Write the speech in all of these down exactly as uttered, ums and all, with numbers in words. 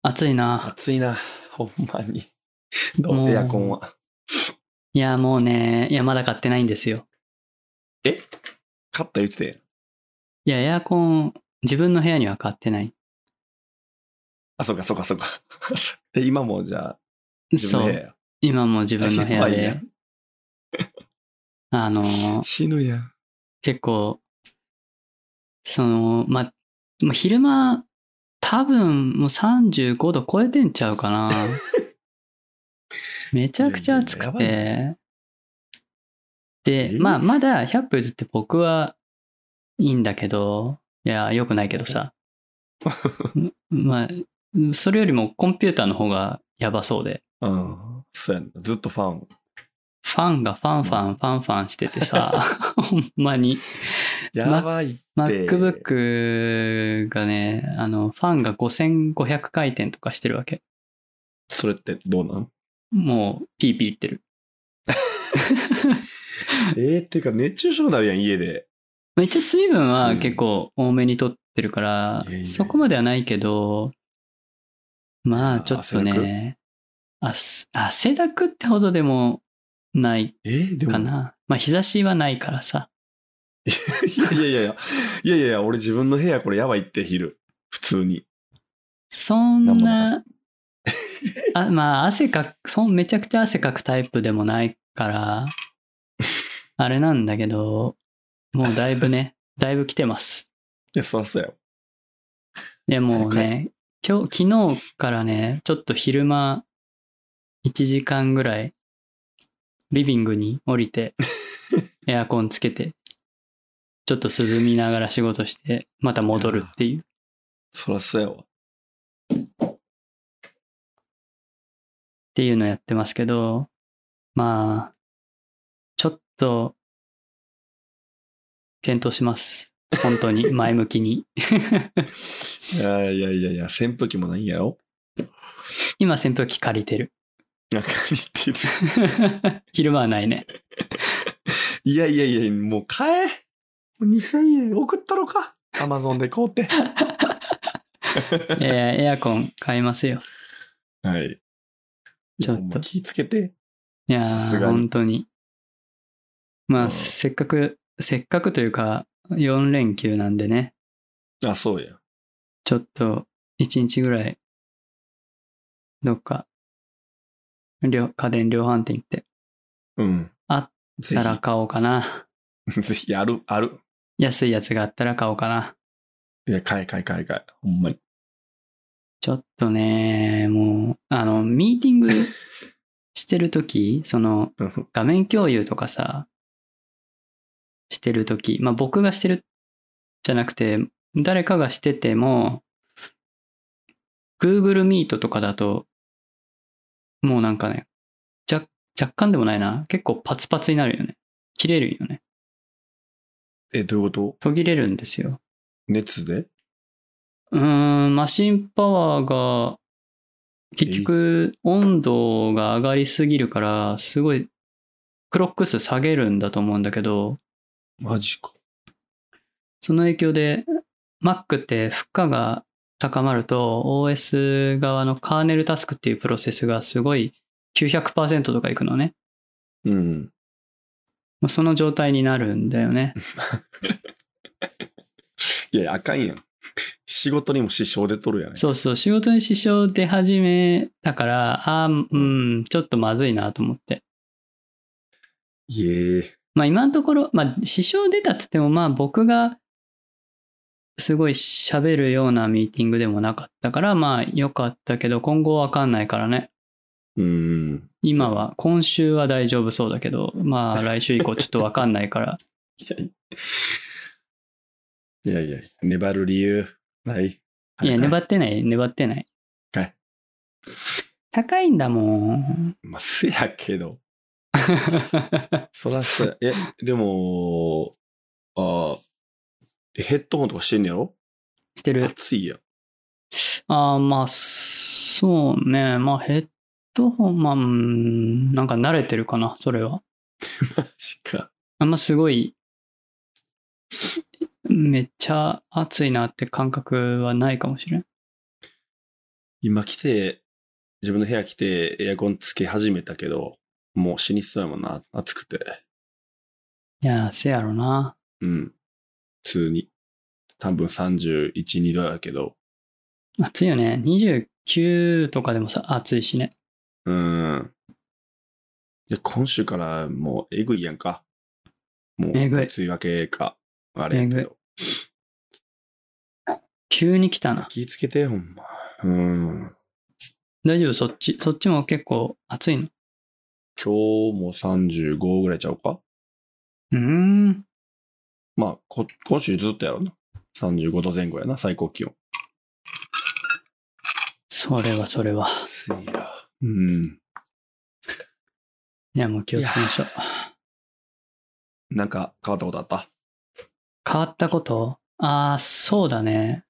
暑いな。 暑いな。ほんまに。どうエアコンは。 いや、もうね、いや、まだ買ってないんですよ。 え買った言ってて。 いや、エアコン、自分の部屋には買ってない。 あ、そうか、そうか、そうか。え、今もじゃあ、自分の部屋や。 今も自分の部屋で、あのー、 死ぬやん。 結構、その、ま、ま昼間、多分もうさんじゅうごど超えてんちゃうかな。めちゃくちゃ暑くて。で、まあ、まだひゃく歩譲って僕はいいんだけど、いや、良くないけどさ。まあ、それよりもコンピューターの方がやばそうで。 うん。そうやん。ずっとファン。 ファンがファンファン、ファンファンしててさ、ほんまに。 やばいって。 MacBook がね、あの、ファンがごせんごひゃく回転とかしてるわけ。 それってどうなん？ もう、ピーピー言ってる。 えー、っていうか熱中症になるやん、家で。 一応水分は結構多めに取ってるから、 いやいやいやそこまではないけど、まあちょっとね、汗汗だくってほどでもないかな。まあ日差しはないからさ。 いやいやいやいや、いやいやいや、俺自分の部屋これやばいって昼。普通に。 そんな、あまあ汗かく、そんめちゃくちゃ汗かくタイプでもないから、あれなんだけど、もうだいぶね、だいぶ来てます。 いや、そらそうやよ。 いやもうね、今日、昨日からね、ちょっと昼間、いちじかんぐらい、リビングに降りて、エアコンつけて、ちょっと涼みながら仕事して、また戻るっていう。 そらそうやわ。 っていうのやってますけど、まあ、ちょっと、検討します。本当に、前向きに。 いやいやいやいや、扇風機もないんやろ？ 今扇風機借りてる。 借りてる。昼間はないね。 いやいやいや、もう買え。にせんえん送ったろか。アマゾンで買うて。 いやいや、エアコン買いますよ。 はい。 ちょっと。 気ぃつけて。 いやー、本当に。まあ、せっかく、せっかくというか、よん連休なんでね。 あ、そうや。 ちょっと、いちにちぐらい、どっか、家電量販店行って。 うん。 あったら買おうかな。 ぜひ、ある、ある。 安いやつがあったら買おうかな。 いや、買え買え買え買え。ほんまに。 ちょっとね、もう、あの、ミーティングしてるとき、その、画面共有とかさ、してるとき、まあ僕がしてるじゃなくて、誰かがしてても、Google Meet とかだと、もうなんかね、若若干でもないな。結構パツパツになるよね。切れるよね。 え、どういうこと？ 途切れるんですよ。 熱で？ うーん、マシンパワーが、結局、温度が上がりすぎるから、すごい、クロック数下げるんだと思うんだけど。 マジか。 その影響で、Mac って負荷が高まると、オーエス 側のカーネルタスクっていうプロセスがすごい きゅうひゃくパーセント とかいくのね。 うん。 その状態になるんだよね。 いや、あかんやん。仕事にも支障出とるやね。 そうそう、仕事に支障出始めたから、ああ、うん、ちょっとまずいなと思って。 いえ。 まあ今のところ、まあ支障出たっつっても、まあ僕がすごい喋るようなミーティングでもなかったから、まあ良かったけど、今後わかんないからね。 うん。 今は、今週は大丈夫そうだけど、まあ来週以降ちょっとわかんないから。 いやいや、粘る理由ない。 いや、粘ってない、粘ってない。 はい。 高いんだもん。 まあ、せやけど。そらそうや。え、でも、あヘッドホンとかしてんねやろ？ してる。 暑いやん。 ああ、まあ、そうね。まあヘッドホン、まあ、なんか慣れてるかな、それは。 マジか。 あんますごい、めっちゃ暑いなって感覚はないかもしれん。 今来て、自分の部屋来てエアコンつけ始めたけど、もう死にそうやもんな、暑くて。 いやー、せやろな。 うん。普通に。多分さんじゅういち、にどやけど。 暑いよね。にじゅうきゅうとかでもさ、暑いしね。 うん。で、今週からもうえぐいやんか。もう、 えぐい梅雨明けか、あれやけえぐいど。 急に来たな。 気ぃつけて、ほんま。うん。 大丈夫そっち、そっちも結構暑いの？ 今日もさんじゅうごぐらいちゃうか。 うーん。 まあ、こ、今週ずっとやろな。さんじゅうごどぜん後やな、最高気温。 それはそれは。 暑いや。うん。 いや、もう気をつけましょう。 なんか変わったことあった？ 変わったこと？ああ、そうだね。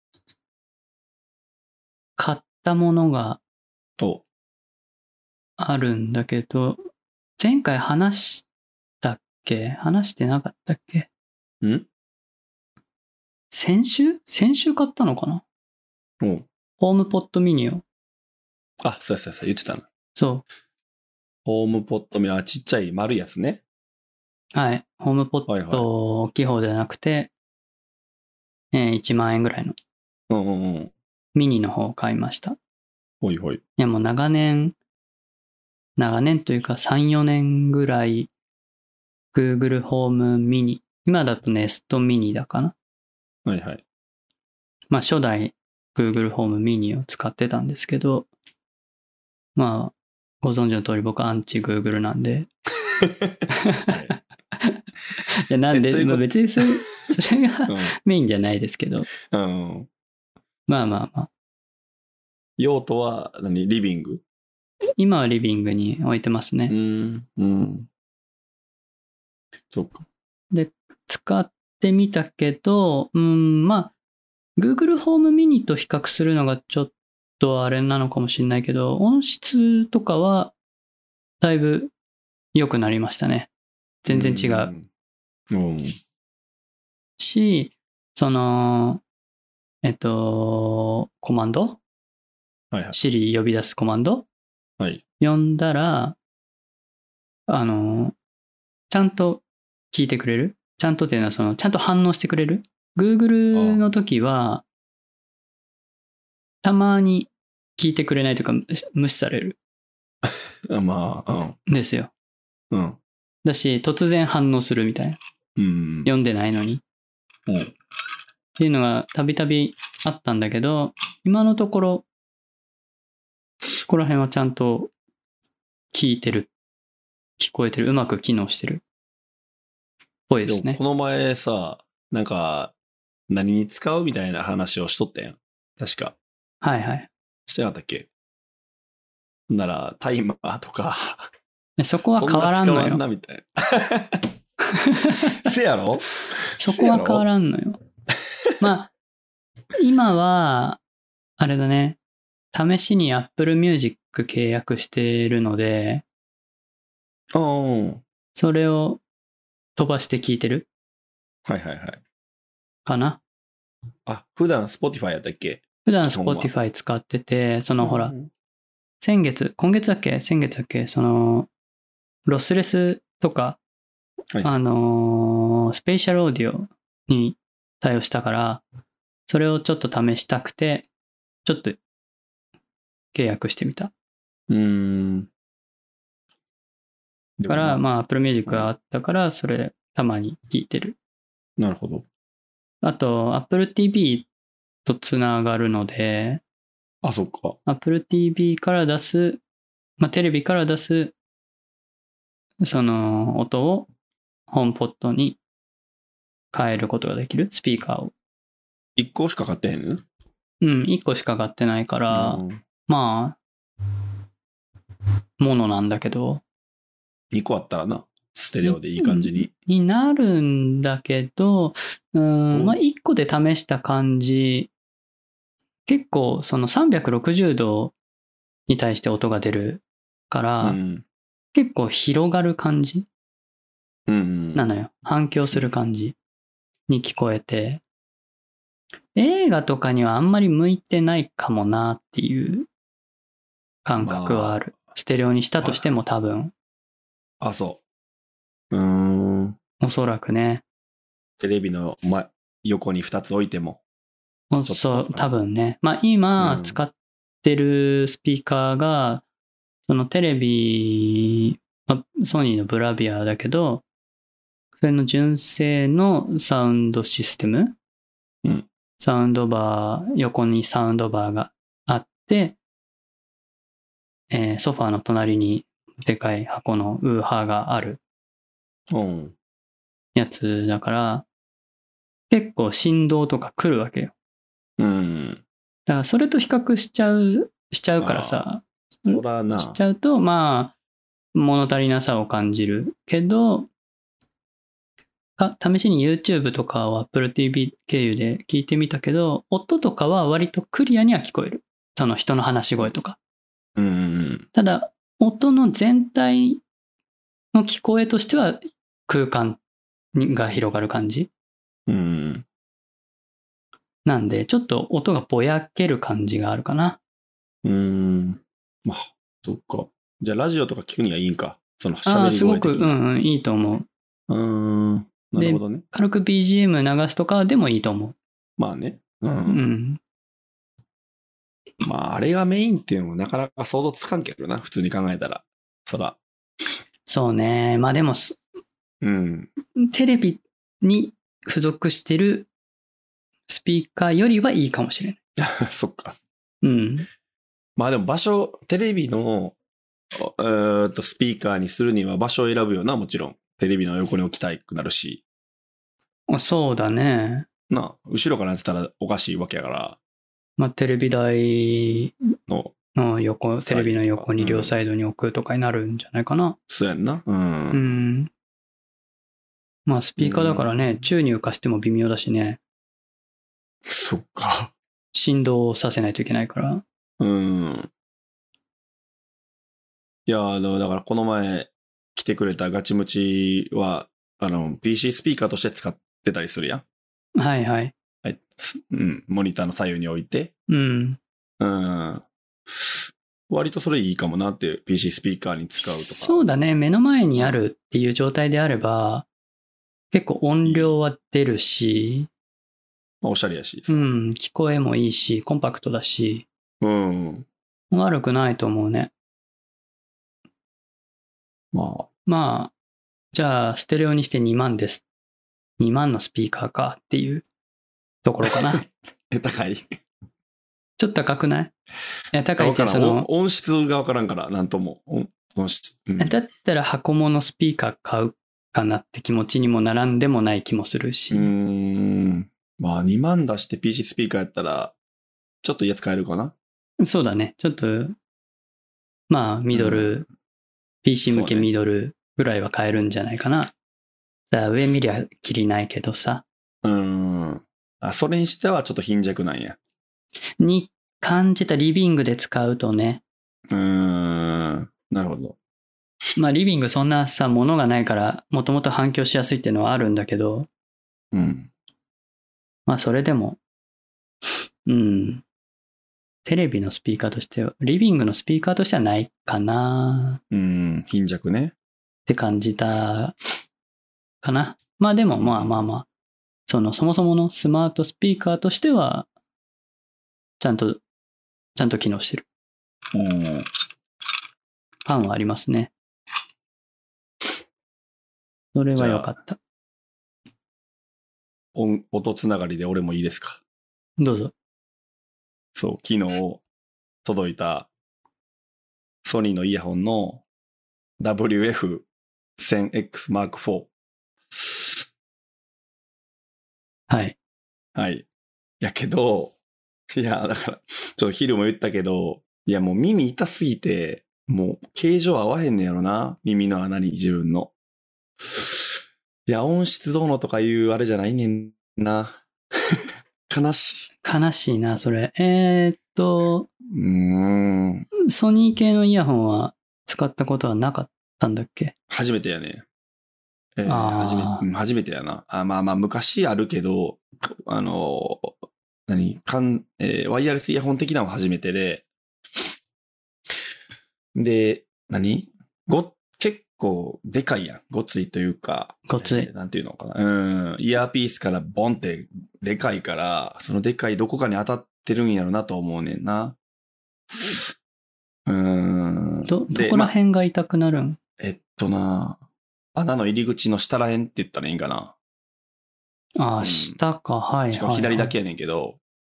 買ったものがお、 あるんだけど、前回話したっけ？話してなかったっけ？ ん先週先週買ったのかな？ おホームポットミニを。 あ、そうやそうやそうや言ってたな。 そホームポットミラー、ちっちゃい丸いやつね。 う。はい。ホームポッはいはいト大きい方じゃなくて、えーいちまん円ぐらいのうんうんうん。 ミニの方を買いました。いほいほい。 や、もう長年、長年というかさん、よねんぐらい Google ホームミニ。今だと Nest ミニだかな。 はいはい。 まあ初代 Google ホームミニを使ってたんですけど、まあ、ご存知の通り僕アンチ Google なんで。 はいいやなんで、 えということまあ、別にそれそれがメインじゃないですけど。 うん。うん。 まあまあまあ。 用途は何、リビング？ 今はリビングに置いてますね。 うん。うん。そっか。 で、使ってみたけど、うん、まあ、Google ホームミニと比較するのがちょっとあれなのかもしれないけど、音質とかはだいぶ良くなりましたね。全然違う。 うん。 し、その、えっと、コマンドはいはい。 Siri 呼び出すコマンドはい。 呼んだら、あの、ちゃんと聞いてくれる？ちゃんとっていうのは、その、ちゃんと反応してくれる？ Google の時は、たまに聞いてくれないというか、無視されるあまあ、 んですよ。 うん。うん。 だし、突然反応するみたいな。 うん。 読んでないのに。 うん。 っていうのがたびたびあったんだけど、今のところ、ここら辺はちゃんと聞いてる。聞こえてる。うまく機能してる。ぽいですね。 でもこの前さ、なんか、何に使うみたいな話をしとったやん。確か。 はいはい。 してなかったっけ？なら、タイマーとか。 そこは変わらんのよ。 そんな使わんなみたいな。せやろ？ そこは変わらんのよ。まあ、今は、あれだね。試しに Apple Music 契約してるので、 うん。 それを飛ばして聞いてるはいはいはい。 かな。 あ、普段 Spotify やったっけ？ 普段基本は Spotify 使ってて、そのほらう、ん先月、今月だっけ先月だっけその、ロスレスとか、 はいあのースペシャルオーディオに対応したから、それをちょっと試したくて、ちょっと契約してみた。 うーん。 だから、まあ、Apple Music がうんあったから、それ、たまに聞いてる。 なるほど。 あと、Apple ティーブイ とつながるので、 あ、そっか。 Apple ティーブイ から出す、まあ、テレビから出す、その音をホームポットに変えることができる。スピーカーを。 一個しか買ってへんの？ うん、いっこしか買ってないから、 うんまあ、ものなんだけど、 二個あったらな。ステレオでいい感じに。 になるんだけど、ううんん、まあ、いっこで試した感じ、結構そのさんびゃくろくじゅうどに対して音が出るかうら、 ん。 結構広がる感じうんうん。 なのよ。反響する感じに聞こえて、 映画とかにはあんまり向いてないかもなっていう感覚はある。まあ、ステレオにしたとしても多分。 あ、そう。うーん。 おそらくね。 テレビの、ま、横にふたつ置いても。 そう、多分ね。まあ今使ってるスピーカーが、うん、そのテレビ、まあ、ソニーのブラビアだけど、それの純正のサウンドシステム、 うん、 サウンドバー、横にサウンドバーがあって、えー、ソファーの隣にでかい箱のウーハーがあるやつだから、結構振動とか来るわけよ。 うん。 だからそれと比較しちゃう、しちゃうからさ、 そらな。 しちゃうと、まあ、物足りなさを感じるけど、か試しに YouTube とかを Apple ティーブイ 経由で聞いてみたけど、音とかは割とクリアには聞こえる。その人の話し声とか。 うん、 ただ、音の全体の聞こえとしては空間が広がる感じ。 うん。 なんで、ちょっと音がぼやける感じがあるかな。 うーん。まあ、そっか。じゃあラジオとか聞くにはいいんか。その喋り声的な。ああ、すごく、うんうん、いいと思う。 うーん。なるほどね。 軽く ビージーエム 流すとかでもいいと思う。 まあね。うん。 うん、 まあ、あれがメインっていうのもなかなか想像つかんけどな。普通に考えたら。そら。 そうね。まあでも、 うん。 テレビに付属してるスピーカーよりはいいかもしれない。 そっか。 うん。 まあでも場所、テレビの、えー、っと、スピーカーにするには場所を選ぶよな、もちろん。テレビの横に置きたくなるし。 そうだね。 なあ、後ろからやってたらおかしいわけやから。 まあテレビ台のの横、テレビの横に両サイドに置くとかになるんじゃないかな。うん、 そうやんな。うん。 うん。まあスピーカーだからね、宙に浮かしても微妙だしね。 そっか。 振動させないといけないから。 うん。いや、あの、だからこの前来てくれたガチムチは、あの、ピーシー スピーカーとして使ってたりするやん。 はいはい。 はい。うん。モニターの左右に置いて。 うん。 うん。割とそれいいかもなって、ピーシー スピーカーに使うとか。 そうだね。目の前にあるっていう状態であれば、結構音量は出るし、 まあ、おしゃれやし。 うん。聞こえもいいし、コンパクトだし。 うん。 悪くないと思うね。 まあ。 まあ、じゃあ、ステレオにしてにまんです。にまんのスピーカーかっていうところかな。 え、高い。 ちょっと高くない？いや、高いってその音質がわからんから、なんとも。音質、 うん、だったら箱物スピーカー買うかなって気持ちにもならんでもない気もするし。 うーん。まあ、にまん出して ピーシー スピーカーやったら、ちょっといいやつ買えるかな。 そうだね。ちょっと、まあ、ミドル、うん、ピーシー 向けミドルぐらいは買えるんじゃないかな。さあ、上見りゃきりないけどさ。 うーん。あ、それにしてはちょっと貧弱なんや。 に感じたリビングで使うとね。 うーん。なるほど。 まあ、リビングそんなさ、物がないから、もともと反響しやすいっていうのはあるんだけど。 うん。 まあ、それでも、うん。テレビのスピーカーとしては、リビングのスピーカーとしてはないかな。 うん、貧弱ね。 って感じたかな。まあでもまあまあまあ、そのそもそものスマートスピーカーとしては、ちゃんと、ちゃんと機能してる。 うん。 パンはありますね。それは良かった。 音、音つながりで俺もいいですか？ どうぞ。 そう、昨日届いたソニーのイヤホンの ダブリューエフせんエックス Mark フォー。 はい。 はい。やけど、いや、だから、ちょっと昼も言ったけど、いやもう耳痛すぎて、もう形状合わへんねやろな。耳の穴に自分の。いや、音質どうのとかいうあれじゃないねんな。悲しい。悲しいな、それ。えー、っと、 うーん。 ソニー系のイヤホンは使ったことはなかったんだっけ？ 初めてやね。えー、初め、初めてやな。あ、まあまあ、昔あるけど、あの、 何かん、えーワイヤレスイヤホン的なのは初めてで、で、何ご、結構でかいやん。ごついというか。 ごついえーなんていうのかな。うん。イヤーピースからボンってでかいから、そのでかいどこかに当たってるんやろなと思うねんな。うーん。 ど、どでこら辺が痛くなるん？ まあ、えっとな、穴の入り口の下ら辺って言ったらいいんかな。 ああ、 うん下か。はいはい、はい。 しかも左だけやねんけど。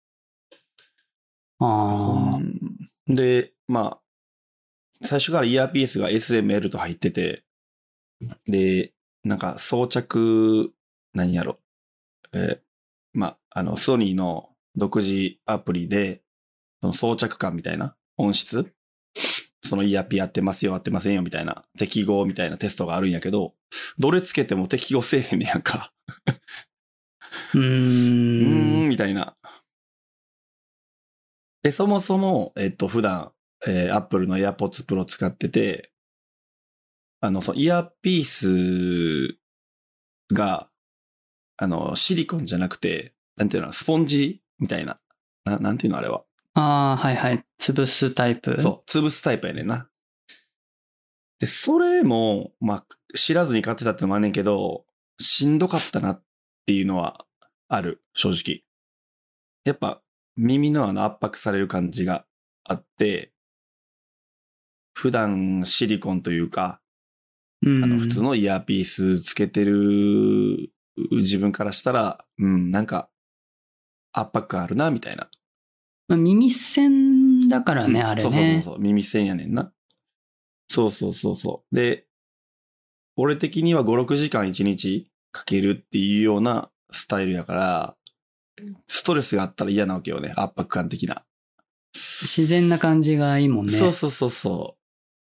あほあ。 んで、まあ、最初からイヤーピースが エスエムエル と入ってて、で、なんか装着、何やろ。えーまあ、あの、ソニーの独自アプリで、その装着感みたいな音質、そのイヤーピーやってますよ、やってませんよ、みたいな、適合みたいなテストがあるんやけど、どれつけても適合せえへんねやんか。 うー。 うんーん、みたいな。で、そもそも、えっと、普段、えー、Apple の AirPods Pro 使ってて、あの、そのイヤーピースが、あの、シリコンじゃなくて、なんていうの、スポンジみたいな。ななんていうの、あれは。 ああ、はいはい。潰すタイプ。 そう、潰すタイプやねんな。で、それも、まあ、知らずに買ってたってのもあんねんけど、しんどかったなっていうのはある、正直。やっぱ、耳のあの圧迫される感じがあって、普段シリコンというか、 うん。 あの、普通のイヤーピースつけてる自分からしたら、うん、なんか、圧迫感あるな、みたいな。 まあ、耳栓だからね、 うんあれね。 そうそうそうそう、耳栓やねんな。そうそうそうそう。で、俺的にはご、ろくじかんいちにちかけるっていうようなスタイルやから、ストレスがあったら嫌なわけよね。圧迫感的な。 自然な感じがいいもんね。 そうそうそうそう。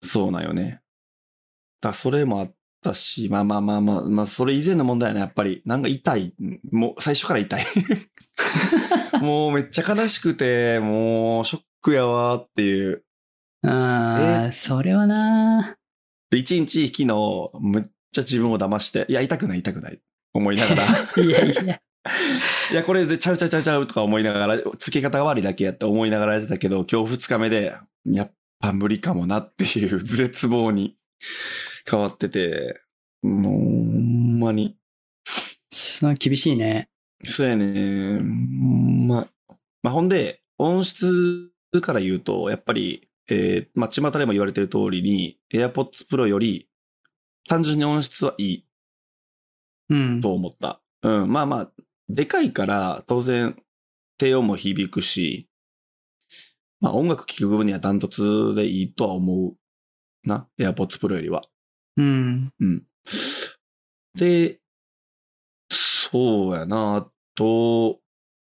そうなんよね。だからそれもあったし、まあまあまあまあ、まあそれ以前の問題やね、やっぱり。なんか痛い。もう最初から痛い。もうめっちゃ悲しくて、もうショックやわーっていう。 ああ、それはな。 で、一日昨日、めっちゃ自分を騙して、いや、痛くない痛くない。思いながら。 いやいや。 いや、これでちゃうちゃうちゃうちゃうとか思いながら、付け方が悪いだけやって思いながらやってたけど、今日二日目で、やっぱ無理かもなっていう絶望に変わってて、もう、ほんまに。 そ厳しいね。 そうやね。ま、まあ、ほんで、音質から言うと、やっぱり、えー、まあ、巷でも言われてる通りに、AirPods Pro より、単純に音質はいいうん。 と思った。うん、まあまあ、でかいから当然低音も響くし、まあ音楽聴く分にはダントツでいいとは思うな。AirPods Pro よりは。 うん。 うん。で、そうやな。あと、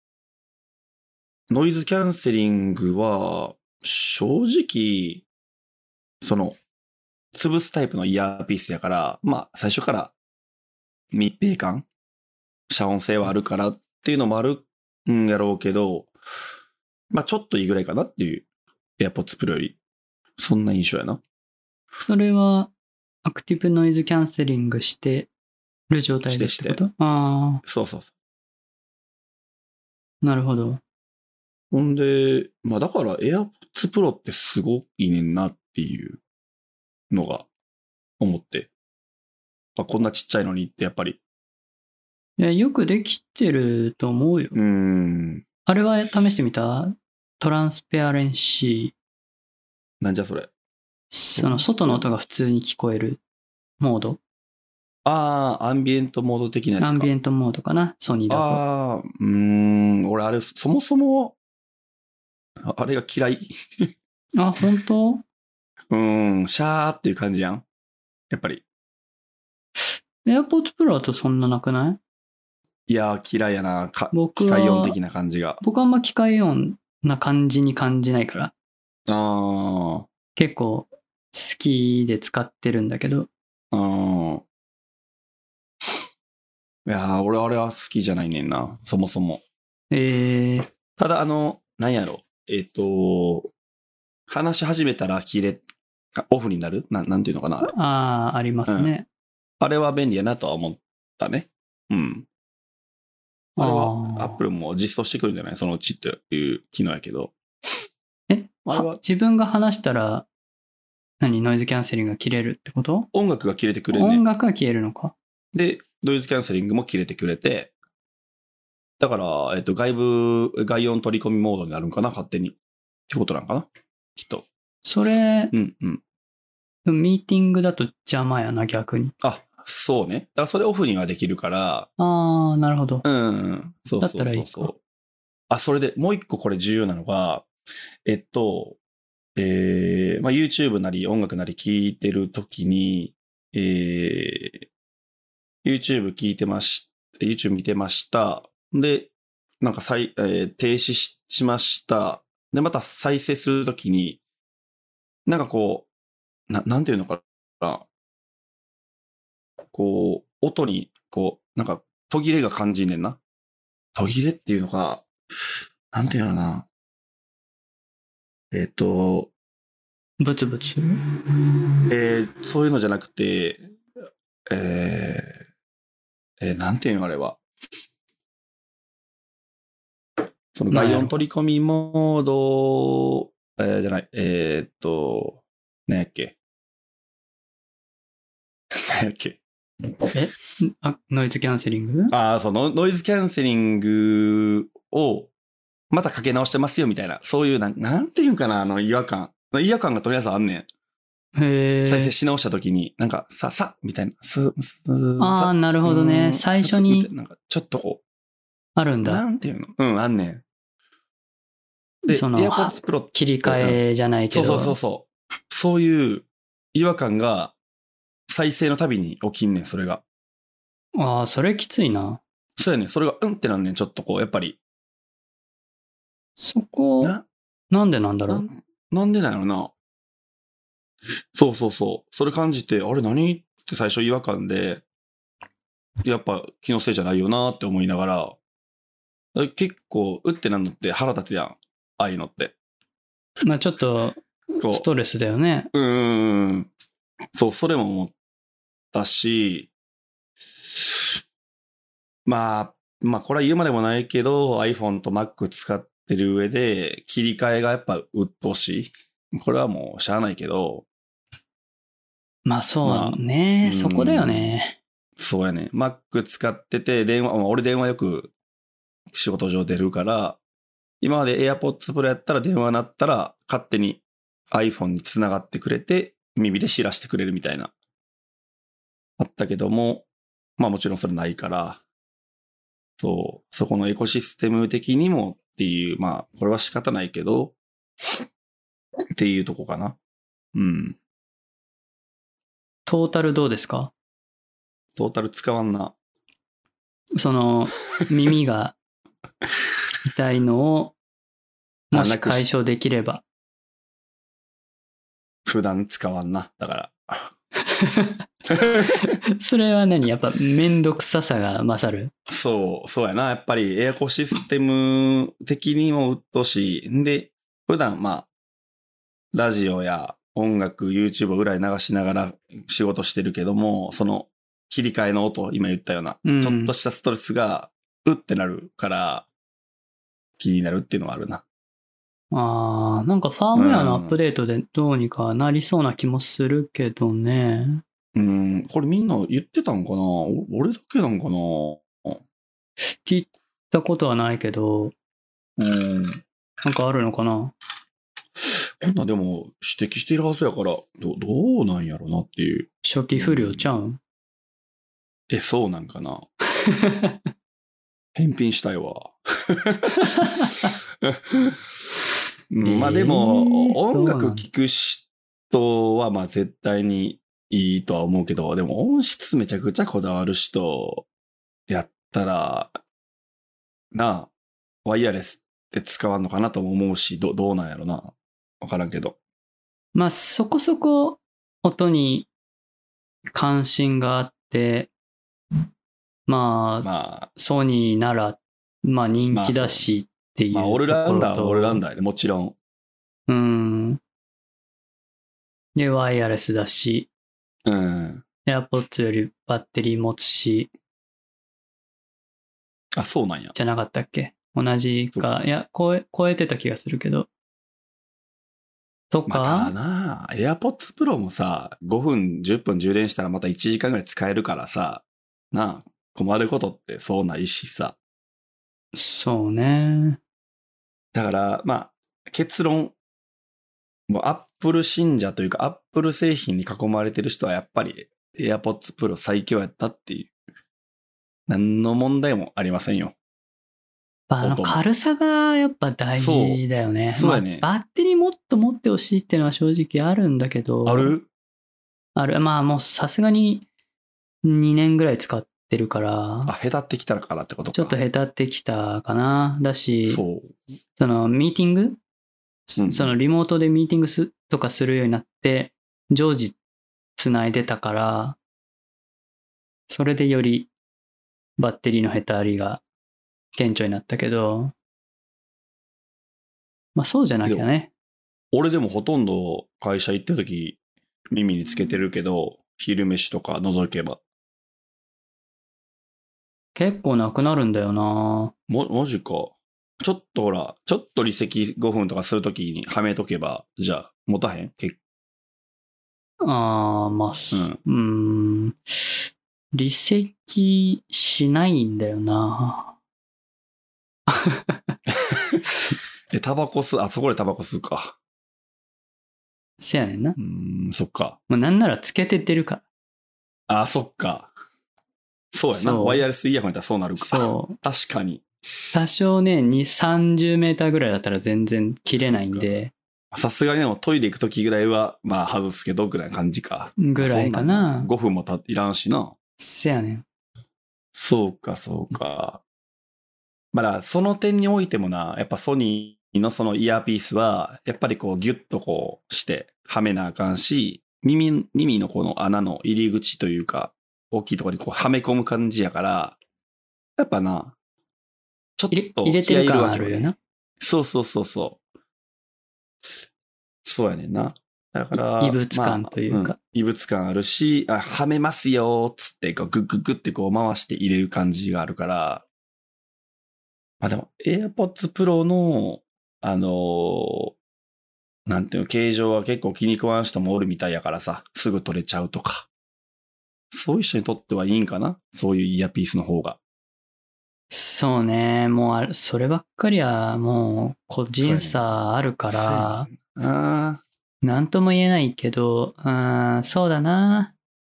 ノイズキャンセリングは、正直、その、潰すタイプのイヤーピースやから、まあ最初から密閉感遮音性はあるからっていうのもあるんやろうけど、まあちょっといいぐらいかなっていう AirPods Pro より。そんな印象やな。 それは、アクティブノイズキャンセリングしてる状態でってこと？ああ。 そうそうそう。なるほど。 ほんで、まあだから AirPods Pro ってすごいねんなっていうのが思って。あ、こんなちっちゃいのにってやっぱり。 いや、よくできてると思うよ。 うーん。 あれは試してみた？トランスペアレンシー。 なんじゃそれ。 その外の音が普通に聞こえるモード。 ああ、アンビエントモード的なやつか。 アンビエントモードかな、ソニーだと。 ああ、うーん、俺あれ、そもそも、あれが嫌い。 あ、本当？ うーん、シャーっていう感じやん。やっぱり。 AirPods Pro だとそんななくない？ いやー、嫌いやな。か僕は機械音的な感じが。 僕はあんま機械音な感じに感じないから、 ああ、 結構好きで使ってるんだけど。 ああ。いやー、俺あれは好きじゃないねんな。そもそも。 えー、 ただ、あの、なんやろ。えっ、と、話し始めたら切れ、あオフになるななんていうのかな、あれ。 ああ、ありますね。 あれは便利やなとは思ったね。うん。 あれは Apple も実装してくるんじゃないそのうちっていう機能やけど。 えあれは自分が話したら、何ノイズキャンセリングが切れるってこと？ 音楽が切れてくれるね。 音楽が消えるのか。 で、ノイズキャンセリングも切れてくれて、だから、えっと、外部、外音取り込みモードになるんかな勝手に。ってことなんかなきっと。 それ、 うんうん。 ミーティングだと邪魔やな、逆に。 あ、そうね。だからそれオフにはできるから。 ああ、なるほど。 うん。そうそうそうそう。 だったらいいか。 あ、それでもう一個これ重要なのが、えっと、えー、まあ、YouTube なり音楽なり聞いてるときに、えー、YouTube 聞いてまし、YouTube 見てました。で、なんか再、えー停止ししました。で、また再生するときに、なんかこう、な、なんていうのかな。こう、音に、こう、なんか途切れが感じんねんな。途切れっていうのが、なんていうのかな。えっと、 ブツブツ。 えーそういうのじゃなくて、えーえーなんていうのあれは。その外音取り込みモード、えーじゃない、えーっと、何やっけ何やっけえあ、ノイズキャンセリング？ ああ、そのノイズキャンセリングをまたかけ直してますよみたいな、そういうなん、なんていうんかな、あの違和感。違和感がとりあえずあんねん。 へ再生え。 し直したときに、なんか、さ、さ、みたいな、す、す、 ああ、なるほどね。最初になんか、ちょっとこあるんう、 だ。 なんていうのうん、あんねん。で、 その AirPods Pro 切り替えじゃないけど。 そうそうそうそう。そういう違和感が再生のたびに起きんねん、それが。 ああ、それきついな。 そうやねん、それがうんってなんねん、ちょっとこう、やっぱり。 そこ、 な、 なんでなんだろう。 なん、なんでなんやろな。そうそうそう。それ感じて、あれ何って最初違和感で、やっぱ気のせいじゃないよなって思いながら、だ結構、うってなんのって腹立つやん。ああいうのって。 まあちょっと、 こストレスだよね。 う、うーん。そう、それも思ったし、まあ、まあこれは言うまでもないけど、iPhone と Mac 使ってる上で、切り替えがやっぱ鬱陶しい。これはもうしゃあないけど、 まあそまあ、 うね。 うんそこだよね。 そうやね。Mac 使ってて、電話、まあ俺電話よく仕事上出るから、今まで AirPods Pro やったら電話鳴ったら勝手に iPhone に繋がってくれて、耳で知らせてくれるみたいな。あったけども、まあもちろんそれないから、そう、そこのエコシステム的にもっていう、まあ、これは仕方ないけど、っていうとこかな。うん。 トータルどうですか？ トータル使わんな。 その、耳が痛いのを、もし解消できれば。 普段使わんな。だから。 それは何やっぱめんどくささが勝る？ そう、そうやな。やっぱりエコシステム的にも鬱陶しい。んで、普段まあ、ラジオや音楽、YouTube を裏に流しながら仕事してるけども、その切り替えの音、今言ったような、 うん、 ちょっとしたストレスが、うってなるから、気になるっていうのはあるな。 ああ、なんかファームウェアのアップデートでどうにかなりそうな気もするけどね。 うん、これみんな言ってたんかなお俺だけなんかな聞いたことはないけど、 うん。 なんかあるのかな？ こんなんでも指摘しているはずやから、ど、どうなんやろなっていう。 初期不良ちゃうん？ え、そうなんかな返品したいわ。まあでも、 えー音楽聴く人はまあ絶対にいいとは思うけど、でも音質めちゃくちゃこだわる人やったら、なあ、ワイヤレスって使わんのかなとも思うし、ど、どうなんやろな。わからんけど。 まあそこそこ音に関心があって、まあ、 まあ、 ソニーなら、まあ人気だしっていうまあ、オールとラウンダーはころと、 オールラウンダーやね、もちろん。 うん。で、ワイヤレスだし、 うん。 AirPods よりバッテリー持つし、 あ、そうなんや。 じゃなかったっけ？同じか。いや、超え、超えてた気がするけど。とまあ、ただか、 な、AirPods Pro もさ、ごふん、じゅっぷん充電したらまたいちじかんぐらい使えるからさ、なあ、困ることってそうないしさ。 そうね。 だから、まあ、結論、もう Apple 信者というか Apple 製品に囲まれてる人はやっぱり AirPods Pro 最強やったっていう。何の問題もありませんよ。 あの音も軽さがやっぱ大事だよね。 そうそうやねまあ、バッテリーもっと持ってほしいっていうのは正直あるんだけど。 あるある。まあもうさすがににねんぐらい使ってるから。 あ、下手ってきたからってことか。 ちょっと下手ってきたかな。だし、 そう。 そのミーティング、 うん、 そのリモートでミーティングすとかするようになって、常時つないでたから、それでよりバッテリーのヘタりが顕著になったけど、まあそうじゃなきゃね。 俺でもほとんど会社行ってる時耳につけてるけど、昼飯とか覗けば。 結構なくなるんだよな。 も、マジか。ちょっとほら、ちょっと離席ごふんとかするときにはめとけば、じゃあ、持たへん結ああ、まあ、うん、ん。離席しないんだよな。 え、タバコ吸う、あそこでタバコ吸うか。 せやねんな。 うーん、そっか。 もうなんならつけてってるから。 あ、そっか。そうやな。 そうワイヤレスイヤホンやったらそうなるか。 そう。 確かに。 多少ね、に、さんじゅうメーターぐらいだったら全然切れないんで。 さすがにでもトイレ行くときぐらいは、まあ外すけど、ぐらいな感じか。 ぐらいかな。 ごふんもたいらんしな。 せやねん。 そうか、そうか。まあだからその点においてもな、やっぱソニーのそのイヤーピースは、やっぱりこうギュッとこうしてはめなあかんし、耳、耳のこの穴の入り口というか、大きいところにこうはめ込む感じやから、やっぱな、ちょっ入れ、 と入れてる感気合いるわけよね。 あるよな。 そうそうそうそう。そうやねんな。だから、 異物感というか。 まあ、うん、異物感あるし、あ、はめますよ、つって、こうグッグッグッってこう回して入れる感じがあるから、まあでも、AirPods Pro の、あのーなんていうの、形状は結構気に食わん人もおるみたいやからさ、すぐ取れちゃうとか。そういう人にとってはいいんかな？そういうイヤーピースの方が。 そうね。もうあれ、そればっかりはもう個人差あるから、 ああ。 なんとも言えないけど、うん、そうだな。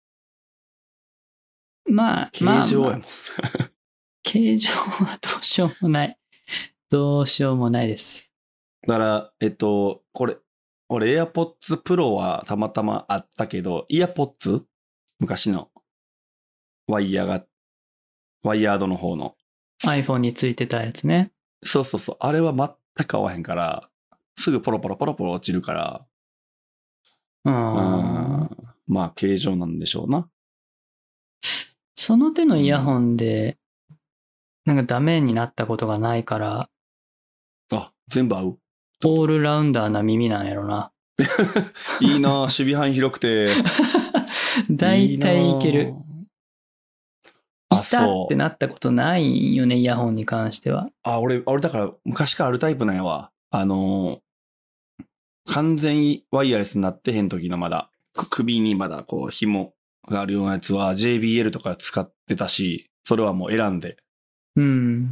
まあ、まあ、まあ形状やもん。 形状はどうしようもない。どうしようもないです。 だから、えっと、これ、俺 AirPods Pro はたまたまあったけど、イヤポッツ昔のワイヤーが、ワイヤードの方の。 iPhone についてたやつね。 そうそうそう。あれは全く合わへんから、すぐポロポロポロポロ落ちるから、 ううんん。 まあ形状なんでしょうな。 その手のイヤホンで、なんかダメになったことがないから、 あ、全部合う。 オールラウンダーな耳なんやろな。 いいなぁ、守備範囲広くて。 大体いける。 あ、 いたっそう。 てなったことないよね、イヤホンに関しては。 あ、俺、俺だから昔からあるタイプなんやわ。あのー完全にワイヤレスになってへん時のまだ、く首にまだこう紐があるようなやつは ジェイビーエル とか使ってたし、それはもう選んでうん。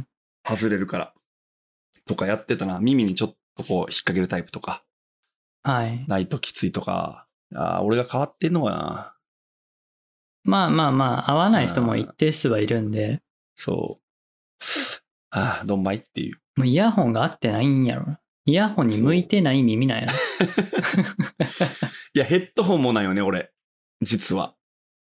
外れるから。とかやってたな。耳にちょっとこう引っ掛けるタイプとか、 はい。 ないときついとか。あー俺が変わってんのかな。 まあまあまあ、合わない人も一定数はいるんで、 そう。ああ、どんまいっていう。 もうイヤホンが合ってないんやろな。イヤホンに向いてない耳なんやな。 いや、ヘッドホンもないよね、俺。実は。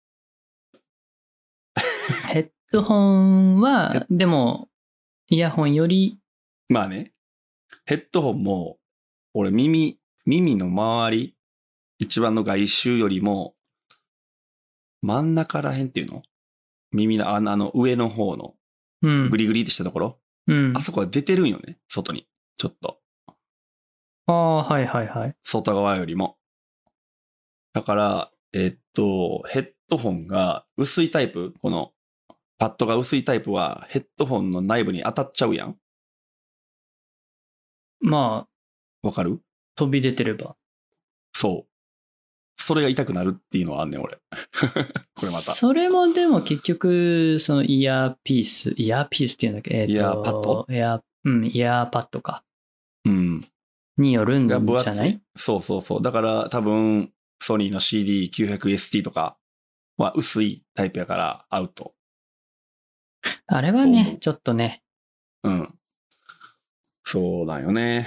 ヘッドホンは、でも、イヤホンより、 まあね。ヘッドホンも、俺耳、耳の周り、一番の外周よりも、真ん中らへんっていうの耳の穴の上の方の、 うんグ。リグリってしたところ、 うん。 あそこは出てるんよね、外に。ちょっと。 ああ、はいはいはい。 外側よりも。だから、えっと、ヘッドホンが薄いタイプこの、 パッドが薄いタイプはヘッドホンの内部に当たっちゃうやん。 まあ、 わかる？ 飛び出てれば。 そう。それが痛くなるっていうのはあんねん、俺。これまた。 それもでも結局、そのイヤーピース、イヤーピースっていうんだっけ、えーと、 イヤーパッド？ イヤー、うん、イヤーパッドか。 うん。 によるんじが分厚ゃない？ そうそうそう。だから多分、ソニーの シーディーきゅうひゃくエスティー とかは薄いタイプやからアウト。 あれはね、ちょっとね。 うん。そうだよね。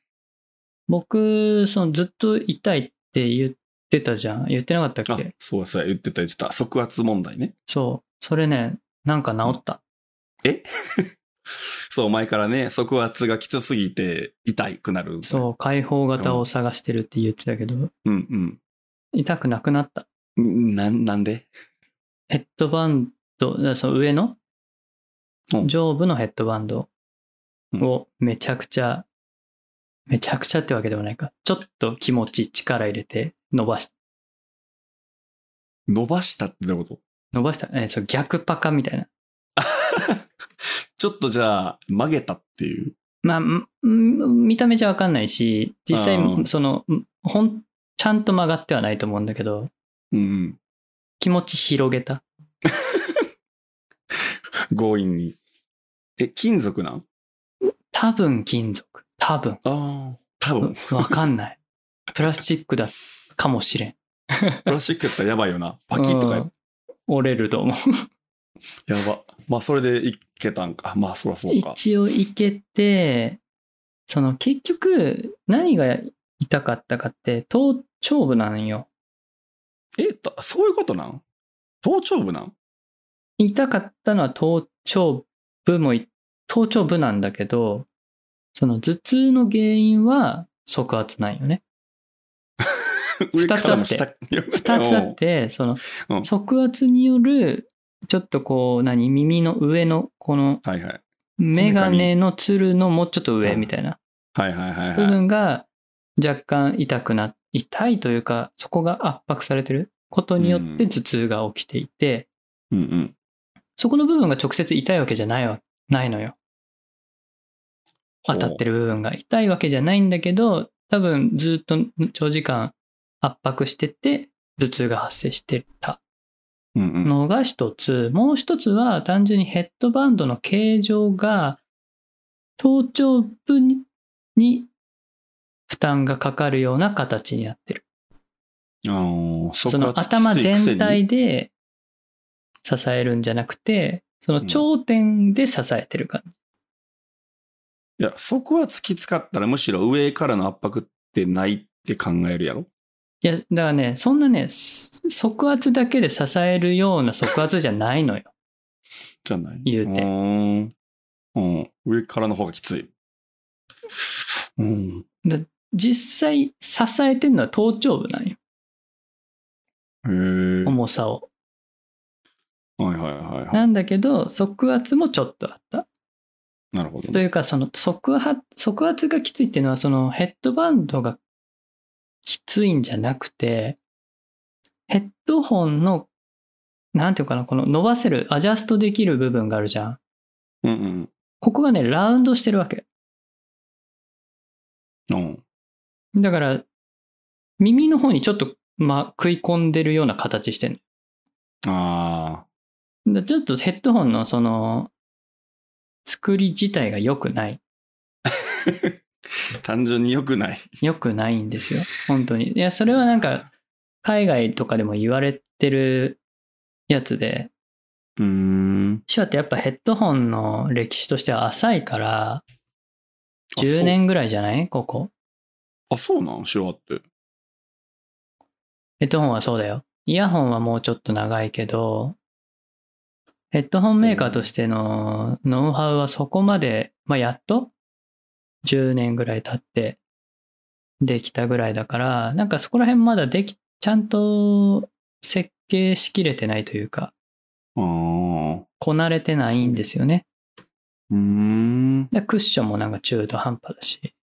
僕、そのずっと痛いって言ってたじゃん。言ってなかったっけ？ あ、そうそう、言ってた言ってた。側圧問題ね。 そう。それね、なんか治った。 えそう、前からね、側圧がきつすぎて痛くなる。 そう、開放型を探してるって言ってたけど、 うんうん。 痛くなくなった。 な、なんで？ ヘッドバンド、だからその上のうん上部のヘッドバンドをめちゃくちゃ、めちゃくちゃってわけではないか。ちょっと気持ち力入れて伸ばし、 伸ばしたってどういうこと？ 伸ばした。え、そう、逆パカみたいな。 ちょっとじゃあ、曲げたっていう。 まあ、んん見た目じゃわかんないし、実際あー、 その、ほん、ちゃんと曲がってはないと思うんだけど、 うんうん。 気持ち広げた。 強引に。え、金属なん？ 多分金属。多分。 ああ、多分。 わかんない。プラスチックだかもしれん。 プラスチックやったらやばいよな。パキッとかやうん折れると思う。 やば。まあ、それでいけたんか。まあ、そらそうか。 一応いけて、その結局何が痛かったかって頭頂部なんよ。 え、たそういうことなん？頭頂部なん？ 痛かったのは頭頂部もい、頭頂部なんだけど、その頭痛の原因は側圧なんよね。 上二つあってからも下。 二つあっ。て、そのうん側圧による、ちょっとこう、何、耳の上のこのはいはい。 メガネのつるのもうちょっと上みたいなはいはいはい部はい。 分が若干痛くな、痛いというか、そこが圧迫されてることによって頭痛が起きていて、 うんうん。 そこの部分が直接痛いわけじゃないわ、ないのよ。当たってる部分が痛いわけじゃないんだけど、多分ずっと長時間圧迫してて、頭痛が発生してたうんうん。 のが一つ。もう一つは単純にヘッドバンドの形状が頭頂部に負担がかかるような形になってる。 ああ、 その頭全体で支えるんじゃなくて、その頂点で支えてる感じ。 いや、側圧きつかったらむしろ上からの圧迫ってないって考えるやろ？ いや、だからね、そんなね、側圧だけで支えるような側圧じゃないのよ。 じゃない。 言うて。 うん。うん。上からの方がきつい。うん。 だ実際支えてるのは頭頂部なんよ。 へえ。 重さを。 はいはいはいはい。 なんだけど、側圧もちょっとあった。 なるほど。 というか、その側圧、側圧がきついっていうのは、そのヘッドバンドがきついんじゃなくて、ヘッドホンの、なんていうかな、この伸ばせる、アジャストできる部分があるじゃん。 うんうん。 ここがね、ラウンドしてるわけ。 うん。 だから、耳の方にちょっと、ま、食い込んでるような形してる。 あだちょっとヘッドホンのその、作り自体が良くない。 あ。単純に良くない。 良くないんですよ。本当に。いや、それはなんか、海外とかでも言われてるやつで、 うーん。 手話ってやっぱヘッドホンの歴史としては浅いから、じゅうねんぐらいじゃないここ。 あ、そうなん？手話って。 ヘッドホンはそうだよ。イヤホンはもうちょっと長いけど、ヘッドホンメーカーとしてのノウハウはそこまで、まあやっとじゅうねんぐらい経ってできたぐらいだから、なんかそこら辺まだでき、ちゃんと設計しきれてないというか、 ああ。 こなれてないんですよね。 うーん。 でクッションもなんか中途半端だし。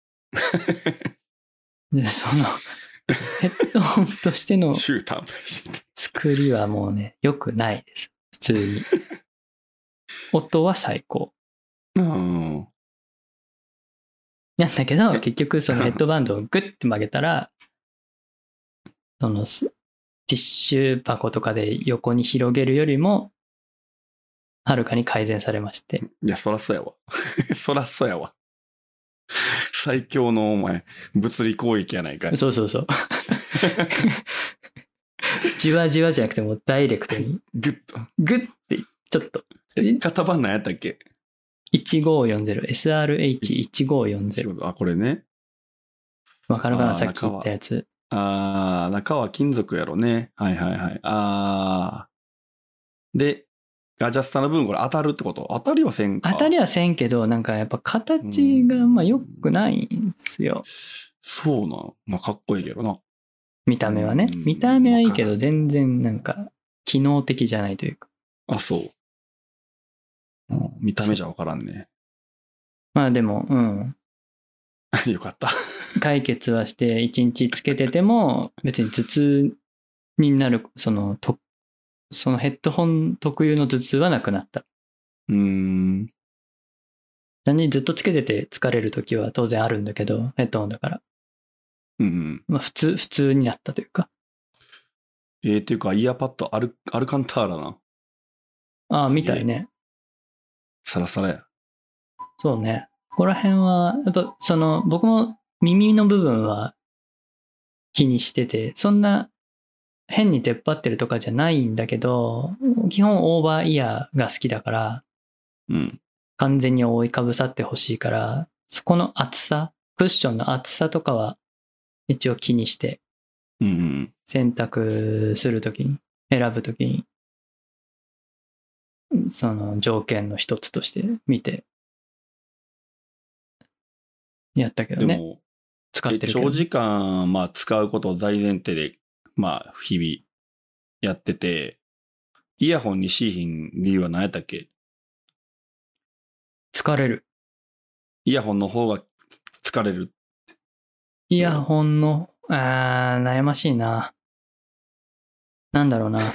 で、その、ヘッドホンとしての中途半端し。 作りはもうね、良くないです。普通に。 音は最高。 うん。 なんだけど、結局そのヘッドバンドをグッて曲げたら、そのティッシュ箱とかで横に広げるよりも、はるかに改善されまして。 いや、そらそうやわ。そらそうやわ。最強のお前、物理攻撃やないかい。 そうそうそう。じわじわじゃなくてもうダイレクトに。 グッと。 グッて、ちょっと。 え、型番何やったっけ？ いちごーよんぜろ、エスアールエイチいちごーよんぜろ。 あ、これね。 わかるかな、さっき言ったやつ。 あー、中は金属やろね。はいはいはい。あー。で、ガジャスタの分これ当たるってこと？当たりはせんか。 当たりはせんけど、なんかやっぱ形がまあ良くないんですよ。 そうなの。まあかっこいいけどな。 見た目はね。見た目はいいけど全然なんか機能的じゃないというか。 あ、そう。見た目じゃわからんね。 まあでも、うん。 よかった。 解決はしていちにちつけてても別に頭痛になる、そのと、そのヘッドホン特有の頭痛はなくなった。 うーん。 単にずっとつけてて疲れる時は当然あるんだけど、ヘッドホンだから。 うんうん。 まあ普通、普通になったというか。 えー、っていうか、イヤーパッドアル、アルカンターラな。 ああ、みたいね。 サラサラや。 そうね。ここら辺は、やっぱその、僕も耳の部分は気にしてて、そんな変に出っ張ってるとかじゃないんだけど、基本オーバーイヤーが好きだから、 うん。 完全に覆いかぶさってほしいから、そこの厚さ、クッションの厚さとかは一応気にしてうんうん。 選択するときに、選ぶときに、その条件の一つとして見て、やったけどね。 でも、 使ってるけど。 長時間、まあ、使うことを大前提で、まあ、日々やってて、イヤホンにしいひん理由は何やったっけ？ 疲れる。 イヤホンの方が疲れる。 イヤホンの、あー、悩ましいな。なんだろうな。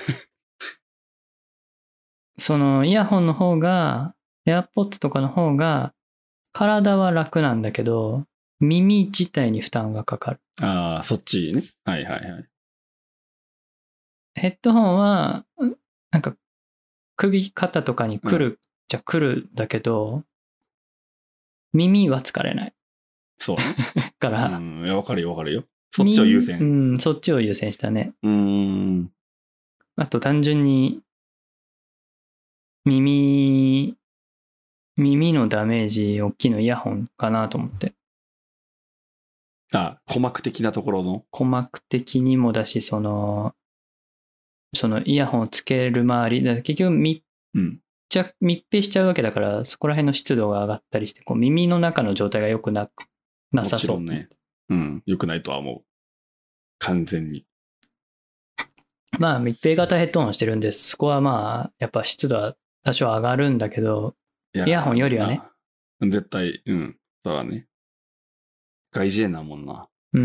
その、イヤホンの方が、AirPods とかの方が、体は楽なんだけど、耳自体に負担がかかる。 ああ、そっちね。はいはいはい。 ヘッドホンは、なんか、首、肩とかに来る、うん、じゃ来るんだけど、耳は疲れない。 そうね。 から、 うん、いや、わかるよわかるよ。そっちを優先。 うん、そっちを優先したね。 うーん。 あと単純に、耳、耳のダメージ大きいのイヤホンかなと思って。 あ、鼓膜的なところの鼓膜的にもだし、その、そのイヤホンをつける周り、だから結局密、うん、密閉しちゃうわけだから、そこら辺の湿度が上がったりして、こう耳の中の状態が良くなく、なさそう。 もちろんね。うん、良くないとは思う。完全に。 まあ密閉型ヘッドホンしてるんで、そこはまあ、やっぱ湿度は多少上がるんだけど、イヤホンよりはね。 絶対、うん。そうだね。外耳炎なもんな。 うん。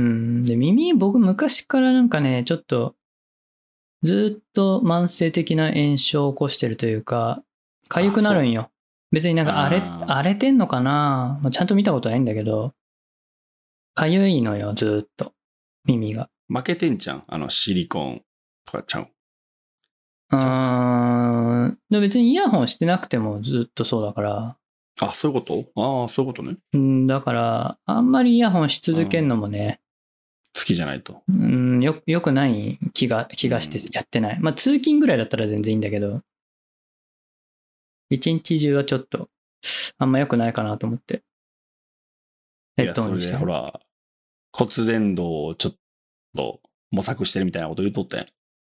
で、耳、僕昔からなんかね、ちょっと、ずっと慢性的な炎症を起こしてるというか、痒くなるんよ。別になんか荒れ、荒れてんのかな、まあ、ちゃんと見たことないんだけど、痒いのよ、ずっと。耳が。 負けてんじゃん。あの、シリコンとかちゃう。 うーん。で別にイヤホンしてなくてもずっとそうだから。 あ、そういうこと？ああ、そういうことね。 うん、だから、あんまりイヤホンし続けるのもね。 好きじゃないと。 うん、よ、よくない気が、気がしてやってない。うん、まあ、通勤ぐらいだったら全然いいんだけど、一日中はちょっと、あんま良くないかなと思って。 ヘッドホンにして。いや、それでほら、骨伝導をちょっと模索してるみたいなこと言うとったやん。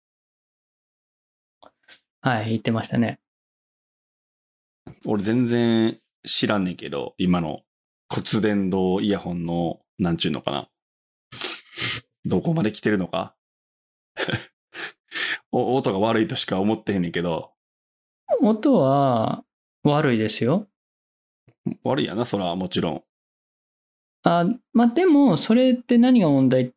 はい、言ってましたね。 俺全然知らんねんけど、今の骨伝導イヤホンの、なんちゅうのかな。どこまで来てるのか。音が悪いとしか思ってへんねんけど。 音は悪いですよ。 悪いやな、それはもちろん。 あ、まあ、でも、それって何が問題って、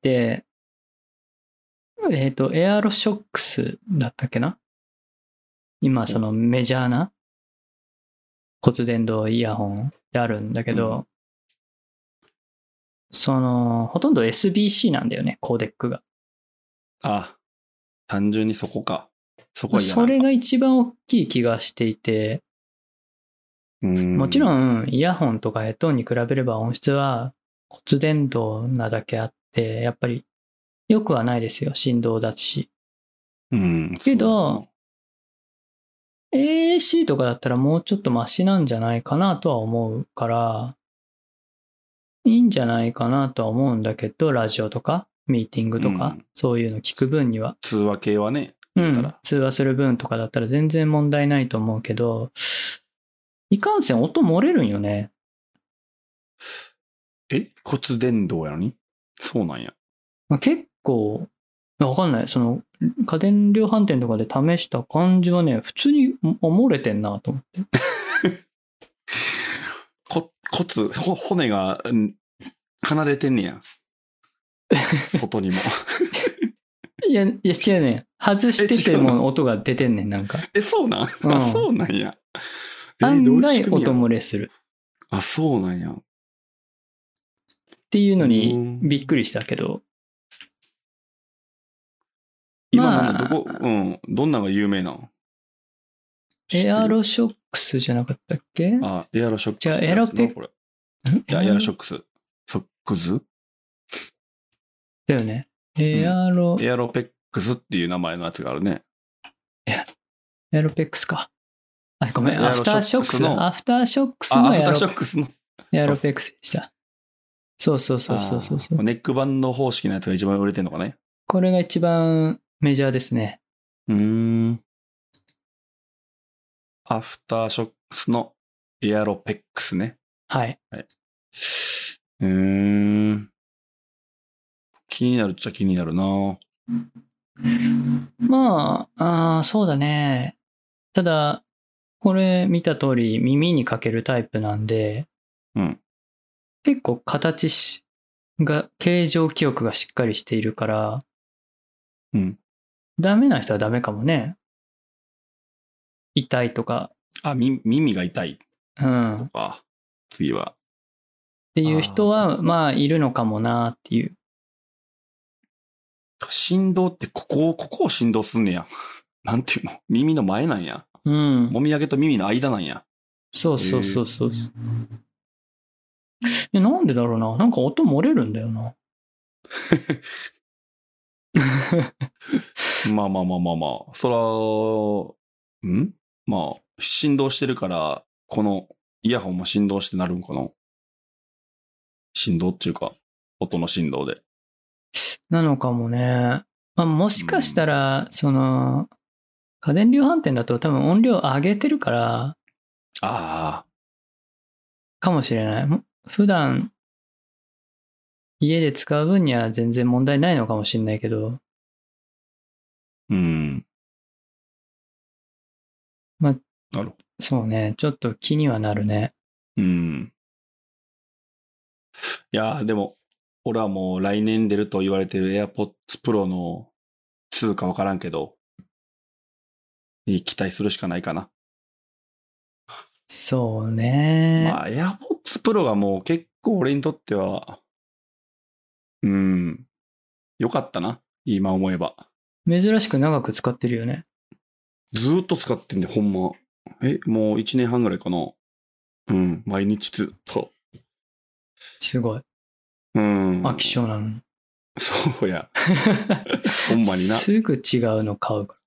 えっと、エアロショックスだったっけな？今、そのメジャーな骨伝導イヤホンであるんだけど、うん、その、ほとんど エスビーシー なんだよね、コーデックが。 あ、単純にそこか。そこは嫌なそれが一番大きい気がしていて、もちろんイヤホンとかヘッドホンに比べれば音質は骨伝導なだけあって、やっぱり良くはないですよ、振動だし。 うん。 けど、エーエーシー とかだったらもうちょっとマシなんじゃないかなとは思うから、いいんじゃないかなとは思うんだけど、ラジオとか、ミーティングとか、うん、そういうの聞く分には。 通話系はね。 うん。通話する分とかだったら全然問題ないと思うけど、いかんせん音漏れるんよね。 え骨伝導やのにそうなんや。 まあ、結構、わかんない。その、家電量販店とかで試した感じはね、普通に漏れてんなと思って。 こ骨、ほ骨が、うん、離れてんねや。外にも。 いや、いや違うね。外してても音が出てんねん、なんか。 え、そうなん、うん、あ、そうなんや。 案外音漏れする。 あ、そうなんや。 っていうのにびっくりしたけど。 今なんだ、どこ、うん、どんなのが有名なの？ エアロショックスじゃなかったっけ？ あ、エアロショックス。 じゃあ、エアロペック。 いや、エアロショックス。ソックスだよね。エアロ、 うん、エアロペックスっていう名前のやつがあるね。 エアロペックスか。あ、ごめん、アフターショックスの。アフターショックスのエアロ、アフターショックスの。 エアロペックスでした。そうそうそうそうそうそう。 ネックバンド方式のやつが一番売れてんのかね。 これが一番メジャーですね。 うーん。アフターショックスのエアロペックスね。 はい。 はい。うーん。気になるっちゃ気になるな。 まあ、あそうだね。ただ、これ見た通り耳にかけるタイプなんで、 うん、 結構形が、形状記憶がしっかりしているから、 うん、 ダメな人はダメかもね。痛いとか。 あ、み耳が痛いとか、 うん、次は。 っていう人は、まあ、いるのかもなっていう。 振動ってここを、ここを振動すんねや。なんていうの？耳の前なんや。 うん。 もみあげと耳の間なんや。 そうそうそうそう。え、なんでだろうな。なんか音漏れるんだよな。 まあまあまあまあまあ。そら、んまあ、振動してるから、このイヤホンも振動してなるんかな。振動っていうか、音の振動で。 なのかもね。まあ、もしかしたら、うん、その、家電量販店だと多分音量上げてるから、ああ。 かもしれない。普段、家で使う分には全然問題ないのかもしれないけど。 うん。 まあ、なるほど。そうね。ちょっと気にはなるね。 うん。いやー、でも、俺はもう来年出ると言われてる AirPods Pro のにかわからんけど、に期待するしかないかな。 そうね。 まあ、AirPods Pro がもう結構俺にとっては、うん、よかったな。今思えば。 珍しく長く使ってるよね。 ずーっと使ってんで、ほんま。え、もういちねんはんぐらいかな。うん、毎日ずっと。 すごい。 うん。 飽き性なのに。 そうや。ほんまにな。 すぐ違うの買うから。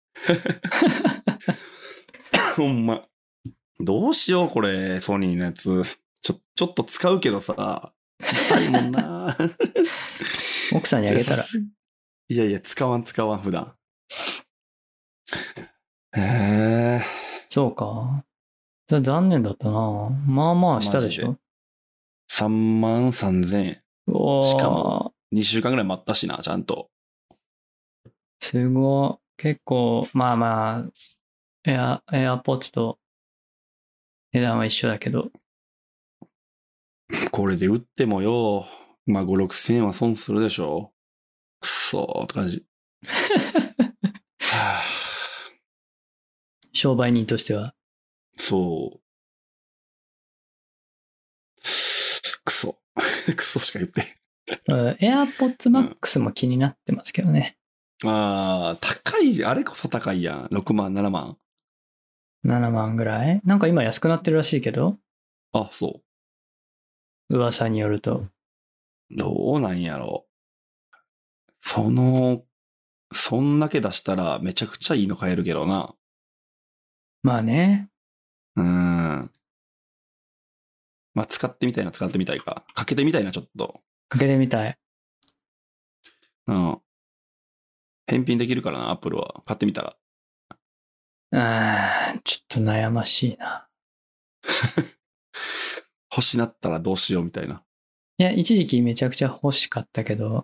ほんま。どうしよう、これ、ソニーのやつ。ちょ、ちょっと使うけどさ。高いもんな。 奥さんにあげたら。 いやいや、使わん使わん、普段。へえ。 そうか。残念だったな。まあまあしたでしょ。 さんまんさんぜんえん。しかも、にしゅうかんぐらい待ったしな、ちゃんと。 すごい。結構、まあまあ、エア、エアポッツと値段は一緒だけど。 これで売ってもよ、まあご、ろくせんえんは損するでしょ。くそーって感じ。はあ、 商売人としては。 そう。 クソ。クソしか言って。 AirPods Max も気になってますけどね。 うん、ああ、高い、あれこそ高いやん。ろくまん、ななまん。 ななまんぐらい？なんか今安くなってるらしいけど。 あ、そう。 噂によると。 どうなんやろ。その、そんだけ出したらめちゃくちゃいいの買えるけどな。 まあね。 うーん。まあ使ってみたいな、使ってみたいか。かけてみたいな、ちょっと。 かけてみたい。 うん。返品できるからな、アップルは。買ってみたら。 あー、ちょっと悩ましいな。 欲しなったらどうしようみたいな。 いや、一時期めちゃくちゃ欲しかったけど。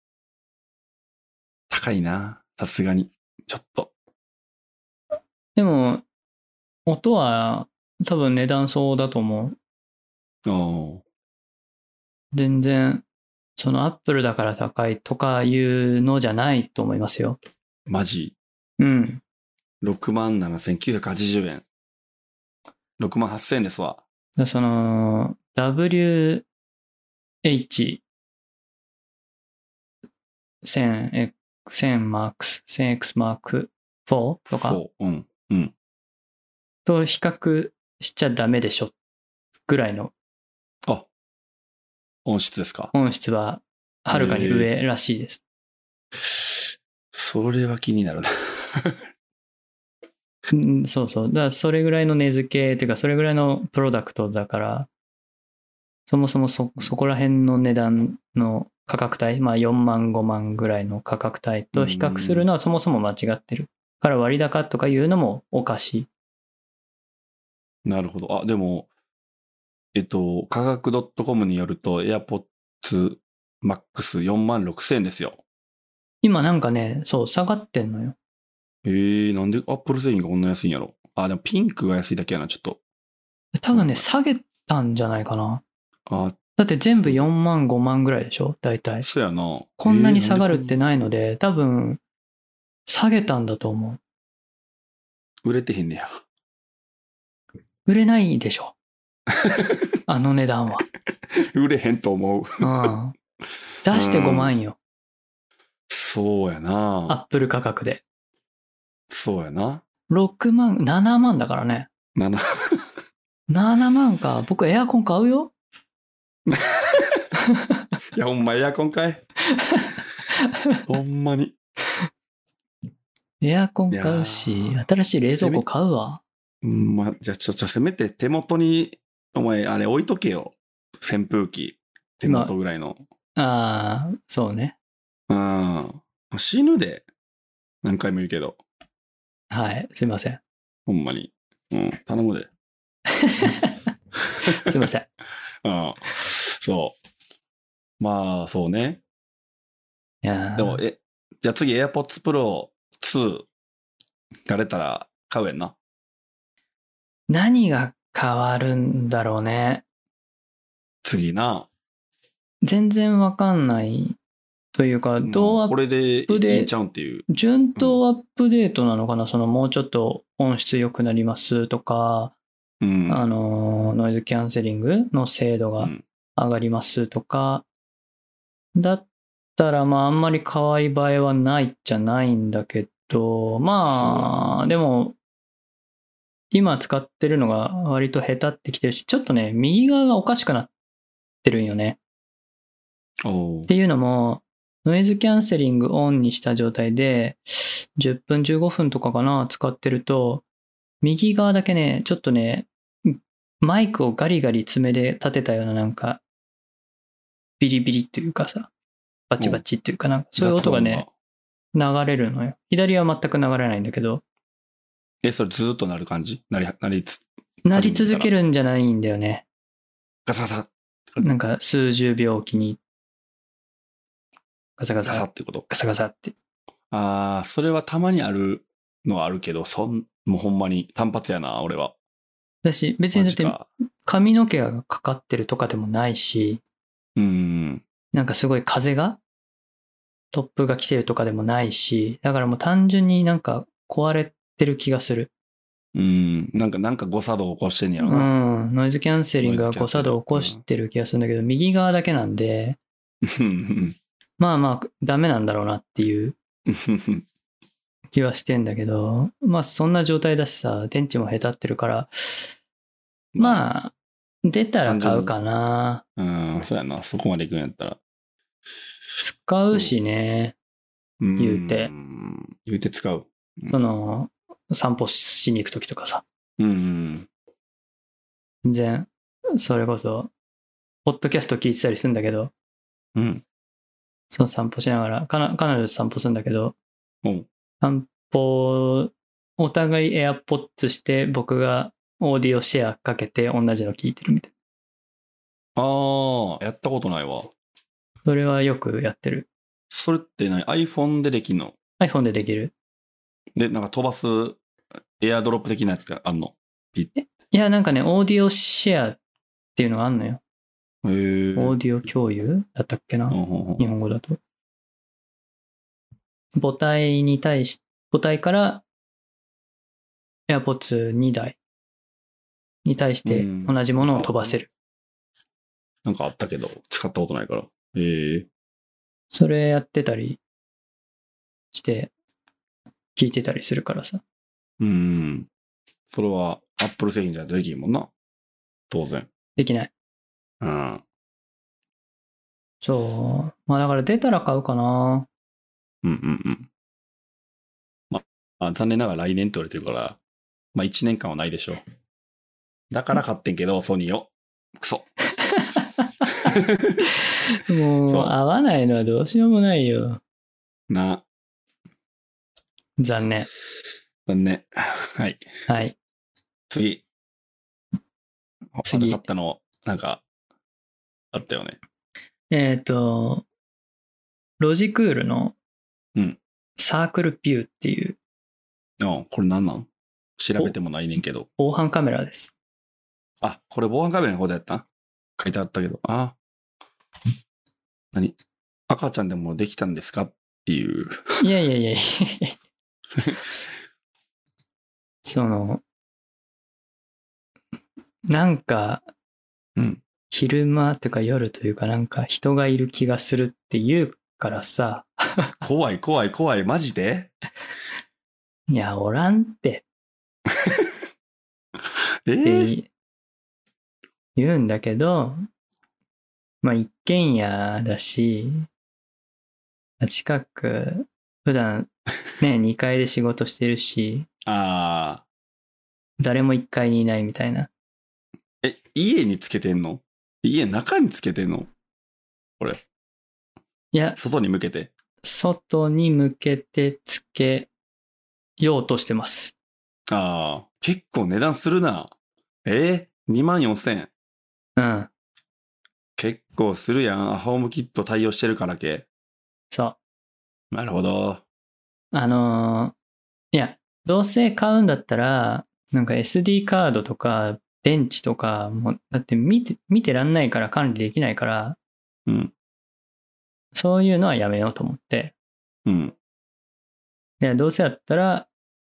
高いな。さすがに。ちょっと。 でも、音は多分値段相応だと思う。 おー。 全然、そのアップルだから高いとかいうのじゃないと思いますよ。 マジ。 うん。 ろくまんななせんきゅうひゃくはちじゅうえん。ろくまんはっせんえんですわ。 その、ダブリューエイチせんエクマークス、せんエックスマークフォーとかうん。うん。 と比較しちゃダメでしょぐらいのあ、音質ですか。 音質ははるかに上らしいです。 それは気になるな。 うん、そうそう。だからそれぐらいの値付けっていうか、それぐらいのプロダクトだから、そもそもそ、そこら辺の値段の価格帯、まあよんまんごまんぐらいの価格帯と比較するのはそもそも間違ってる。から割高とかいうのもおかしい。なるほど。あ、でも、えっと、価格 .com によると AirPods Max よんまんろくせんえんですよ。 今なんかね、そう、下がってんのよ。 えー、なんで Apple 製品がこんな安いんやろ。あ、でもピンクが安いだけやな、ちょっと。 多分ね、下げたんじゃないかな。 あ、 だって全部よんまんごまんぐらいでしょ大体。 そうやな。 こんなに下がるってないので、多分、下げたんだと思う。 売れてへんねや。 売れないでしょ。あの値段は。 売れへんと思う。 うん。出してごまんよ。 そうやな。 アップル価格で。 そうやな。 ろくまん、ななまんだからね。 なな。 ななまんか。僕エアコン買うよ。 いや、ほんまエアコンかい。ほんまに。 エアコン買うし、新しい冷蔵庫買うわ。 うん、まあ、じゃあちょ、ちょ、せめて手元に、お前、あれ置いとけよ。扇風機。手元ぐらいの。 まあ、あー、そうね。 うん。死ぬで。何回も言うけど。 はい、すいません。 ほんまに。うん、頼むで。 すいません。 うん。そう。まあ、そうね。 いやでも、え、じゃあ次 AirPods Pro ツーが出たら買うやんな。 何が変わるんだろうね。 次な。 全然わかんないというか、どうアッこれでプでいいんちゃうんっていう。 順当アップデートなのかな、そのもうちょっと音質良くなりますとか、 うん。 あの、ノイズキャンセリングの精度が上がりますとか、だったらまああんまり変わり映えはないじゃないんだけど、まあ、でも、今使ってるのが割と下手ってきてるし、ちょっとね、右側がおかしくなってるんよね。 おっていうのも、ノイズキャンセリングオンにした状態で、じゅっぷんじゅうごふんとかかな、使ってると、右側だけね、ちょっとね、マイクをガリガリ爪で立てたようななんか、ビリビリっていうかさ、バチバチっていうかなんか、そういう音がね、流れるのよ。左は全く流れないんだけど。 え、それずっとなる感じなり、なりつ、 なり続けるんじゃないんだよね。 ガサガサ。 なんか数十秒おきに、ガサガサ。 ガサってこと。 ガサガサって。 ああ、それはたまにあるのはあるけど、そん、もうほんまに単発やな、俺は。 だし、別にだって髪の毛がかかってるとかでもないし、 うん。 なんかすごい風が、突風が来てるとかでもないし、だからもう単純になんか壊れてる気がする。 うん。なんか、なんか誤作動を起こしてんやろうな。 ん。ノイズキャンセリングが誤作動を起こしてる気がするんだけど、右側だけなんで、まあまあ、ダメなんだろうなっていう気はしてんだけど、まあそんな状態だしさ、電池も下手ってるから、まあ、出たら買うかな。 うん、そうやな。そこまで行くんやったら。 使うしね、言うて。 言うて使う。 うん、その、散歩しに行くときとかさ。 うん。 全然、それこそ、ポッドキャスト聞いてたりするんだけど、 うん。 その散歩しながら、かな彼女と散歩するんだけど、 うん、 散歩、お互い AirPods して、僕がオーディオシェアかけて同じの聞いてるみたいな。ああ、やったことないわ。 それはよくやってる。 それって何 ?iPhone でできんの？ iPhone でできる。 で、なんか飛ばすエアドロップ的なやつがあんの？ いや、なんかね、オーディオシェアっていうのがあんのよ。 へー。 オーディオ共有だったっけな、 うんうんうん、 日本語だと。母体に対し、母体から AirPods にだいに対して同じものを飛ばせる。 なんかあったけど、使ったことないから。へえ。 それやってたりして、聞いてたりするからさ。 うん。それは Apple 製品じゃできんもんな。当然。 できない。 うん。 そう。まあだから出たら買うかな。 うんうんうん。まあ、残念ながら来年って言われてるから、まあいちねんかんはないでしょう。だから買ってんけど、ソニーを。クソ。 もう、合わないのはどうしようもないよ。 な。 残念。 残念。はい。 はい。 次。 次。 買ったの、なんか、あったよね。 えっと、ロジクールの、 うん。 サークルビューっていう。 うん、これ何なん？調べてもないねんけど。 防犯カメラです。 あ、これ防犯カメラのことやった？書いてあったけど。あ何？赤ちゃんでもできたんですかっていう。 いやいやいやいやその、なんか、 うん。 昼間とか夜というかなんか人がいる気がするって言うからさ。 怖い怖い怖い、マジで？ いや、おらんって。 えー、 って言うんだけど、まあ一軒家だし、近く、普段ね、にかいで仕事してるし、 ああ。 誰もいっかいにいないみたいな。 え、家につけてんの？家の中につけてんの？これ。 いや、 外に向けて。 外に向けてつけようとしてます。 ああ、結構値段するな。えー、にまんよんせんえん。 うん。 結構するやん。ホームキット対応してるからけ。 そう。 なるほど。 あのー、いや、どうせ買うんだったら、なんか エスディー カードとか、電池とかも、だって見て、見てらんないから管理できないから、 うん。 そういうのはやめようと思って。 うん。 で、どうせやったら、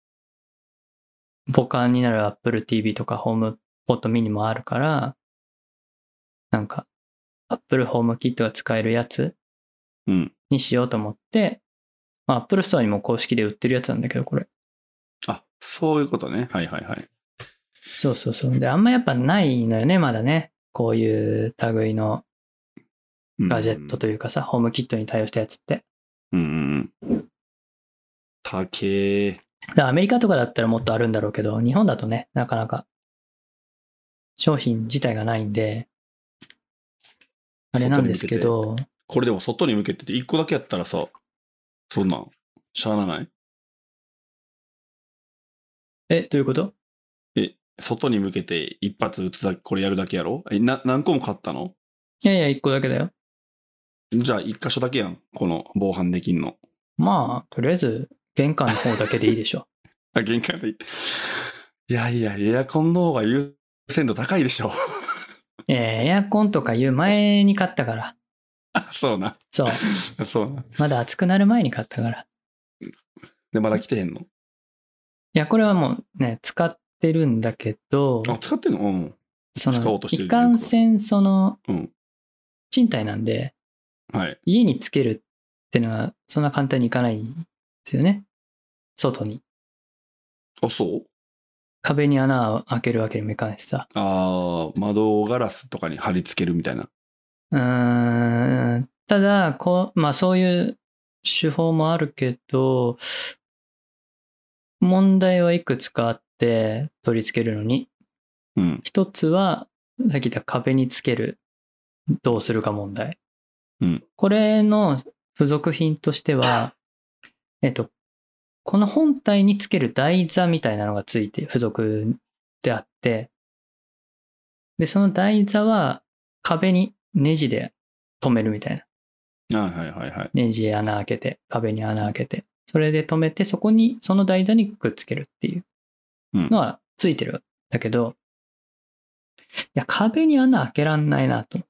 母艦になる Apple ティーブイ とか HomePod mini もあるから、なんか、Apple HomeKit が使えるやつにしようと思って、まあ、Apple Store にも公式で売ってるやつなんだけど、これ。 あ、そういうことね。はいはいはい。 そうそうそう。で、あんまやっぱないのよね、まだね。こういう類のガジェットというかさ、ホームキットに対応したやつって。 うんうん。高え。 アメリカとかだったらもっとあるんだろうけど、日本だとね、なかなか商品自体がないんで、あれなんですけど。 これでも外に向けてていっこだけやったらさ、そんなん、しゃあなない？ え、どういうこと？ え、外に向けて一発撃つだけ、これやるだけやろ？え、な、何個も買ったの？ いやいや、いっこだけだよ。 じゃあ一箇所だけやん。この防犯できんの。 まあ、とりあえず、玄関の方だけでいいでしょ。 あ、玄関でいい。いやいや、エアコンの方が優先度高いでしょ。 えー、エアコンとか言う前に買ったから。 あ、そうな。 そう。 そうな。 まだ暑くなる前に買ったから。 で、まだ来てへんの？ いや、これはもうね、使っってるんだけど、 あ、使ってんの？うん。 その使おうとしてるいかんせんそのうん。 賃貸なんで、 はい。 家につけるってのはそんな簡単にいかないんですよね。外に。 あ、そう壁に穴を開けるわけにもいかんしさ。 ああ、窓ガラスとかに貼り付けるみたいな。 うーん。ただ、こう、まあそういう手法もあるけど、問題はいくつかあって取り付けるのに。 うん。 一つは、さっき言った壁につける、どうするか問題。 うん。 これの付属品としては、えっと、この本体につける台座みたいなのがついて、付属であって、で、その台座は壁にネジで留めるみたいな。 はいはいはいはい。 ネジ穴開けて、壁に穴開けて、それで留めて、そこに、その台座にくっつけるっていうのはついてるんだけど、いや、壁に穴開けらんないなと思って。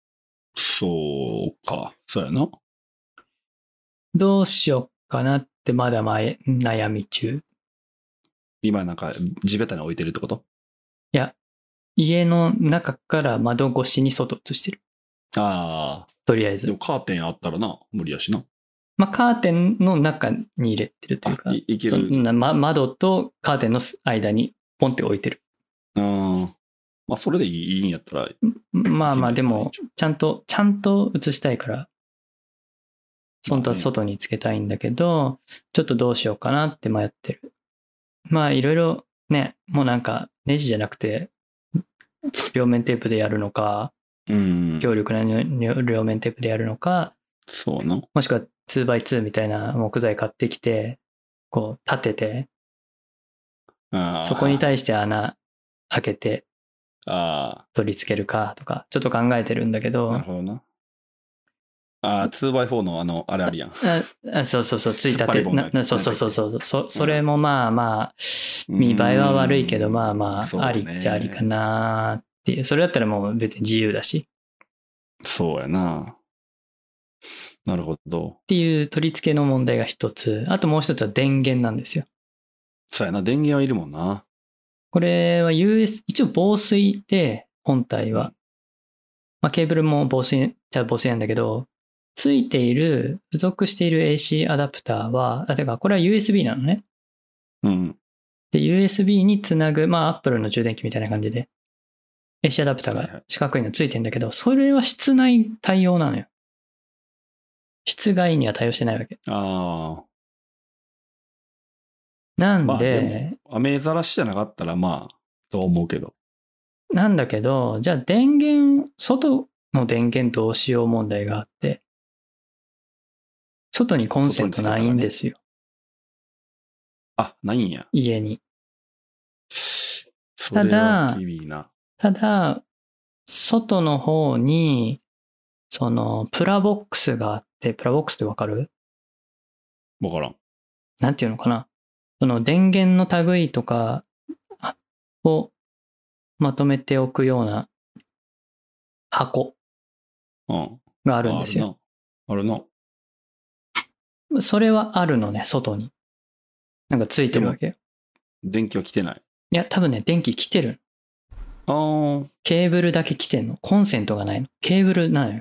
そうか。そうやな。 どうしよっかなってまだ前悩み中。 今なんか地べたに置いてるってこと？ いや、家の中から窓越しに外映してる。 ああ。 とりあえず。 でもカーテンあったらな、無理やしな。 まあ、カーテンの中に入れてるというか、 いいけそる。 んなま、窓とカーテンの間にポンって置いてる。 ああ。まあ、それでいいんやったら。 まあまあ、でも、ちゃんと、ちゃんと映したいから、本当は外につけたいんだけど、ちょっとどうしようかなって迷ってる。まあ、いろいろね、もうなんか、ネジじゃなくて、両面テープでやるのか、 うん。 強力な両面テープでやるのか、 そうな。 もしくは ツーバイツー みたいな木材買ってきて、こう立てて、そこに対して穴開けて、取り付けるかとか、ちょっと考えてるんだけど。 なるほどな。ああ、ツーバイフォー のあの、あれあるやん。 ああそうそうそう、ついたて、なそうそうそうそう、そそれもまあまあ、見栄えは悪いけど、まあまあ、ありっちゃありかなっていう。それだったらもう別に自由だし。 そうやな。なるほど。 っていう取り付けの問題が一つ。あともう一つは電源なんですよ。 そうやな、電源はいるもんな。 これは ユーエス、一応防水で、本体は。まあケーブルも防水、じゃ防水なんだけど、ついている、付属している エーシー アダプターは、あ、てかこれは ユーエスビー なのね。 うん。 で、ユーエスビー につなぐ、まあ Apple の充電器みたいな感じで、エーシー アダプターが四角いのついてんだけど、それは室内対応なのよ。室外には対応してないわけ。 ああ。 なんで、 まあ、雨ざらしじゃなかったらまあ、と思うけど。 なんだけど、じゃあ電源、外の電源どうしよう問題があって、外にコンセントないんですよ。ね、 あ、ないんや。 家に。 ただ、 ただ、外の方に、その、プラボックスがあって、プラボックスってわかる？ わからん。 なんていうのかな。その電源の類とかをまとめておくような箱があるんですよ。 あるな。 それはあるのね、外に。なんかついてるわけよ。 電気は来てない？ いや、多分ね、電気来てる。 あー。 ケーブルだけ来てんの。コンセントがないの。ケーブルなのよ。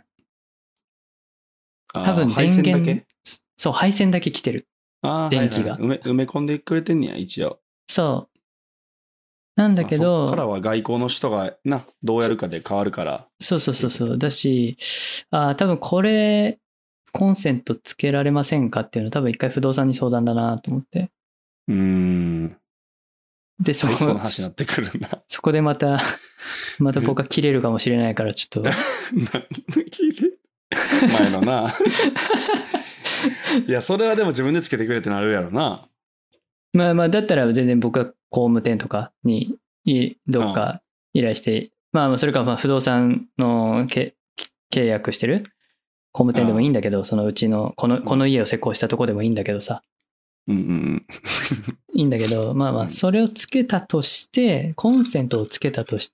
多分電源、配線だけ？そう、配線だけ来てる。 あ電気が、はいはい埋め。埋め込んでくれてんねや、一応。 そう。なんだけど。 そっからは外交の人がな、どうやるかで変わるから。 そうそうそうそう。だし、あ多分これ、コンセントつけられませんかっていうのは多分一回不動産に相談だなと思って。 うーん。 で、そこ、 その話になってくるんだ。 そこでまた、また僕は切れるかもしれないからちょっと。 切れ前のな。いや、それはでも自分でつけてくれってなるやろな。 まあまあ、だったら全然僕は工務店とかに、どっか依頼して、うん、まあそれかまあ不動産の契約してる工務店でもいいんだけど、そのうちの、この、この家を施工したとこでもいいんだけどさ。 うんうんうん。 いいんだけど、まあまあ、それをつけたとして、コンセントをつけたとして、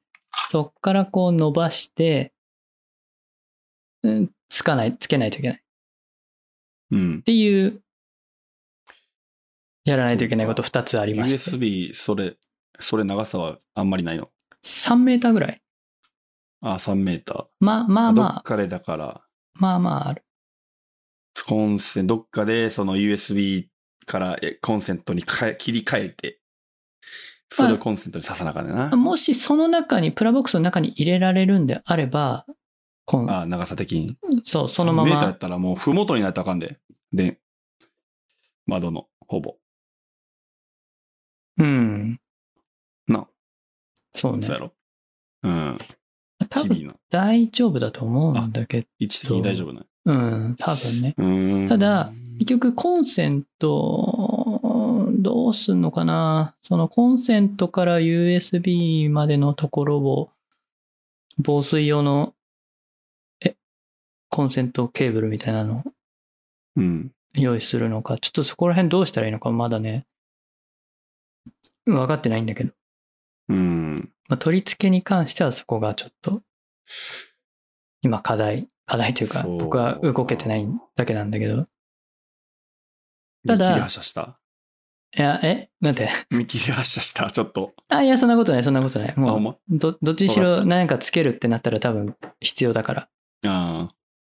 そっからこう伸ばして、うん、つかない、つけないといけない。 うん。 っていう、やらないといけないことふたつありまして。 ユーエスビー、それ、 それ長さはあんまりないの？ さんメーターぐらい。 あ、さんメーター。 まあまあどまあ。 っかでだから、 まあまあある。 コンセント、どっかでその ユーエスビー からコンセントに変え切り替えて、それをコンセントに挿さなあかんねんな。 もしその中に、プラボックスの中に入れられるんであれば、こんああ、長さ的に。 そう、そのまさんメーターやまっ。たらもう、ふもとになったらあかんで。で、窓の、ほぼ。 うん。 な、 そうね。 そうやろ。うん。 多分日々の。 大丈夫だと思うんだけど。 位置的に大丈夫な。 うん、多分ね。 うーん。 ただ、結局コンセント、どうすんのかな。そのコンセントから ユーエスビー までのところを、防水用の、え、コンセントケーブルみたいなのをうん。 用意するのか、ちょっとそこら辺どうしたらいいのかまだね、分かってないんだけど。 うん。 まあ、取り付けに関してはそこがちょっと、今課題、課題というか、 そう僕は動けてないだけなんだけど。 見切ただり発車したいや、えなんて。 見切り発車したちょっと。 あ、いや、そんなことない、そんなことない。 あ、ほんもまう、ど、どっちにしろわかった何かつけるってなったら多分必要だから。 ああ。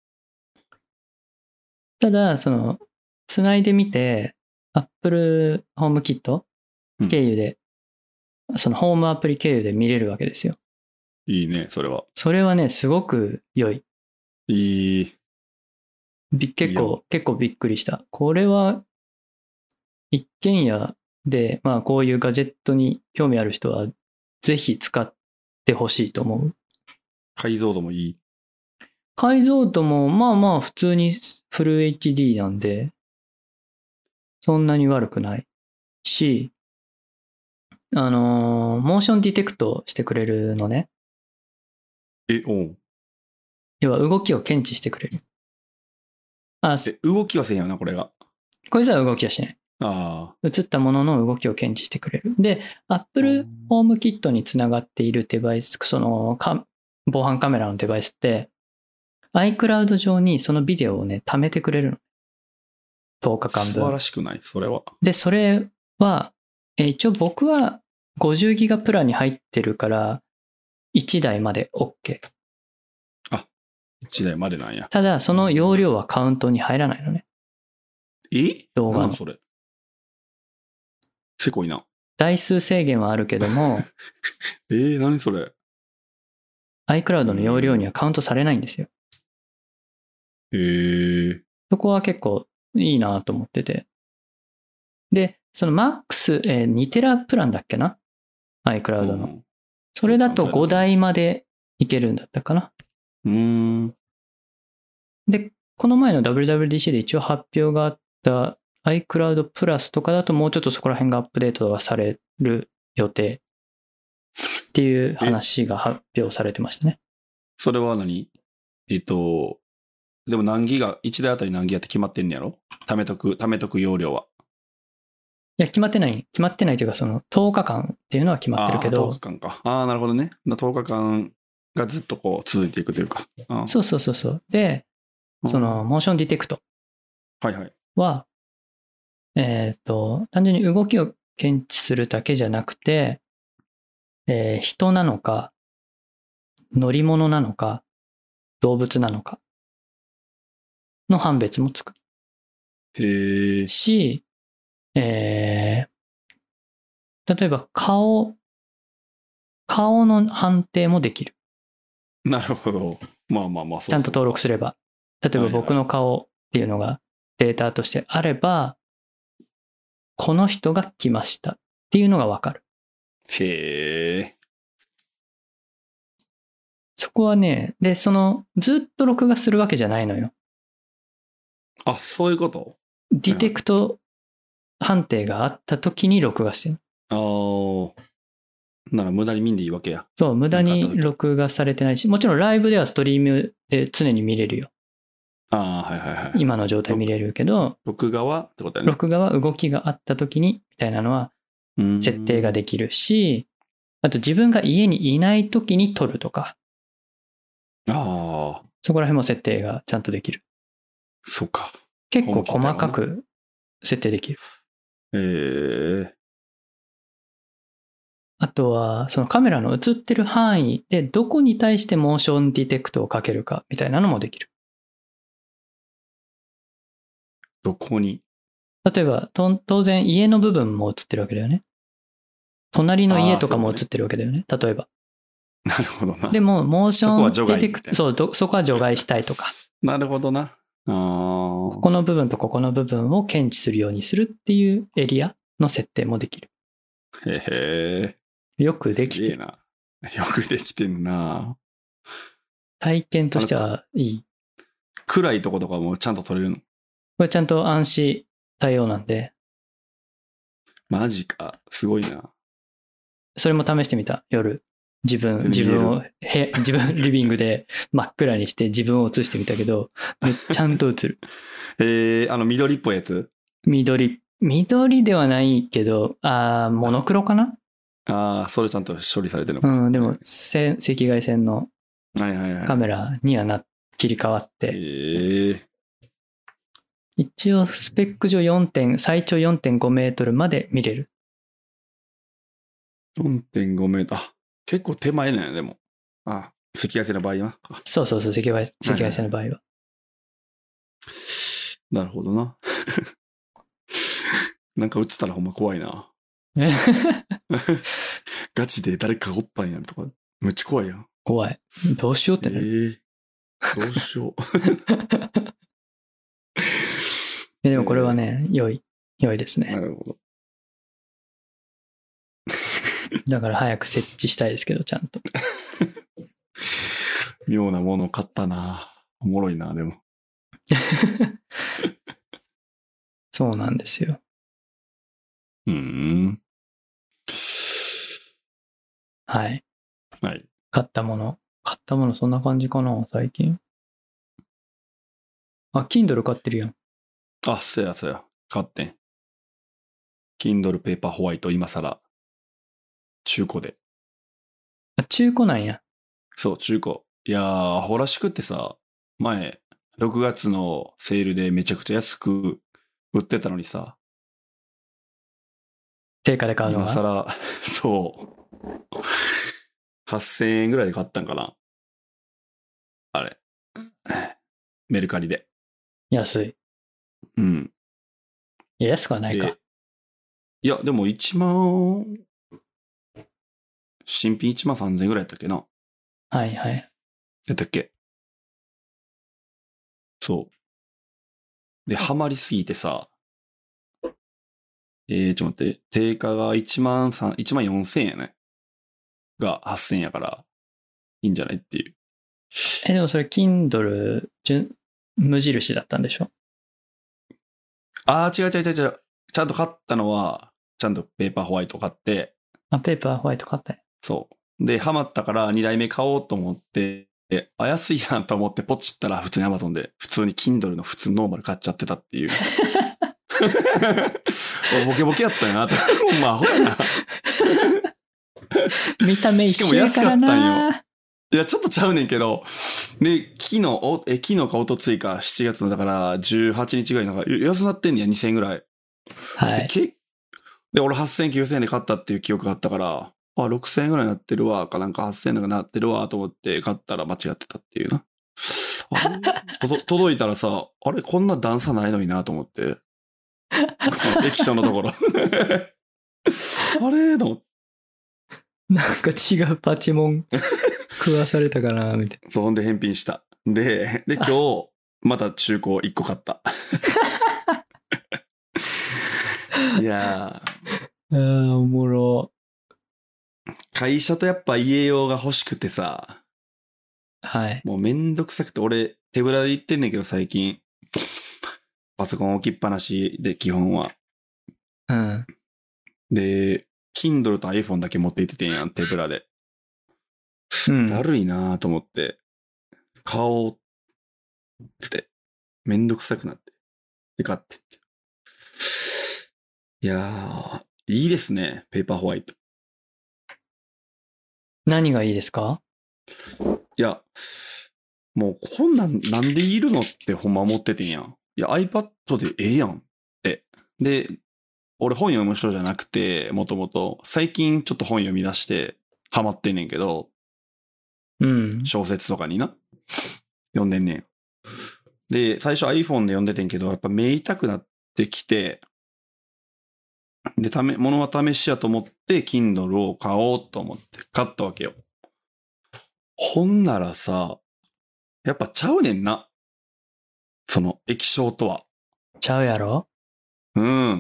ただ、その、つないでみて、Apple HomeKit うん経由で、そのホームアプリ経由で見れるわけですよ。 いいね、それは。 それはね、すごく良い。 いい。 び結構いいよ、 結構びっくりした。これは、一軒家で、まあこういうガジェットに興味ある人は、ぜひ使ってほしいと思う。 解像度もいい。 解像度も、まあまあ普通にフル エイチディー なんで、そんなに悪くないし、あのーモーションディテクトしてくれるのね。 え、おう。 要は動きを検知してくれる。あ、 え、動きはせんやな、これが。 こいつは動きはしない。 ああ。 映ったものの動きを検知してくれる。で、Apple HomeKit につながっているデバイス、そのか防犯カメラのデバイスって、iCloud 上にそのビデオをね、貯めてくれるの。とおかかん素晴分。 らしくない、それは。 で、それは、えー一応僕はごじゅうギガプランに入ってるから、いちだいまで OK。 いちだいまでなんや。 ただ、その容量はカウントに入らないのね。 え動画のなんなんそれ。せこいな。 台数制限はあるけども、 えー、何それ。 iCloud の容量にはカウントされないんですよ。 えー。 そこは結構いいなと思ってて。で、その Max、えー、にテラプランだっけな ?iCloud の。 うん、 それだとそうかごだいまでいけるんだったかな。 うーん。 で、この前の ダブリューダブリューディーシー で一応発表があった iCloud プラスとかだともうちょっとそこら辺がアップデートがされる予定っていう話が発表されてましたね。 それは何えっと、でも何ギガ、いちだいあたり何ギガって決まってんねやろ？貯めとく、貯めとく容量は。 いや、決まってない。決まってないというか、そのとおかかんっていうのは決まってるけああ、10 ど日、間か。ああ、なるほどね。とおかかんがずっとこう続いていくというか。あそうそうそうそう。で、 あその、モーションディテクトはいはい。 は、えっと、単純に動きを検知するだけじゃなくて、えー人なのか、乗り物なのか、動物なのかの判別もつくへえ。 し、えー例えば顔、顔の判定もできる。 なるほど。まあまあまあ、そうそうちゃんと登録すれば。例えば僕の顔っていうのがデータとしてあれば、この人が来ましたっていうのがわかる。 へえ。 そこはね、で、その、ずっと録画するわけじゃないのよ。 あ、そういうことディテクト判定があった時に録画してる。 ああ。なら無駄に見んでいいわけや。 そう、無駄に録画されてないし、もちろんライブではストリームで常に見れるよ。 ああ、はいはいはい。 今の状態見れるけど、 録画はってことやね。 録画は動きがあった時に、みたいなのは設定ができるし、あと自分が家にいない時に撮るとか、 ああ。 そこら辺も設定がちゃんとできる。 そうか。 結構細かく設定できる。 ええとは、そのカメラの映ってる範囲でどこに対してモーションディテクトをかけるかみたいなのもできる。 どこに？ 例えば、と当然家の部分も映ってるわけだよね。隣の家とかも映ってるわけだよね。例えば。 なるほどな。 でも、モーションそこは除外ディテクト、そうど、そこは除外したいとか。 なるほどな。あここの部分とここの部分を検知するようにするっていうエリアの設定もできる。 へえ。よくできてる。 な。よくできてんな。 体験としてはいい。 暗いとことかもちゃんと撮れるの？ これちゃんと暗視対応なんで。 マジか。すごいな。 それも試してみた。夜。自分、自分を、へ、自分リビングで真っ暗にして自分を映してみたけど、ちゃんと映る。 えー、あの緑っぽいやつ？ 緑、緑ではないけど、あー、モノクロかな？ ああ、それちゃんと処理されてるのか。 うん、でも、線赤外線のはいはいはい。 カメラにはな、切り替わって。 えー、 一応、スペック上よん点、最長 よんてんご メートルまで見れる。 よんてんご メートル。あ、結構手前なんや、でも。あ、赤外線の場合は。 そうそうそう、赤外赤外線の場合は。 なるほどな。なんか映ったらほんま怖いな。ガチで誰かがおったんやんとか。めっちゃ怖いやん。 怖い。どうしようってなる。 えー、どうしよう。 でもこれはね、良い。良いですね。 なるほど。 だから早く設置したいですけど、ちゃんと。 妙なものを買ったな。おもろいな、でも。 そうなんですよ。 うーん。 はい。 はい。 買ったもの。買ったものそんな感じかな、最近。あ、Kindle 買ってるやん。 あ、そやそや。買ってん。Kindle Paper White 今更。中古で。 あ、中古なんや。 そう、中古。いやー、アホらしくってさ、前、ろくがつのセールでめちゃくちゃ安く売ってたのにさ、 定価で買うのが。 今更、そう、はっせんえんぐらいで買ったんかな。あれ。メルカリで。 安い。 うん。 いや、安くはないか。 いや、でもいちまん、新品いちまんさんぜんえんぐらいやったっけな。 はいはい。 やったっけ。そう。で、ハマりすぎてさ、えー、ちょっと待って、定価がいちまんさん、いちまんよんせんえんやね。がはっせんえんやから、いいんじゃないっていう。 え、でもそれ Kindle 順無印だったんでしょ？ あー、違う違う違う違う。ちゃんと買ったのは、ちゃんとペーパーホワイト買って、 あ、ペーパーホワイト買ったよ。 そう。で、ハマったからにだいめ買おうと思って、あ、安いやんと思ってポチったら普通に Amazon で、普通に Kindle の普通ノーマル買っちゃってたっていう。ボケボケやったよなって。ほんまアホやな。 見た目一緒やからな。しかも安かったんよ。 いや、ちょっとちゃうねんけど、で、昨日、おえ、昨日かおとついかしちがつのだからじゅうはちにちぐらいなんか安なってんねや、にせんえんぐらい。 はい。 で、けで俺はっせんえん、きゅうせんえんで買ったっていう記憶があったから、あ、ろくせんえんぐらいになってるわ、かなんかはっせんえんとかなってるわ、と思って買ったら間違ってたっていうな。あれ届届いたらさ、あれこんな段差ないのになと思って。液晶のところ。あれと思って。 なんか違うパチモン食わされたかなみたいな。 そう、ほんで返品した。で、で、今日、また中古いっこ買った。いやー。ああ、おもろ。 会社とやっぱ家用が欲しくてさ。 はい。 もうめんどくさくて、俺、手ぶらで行ってんねんけど最近。パソコン置きっぱなしで基本は。 うん。 で、Kindle と iPhone だけ持って行っててんやん、手ぶらで。 うん。 だるいなぁと思って、買おうって、めんどくさくなって。で、買って。いやー、いいですね、ペーパーホワイト。 何がいいですか？ いや、もうこんなんなんでいるのってほんま思っててんやん。いや、iPad でええやんって。で、 俺本読む人じゃなくて、もともと、最近ちょっと本読み出して、ハマってんねんけど、 うん。 小説とかにな。読んでんねん。で、最初 iPhone で読んでてんけど、やっぱ目痛くなってきて、で、ため、物は試しやと思って、Kindle を買おうと思って買ったわけよ。ほんならさ、やっぱちゃうねんな。その液晶とは。 ちゃうやろ？ うん。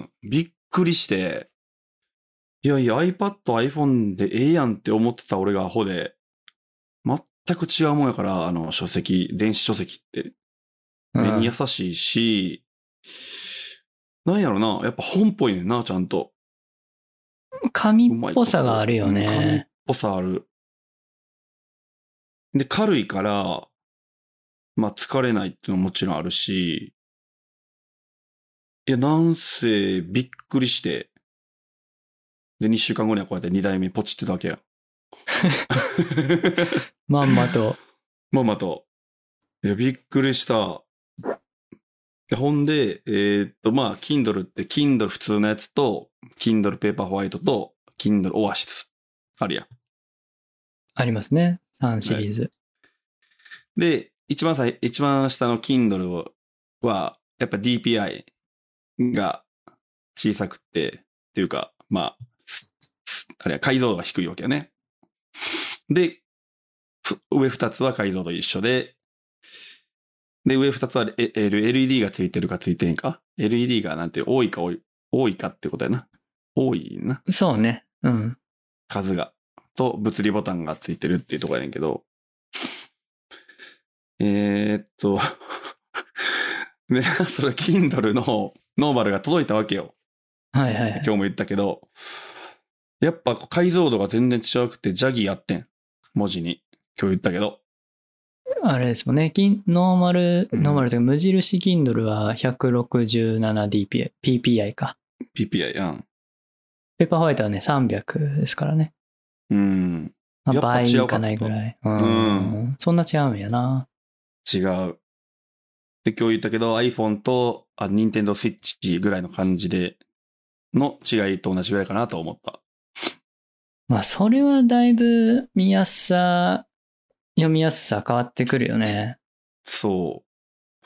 びっくりして、いやいや iPad、iPhone でええやんって思ってた俺がアホで、全く違うもんやから、あの書籍、電子書籍って。目に優しいし、うん、なんやろな、やっぱ本っぽいねんな、ちゃんと。 紙っぽさがあるよね。 紙っぽさある。で、軽いから、まあ疲れないっていうのももちろんあるし、いや、なんせびっくりして、で、にしゅうかんごにはこうやってにだいめポチってたわけや。 まんまと。 まんまと。いや、びっくりした。で、ほんで、えー、っと、まあ、Kindle って、Kindle 普通のやつと、Kindle Paperwhite と、Kindle Oasis あるやん。 ありますね。さんシリーズ。はい、 で、一番最、一番下の Kindle は、やっぱ ディーピーアイ が小さくって、っていうか、まあ、あれは解像度が低いわけよね。で、上二つは解像度一緒で、で、上二つは エルイーディー がついてるかついてへんか ?エルイーディー がなんて多いか多い、多いかってことやな。多いな。 そうね。うん。 数が。と、物理ボタンがついてるっていうところやねんけど。えー、っと、で、それ Kindle のノーマルが届いたわけよ。 はいはい、はい。 今日も言ったけど、やっぱ解像度が全然違くて、ジャギーやってん。文字に。今日言ったけど。 あれですもんね。ノーマル、ノーマルというか無印 Kindle は ひゃくろくじゅうななディーピーアイ、ピーピーアイ か。 ピーピーアイ、うん。 ペーパーホワイトはね、さんびゃくですからね。 うん。 まあ、倍いかないぐらい。うん。うん、そんな違うんやな。 違う。で、今日言ったけど iPhone とあ Nintendo Switch ぐらいの感じでの違いと同じぐらいかなと思った。 まあ、それはだいぶ見やすさ、読みやすさ変わってくるよね。 そう。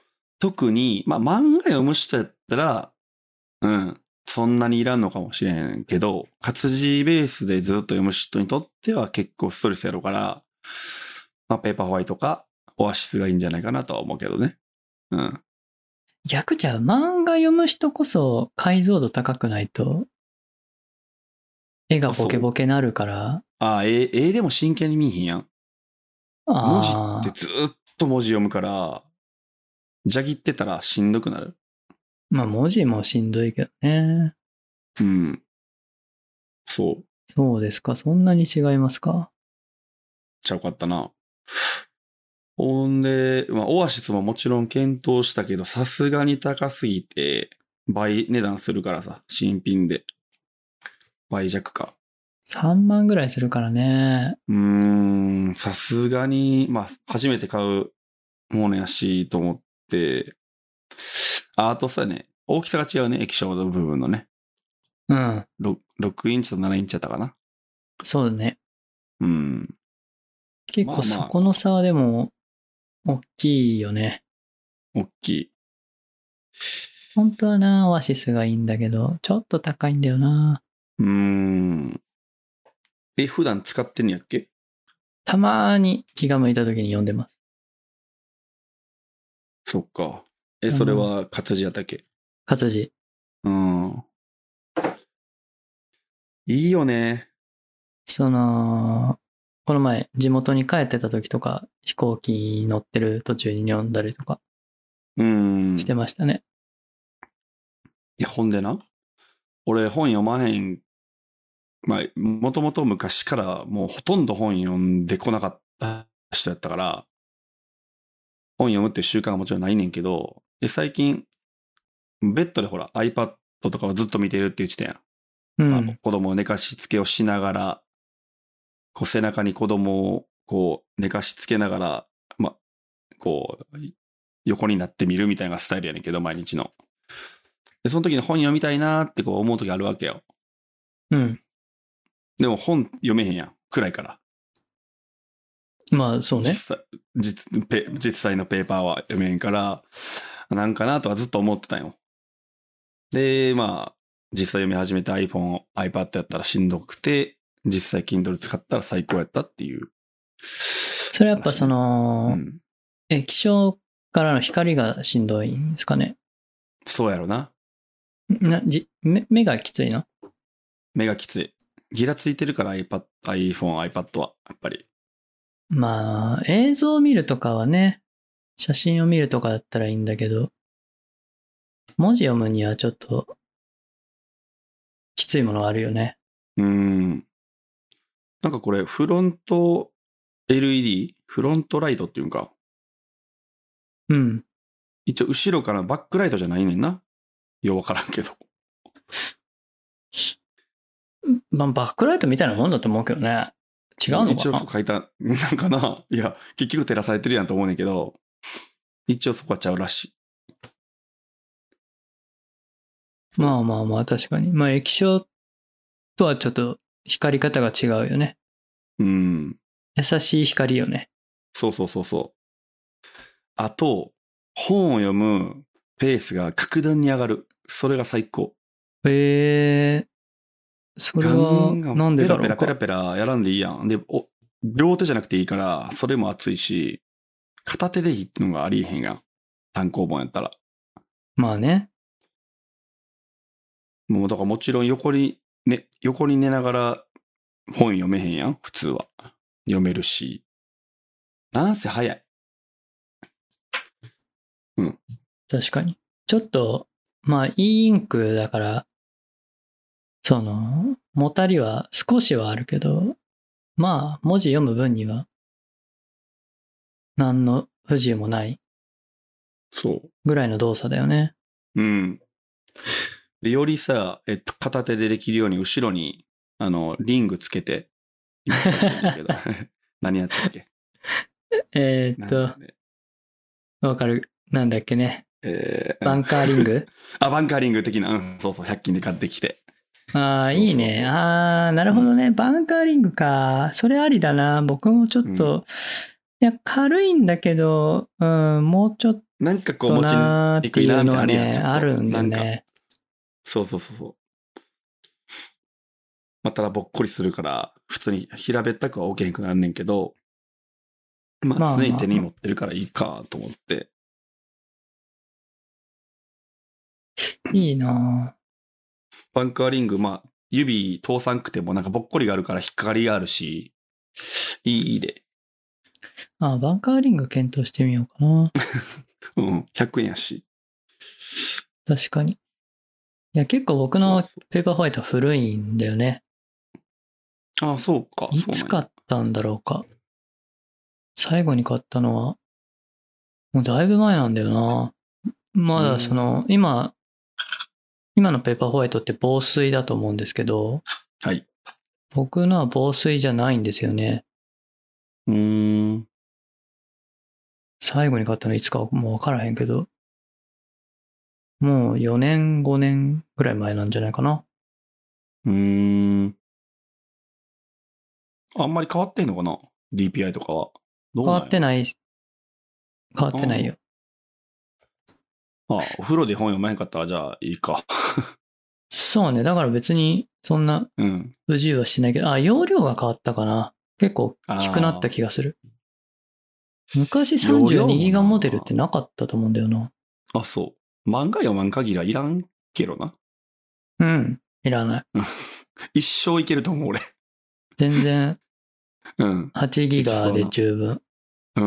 特に、まあ漫画読む人やったら、うん、そんなにいらんのかもしれんけど、活字ベースでずっと読む人にとっては結構ストレスやろうから、まあペーパーホワイトかオアシスがいいんじゃないかなとは思うけどね。うん。 逆じゃ漫画読む人こそ解像度高くないと、絵がボケボケなるから。 ああ、絵、絵でも真剣に見えへんやん。文字ってずっと文字読むから、じゃぎってたらしんどくなる。 まあ文字もしんどいけどね。 うん。そう。 そうですか。そんなに違いますか。 ちゃうかったな。ほんで、まあ、オアシスももちろん検討したけど、さすがに高すぎて、倍値段するからさ、新品で。倍弱か。 さんまんぐらいするからね。 うーん、さすがに、まあ、初めて買うものやし、と思って。あ、あとさね、大きさが違うね、液晶の部分のね。 うん。 ろくインチとななインチやったかな。 そうね。 うん。 結構そこの差はでも、大きいよね。 大きい。 本当はな、オアシスがいいんだけど、ちょっと高いんだよな。 うーん。え、普段使ってんのやっけ？ たまーに気が向いた時に読んでます。 そっか。え、それは活字やったっけ？ 活字。 うん。いいよね。 その、この前、地元に帰ってた時とか、飛行機乗ってる途中に読んだりとか、してましたね。 いや、ほんでな。俺、本読まへん。まあ、もともと昔からもうほとんど本読んでこなかった人やったから、本読むっていう習慣はもちろんないねんけど、で、最近、ベッドでほら、iPad とかをずっと見てるって言ってたやん。 うん、 まあ、子供を寝かしつけをしながら、こう背中に子供をこう寝かしつけながら、まあ、こう、横になってみるみたいなスタイルやねんけど、毎日の。 で、その時に本読みたいなーってこう思う時あるわけよ。 うん。 でも本読めへんやん。暗いから。 まあ、そうね。 実際、実、ペ実際のペーパーは読めへんから、なんかなとはずっと思ってたよ。で、まあ、実際読み始めて iPhone、iPad やったらしんどくて、実際 Kindle 使ったら最高やったっていう。 それやっぱその、 うん、 液晶からの光がしんどいんですかね。 そうやろな。 な、じ、目、目がきついの？ 目がきつい。ギラついてるから iPad、iPhone、iPad は、やっぱり。 まあ、映像を見るとかはね、写真を見るとかだったらいいんだけど、文字読むにはちょっと、きついものがあるよね。 うーん。なんかこれ、フロント エルイーディー? フロントライトっていうんか。 うん。 一応、後ろからバックライトじゃないねんな。ようわからんけど。 まあ、バックライトみたいなもんだと思うけどね。違うのかな？ 一応そう書いた、なんかな。いや、結局照らされてるやんと思うねんけど、一応そこはちゃうらしい。 まあまあまあ、確かに。まあ、液晶とはちょっと光り方が違うよね。 うん。 優しい光よね。 そうそうそうそう。あと、本を読むペースが格段に上がる。それが最高。 へえー、それガはンガン、 なんでペラペラペだろうか。 ラペラやらんでいいやん。で、お、両手じゃなくていいから、それも熱いし、片手でいいってのがありえへんやん。単行本やったら。 まあね。 もうだからもちろん横に、ね、横に寝ながら本読めへんやん、普通は。読めるし。なんせ早い。うん。 確かに。ちょっと、まあ、いいインクだから、その、もたりは少しはあるけど、まあ、文字読む分には、何の不自由もないそぐらいの動作だよね。 う。うん。で、よりさ、えっと、片手でできるように後ろに、あの、リングつけて、今使ってるんだけど。何やったっけえーっと、わかる。なんだっけね。 えー、 バンカーリングあ、バンカーリング的な、うん、そうそう、ひゃく均で買ってきて。 ああ、 そうそうそういいね。ああ、なるほどね、うん。バンカーリングか。それありだな。僕もちょっと、うん、いや、軽いんだけど、うん、もうちょっとなんかこう持ちにくいな、みたいなあるやん、ちょっと。 あるんだよね。 そうそうそうそう。まあ、ただぼっこりするから、普通に平べったくは置けへんくなるねんけど、まあ、常に手に持ってるからいいかと思って。 いいなぁ。 バンカーリング、まあ、指通さんくてもなんかぼっこりがあるから引っかかりがあるし、いいで。 ああ、バンカーリング検討してみようかな。 うん、ひゃくえんやし。 確かに。いや、結構僕のペーパーホワイト古いんだよね。 ああ、そうか。 いつ買ったんだろうか。最後に買ったのは、もうだいぶ前なんだよな。まだその、今、今のペーパーホワイトって防水だと思うんですけど、 はい。 僕のは防水じゃないんですよね。 うーん。 最後に買ったのいつかもうわからへんけど、もうよねん、ごねんぐらい前なんじゃないかな。 うーん。あんまり変わってんのかな ?ディーピーアイ とかは。 変わってない。変わってないよ。 ああ、お風呂で本読まへんかったらじゃあいいか。 そうね。だから別にそんな不自由はしないけど、うん、あ、容量が変わったかな。結構大きくなった気がする。昔さんじゅうにギガモデルってなかったと思うんだよな。 あ、そう。漫画読まん限りはいらんけどな。 うん。いらない。 一生いけると思う、俺。 全然。 うん。 はちギガで十分。 うん。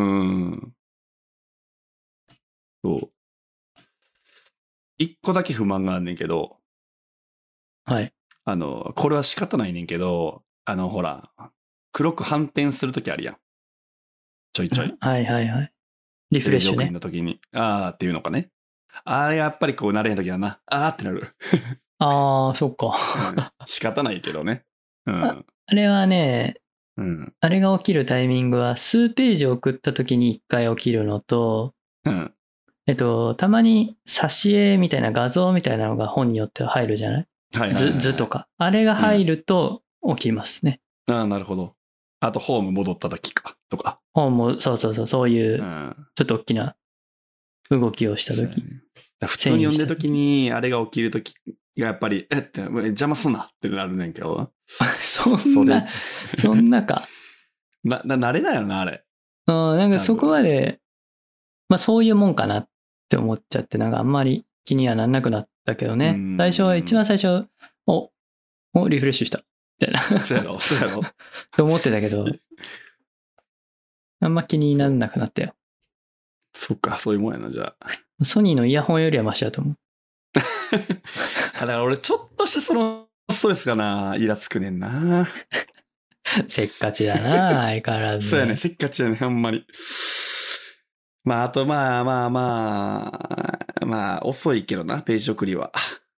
そう。一個だけ不満があんねんけど。 はい。 あの、これは仕方ないねんけど、あの、ほら、黒く反転するときあるやん。ちょいちょい。 はいはいはい。リフレッシュね。 の時に、あーっていうのかね。あれやっぱりこうなれへんときだな。あーってなる。 ああ、そっか、 うん。仕方ないけどね。うん。 あ, あれはね、 うん、 あれが起きるタイミングは数ページ送った時にいっかい起きるのと、 うん、 えっと、たまに挿絵みたいな画像みたいなのが本によっては入るじゃない、 はいはいはいはい、 図、図とか。あれが入ると起きますね。 うん、ああ、なるほど。あと、ホーム戻った時か、とか。 本も、そうそうそう、そういうう、 ん。 ちょっと大きな動きをしたとき。 そうやね。だから普通に読んでる時に、あれが起きる時がやっぱり、えって、邪魔すんなってなるねんけど。 そそれんな、そんなか。 な、な、慣れないよな、あれ。 うん、なんかそこまで、まあそういうもんかなって思っちゃって、なんかあんまり気にはなんなくなったけどね。 うん最初は、一番最初、お、お、リフレッシュした。みたいな。 そうやろ、そうやろ。 と思ってたけど、あんま気にならなくなったよ。 そっか、そういうもんやな、じゃあ。 ソニーのイヤホンよりはマシだと思う。 あだから俺、ちょっとしたその、ストレスがな、イラつくねんな。 せっかちだな、相変わらず、ね。 そうやね、せっかちやね、ほんまに。まあ、あと、まあまあまあ、まあ、遅いけどな、ページ送りは。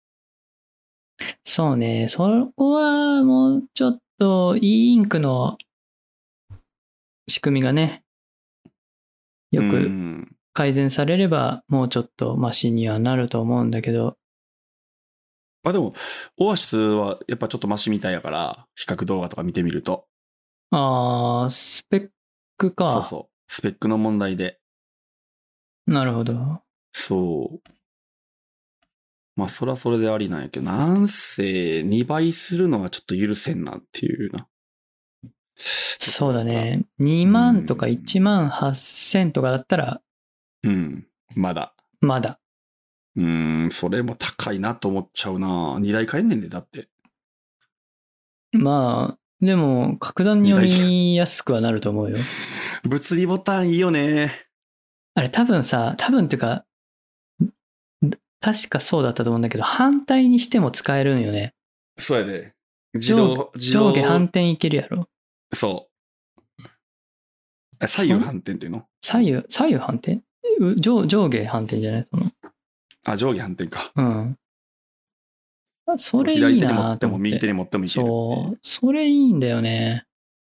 そうね、そこはもうちょっと、e インクの仕組みがね、ようくん。 改善されれば、もうちょっとマシにはなると思うんだけど、 まあでも、オアシスはやっぱちょっとマシみたいやから、比較動画とか見てみると。 あー、スペックか。 そうそう。スペックの問題で。 なるほど。 そう。まあ、それはそれでありなんやけど、なんせにばいするのはちょっと許せんなっていうな。 そうだね。にまんとかいちまんはっせんとかだったら、 うん。まだ。 まだ。 うーん、それも高いなと思っちゃうな。にだい買えんねんで、だって。 まあ、でも、格段に読みやすくはなると思うよ。 物理ボタンいいよね。 あれ多分さ、多分っていうか、確かそうだったと思うんだけど、反対にしても使えるんよね。 そうやで。自動、自動。 上下反転いけるやろ。 そう。左右反転っていうの？ 左右、左右反転上上下反転じゃないその。 あ、上下反転か。 うん。それいいな左手に持っても右手に持ってもいける。 そう。それいいんだよね。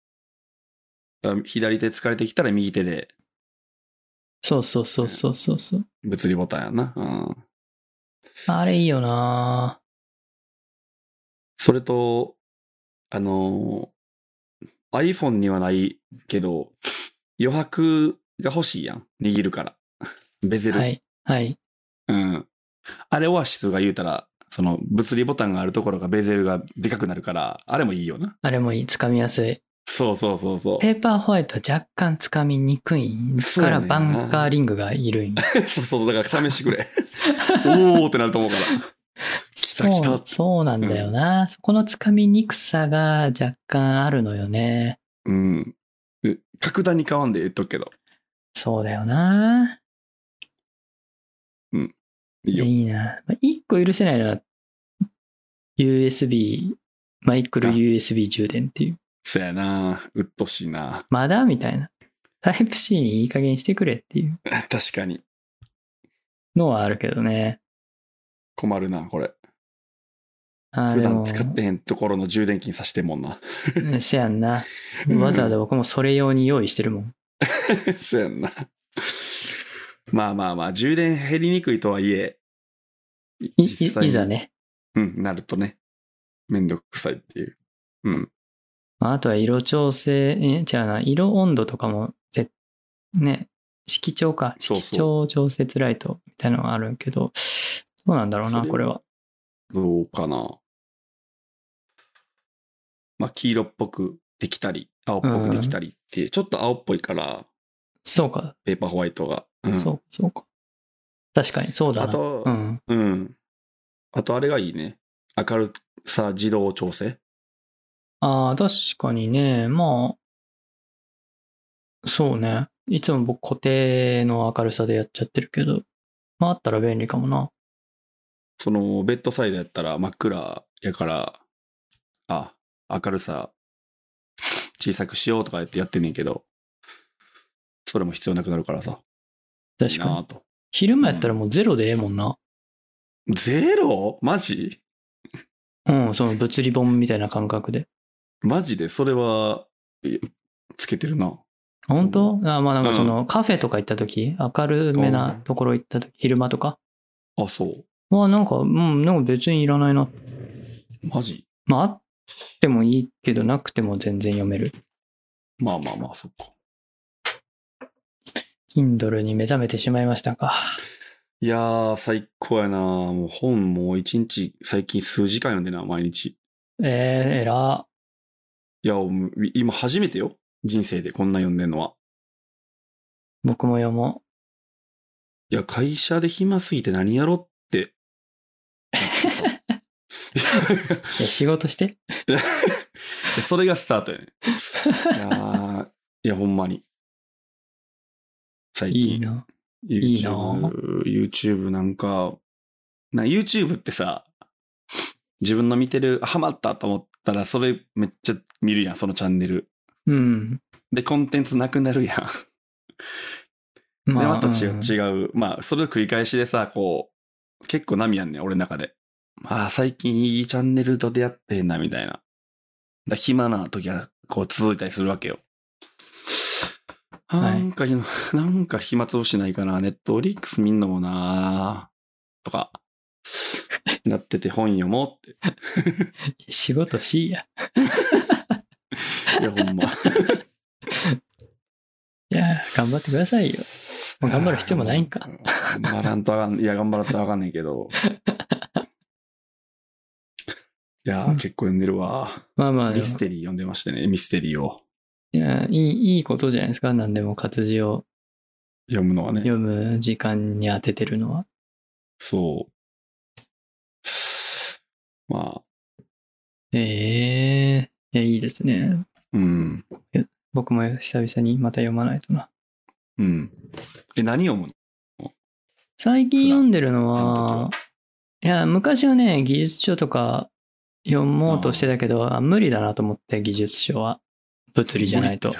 左手疲れてきたら右手で。 そうそうそうそうそうそう。 物理ボタンやな。うん。 あれいいよな。 それと、あのー、iPhone にはないけど、余白が欲しいやん。握るから。ベゼル。 はい。はい。 うん。あれオアシスが言うたら、その物理ボタンがあるところがベゼルがでかくなるから、あれもいいよな。 あれもいい。つかみやすい。 そうそうそうそう。 ペーパーホワイトは若干つかみにくいからバンカーリングがいるんよ。 そうそう、だから試してくれ。おーってなると思うから。来た来た。 そう、そうなんだよな、うん。そこのつかみにくさが若干あるのよね。 うん。格段に変わんで言っとくけど。 そうだよな。 うん。いいよ。 いいな。一個許せないのは ユーエスビー、マイクロ ユーエスビー 充電っていう。 そやな。うっとしいな。 まだみたいな。タイプ C にいい加減してくれっていう。 確かに。 のはあるけどね。 困るな、これ。 あ普段使ってへんところの充電器に挿してんもんな。 せやんな。わざわざ僕もそれ用に用意してるもん。 せやんな。まあまあまあ、充電減りにくいとはいえ、 い、い、いざね。 うん、なるとね、めんどくさいっていう。うん。 あとは色調整、え、違うな、色温度とかも、ぜ、ね、色調か。色調調節ライトみたいなのがあるけど、どうなんだろうな、これは。 どうかな。まあ、黄色っぽくできたり、青っぽくできたりって、うん、ちょっと青っぽいから、 そうか。 ペーパーホワイトが。 うん、そう、そうか。確かに、そうだな。 あと、 うん。 うん。あと、あれがいいね。明るさ自動調整。 ああ、確かにね。まあ、そうね。いつも僕固定の明るさでやっちゃってるけど、まああったら便利かもな。 その、ベッドサイドやったら真っ暗やから、あ、明るさ小さくしようとかやってやってんねんけど、それも必要なくなるからさ。 確かに。いいと昼間やったらもうゼロでええもんな。 うん、ゼロ？マジ？ うん、その物理本みたいな感覚で。 マジでそれは、つけてるな。 本当？あ、まあなんかそのカフェとか行った時、明るめなところ行った時、昼間とか。 あ、そう。 まあなんか、うん、なんか別にいらないな。 マジ？ まああってもいいけど、なくても全然読める。 まあまあまあ、そっか。 Kindle に目覚めてしまいましたか。 いやー、最高やな。もう本もう一日、最近数時間読んでな、毎日。 えー、えら。 いや、今初めてよ。人生でこんな読んでんのは。 僕も読もいや、会社で暇すぎて何やろって。 う。仕事してそれがスタートやね。いやー、いや、ほんまに。最近。 いいな。 YouTube、 いいな YouTube なんか、な YouTube ってさ、自分の見てる、ハマったと思ったら、それめっちゃ見るやん、そのチャンネル。 うん。 で、コンテンツなくなるやん。 まあ、 で、また違う、 うん、 違う。まあ、それの繰り返しでさ、こう、結構波やんねん、俺の中で。ああ、最近いいチャンネルと出会ってんな、みたいな。だ暇な時は、こう続いたりするわけよ。なんか、はい、なんか暇つぶしないかな、ネットフリックス見んのもなとか、なってて本読もうって。 仕事しいや。 いや、ほんま。いや、頑張ってくださいよ。もう頑張る必要もないんか。 頑張らんとあかん、いや、頑張らんとあかんねんけど。いやー、うん、結構読んでるわ。まあまあ。ミステリー読んでましてね、ミステリーを。 いや、いい、いいことじゃないですか。何でも活字を。 読むのはね。 読む時間に当ててるのは。 そう。まあ。 ええー、いや、いいですね。 うん。 僕も久々にまた読まないとな。 うん。え、何読むの？ 最近読んでるのは、いや、昔はね、技術書とか読もうとしてたけど、あ無理だなと思って、技術書は。物理じゃないと。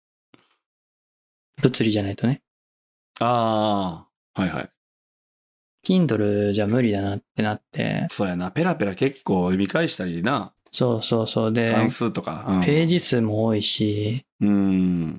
物理じゃないとね。 ああ、はいはい。 Kindle じゃ無理だなってなって。 そうやな。ペラペラ結構読み返したりな。 そうそうそう。で、 関数とか、うん、 ページ数も多いし。 うん。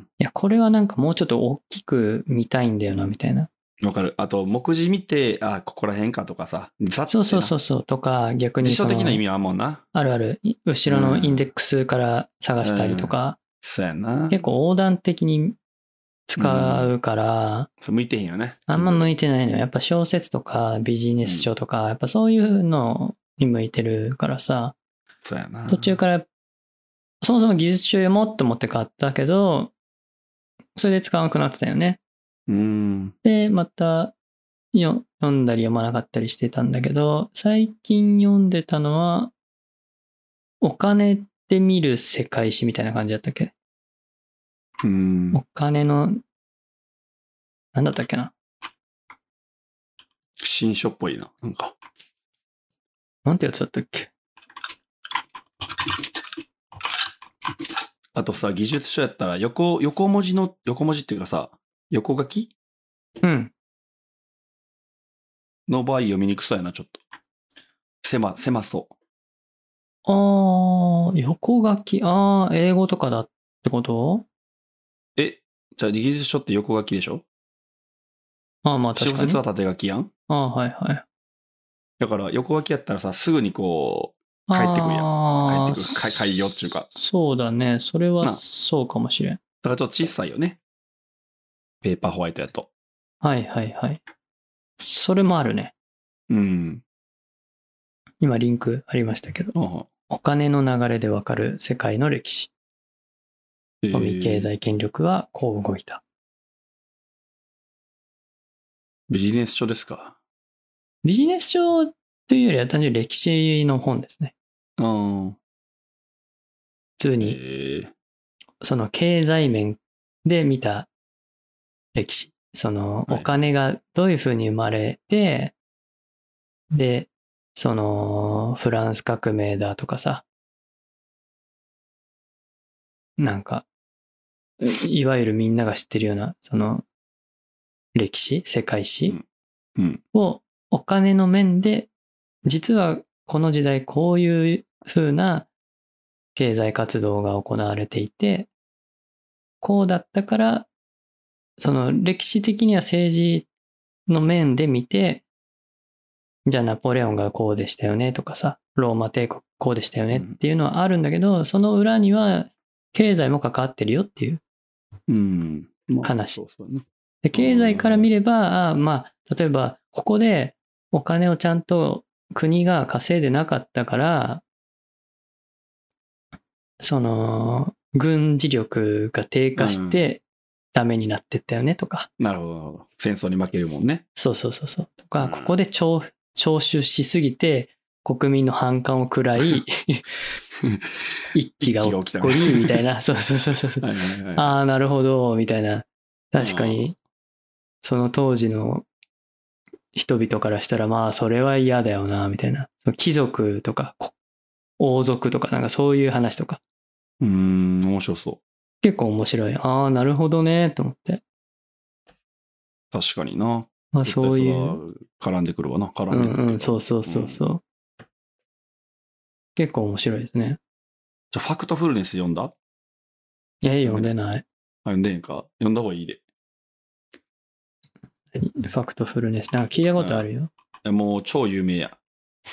いや、これはなんかもうちょっと大きく見たいんだよな、みたいな。 わかる。あと、目次見て、あ、ここら辺かとかさ。ざっそうそうそうそう。とか、逆に。 辞書的な意味はあんもんな。 あるある。後ろのインデックスから探したりとか。うんうん、 そうやな。 結構横断的に使うから、うん、 そう向いてへんよね。 あんま向いてないのよ。やっぱ小説とかビジネス書とか、うん、やっぱそういうのに向いてるからさ。 そうやな。 途中から、そもそも技術書読もうと思って買ったけど、それで使わなくなってたよね。 うん。 で、またよ読んだり読まなかったりしてたんだけど、最近読んでたのは、お金で見る世界史みたいな感じだったっけ？ うん。 お金の、なんだったっけな。 新書っぽいな、なんか。 なんてやつだったっけ？ あとさ、技術書やったら横、横文字の、横文字っていうかさ、横書き？ うん。 の場合読みにくそうやな、ちょっと。狭、狭そう。 あー、横書き、あー、英語とかだってこと？ え、じゃあ技術書って横書きでしょ？ あー、まあ確かに。 小説は縦書きやん？ あー、はいはい。 だから横書きやったらさ、すぐにこう、帰ってくるやん。帰ってくる。開業っていうか。 そうだね。それはそうかもしれん。だからちょっと小さいよね。ペーパーホワイトやと。 はいはいはい。それもあるね。 うん。 今リンクありましたけど。 お, お金の流れでわかる世界の歴史。富経済権力はこう動いた。 ビジネス書ですか？ ビジネス書というよりは単純に歴史の本ですね。 うん。 普通に、その経済面で見た歴史。そのお金がどういうふうに生まれて、はい、で、そのフランス革命だとかさ、なんか、いわゆるみんなが知ってるような、その歴史、世界史をお金の面で、実はこの時代こういう風な経済活動が行われていて、 こうだったから、その歴史的には政治の面で見て、じゃあナポレオンがこうでしたよねとかさ、ローマ帝国こうでしたよねっていうのはあるんだけど、その裏には経済も関わってるよっていう話。 うん、そうそうね、 で経済から見れば、あまあ、例えばここでお金をちゃんと国が稼いでなかったから、その軍事力が低下してダメになってったよねとか。 うん、なるほどなるほど。戦争に負けるもんね。 そうそうそうそうとか、うん、ここで徴徴収しすぎて国民の反感を食らい一揆が起こりみたいな。そうそうそうそう。はいはいはい、ああなるほどみたいな。確かにその当時の人々からしたらまあそれは嫌だよなみたいな。貴族とか王族とかなんかそういう話とか。 うーん、面白そう。 結構面白い。ああ、なるほどね、と思って。 確かにな。 まあそういう。 絡んでくるわな。絡んでくる。 うんうん、そうそうそうそう、うん。結構面白いですね。 じゃあ、ファクトフルネス読んだ？ いや、読んでない。あ、 読んでんか。読んだ方がいいで。 ファクトフルネス。なんか聞いたことあるよ。 うん、もう超有名や。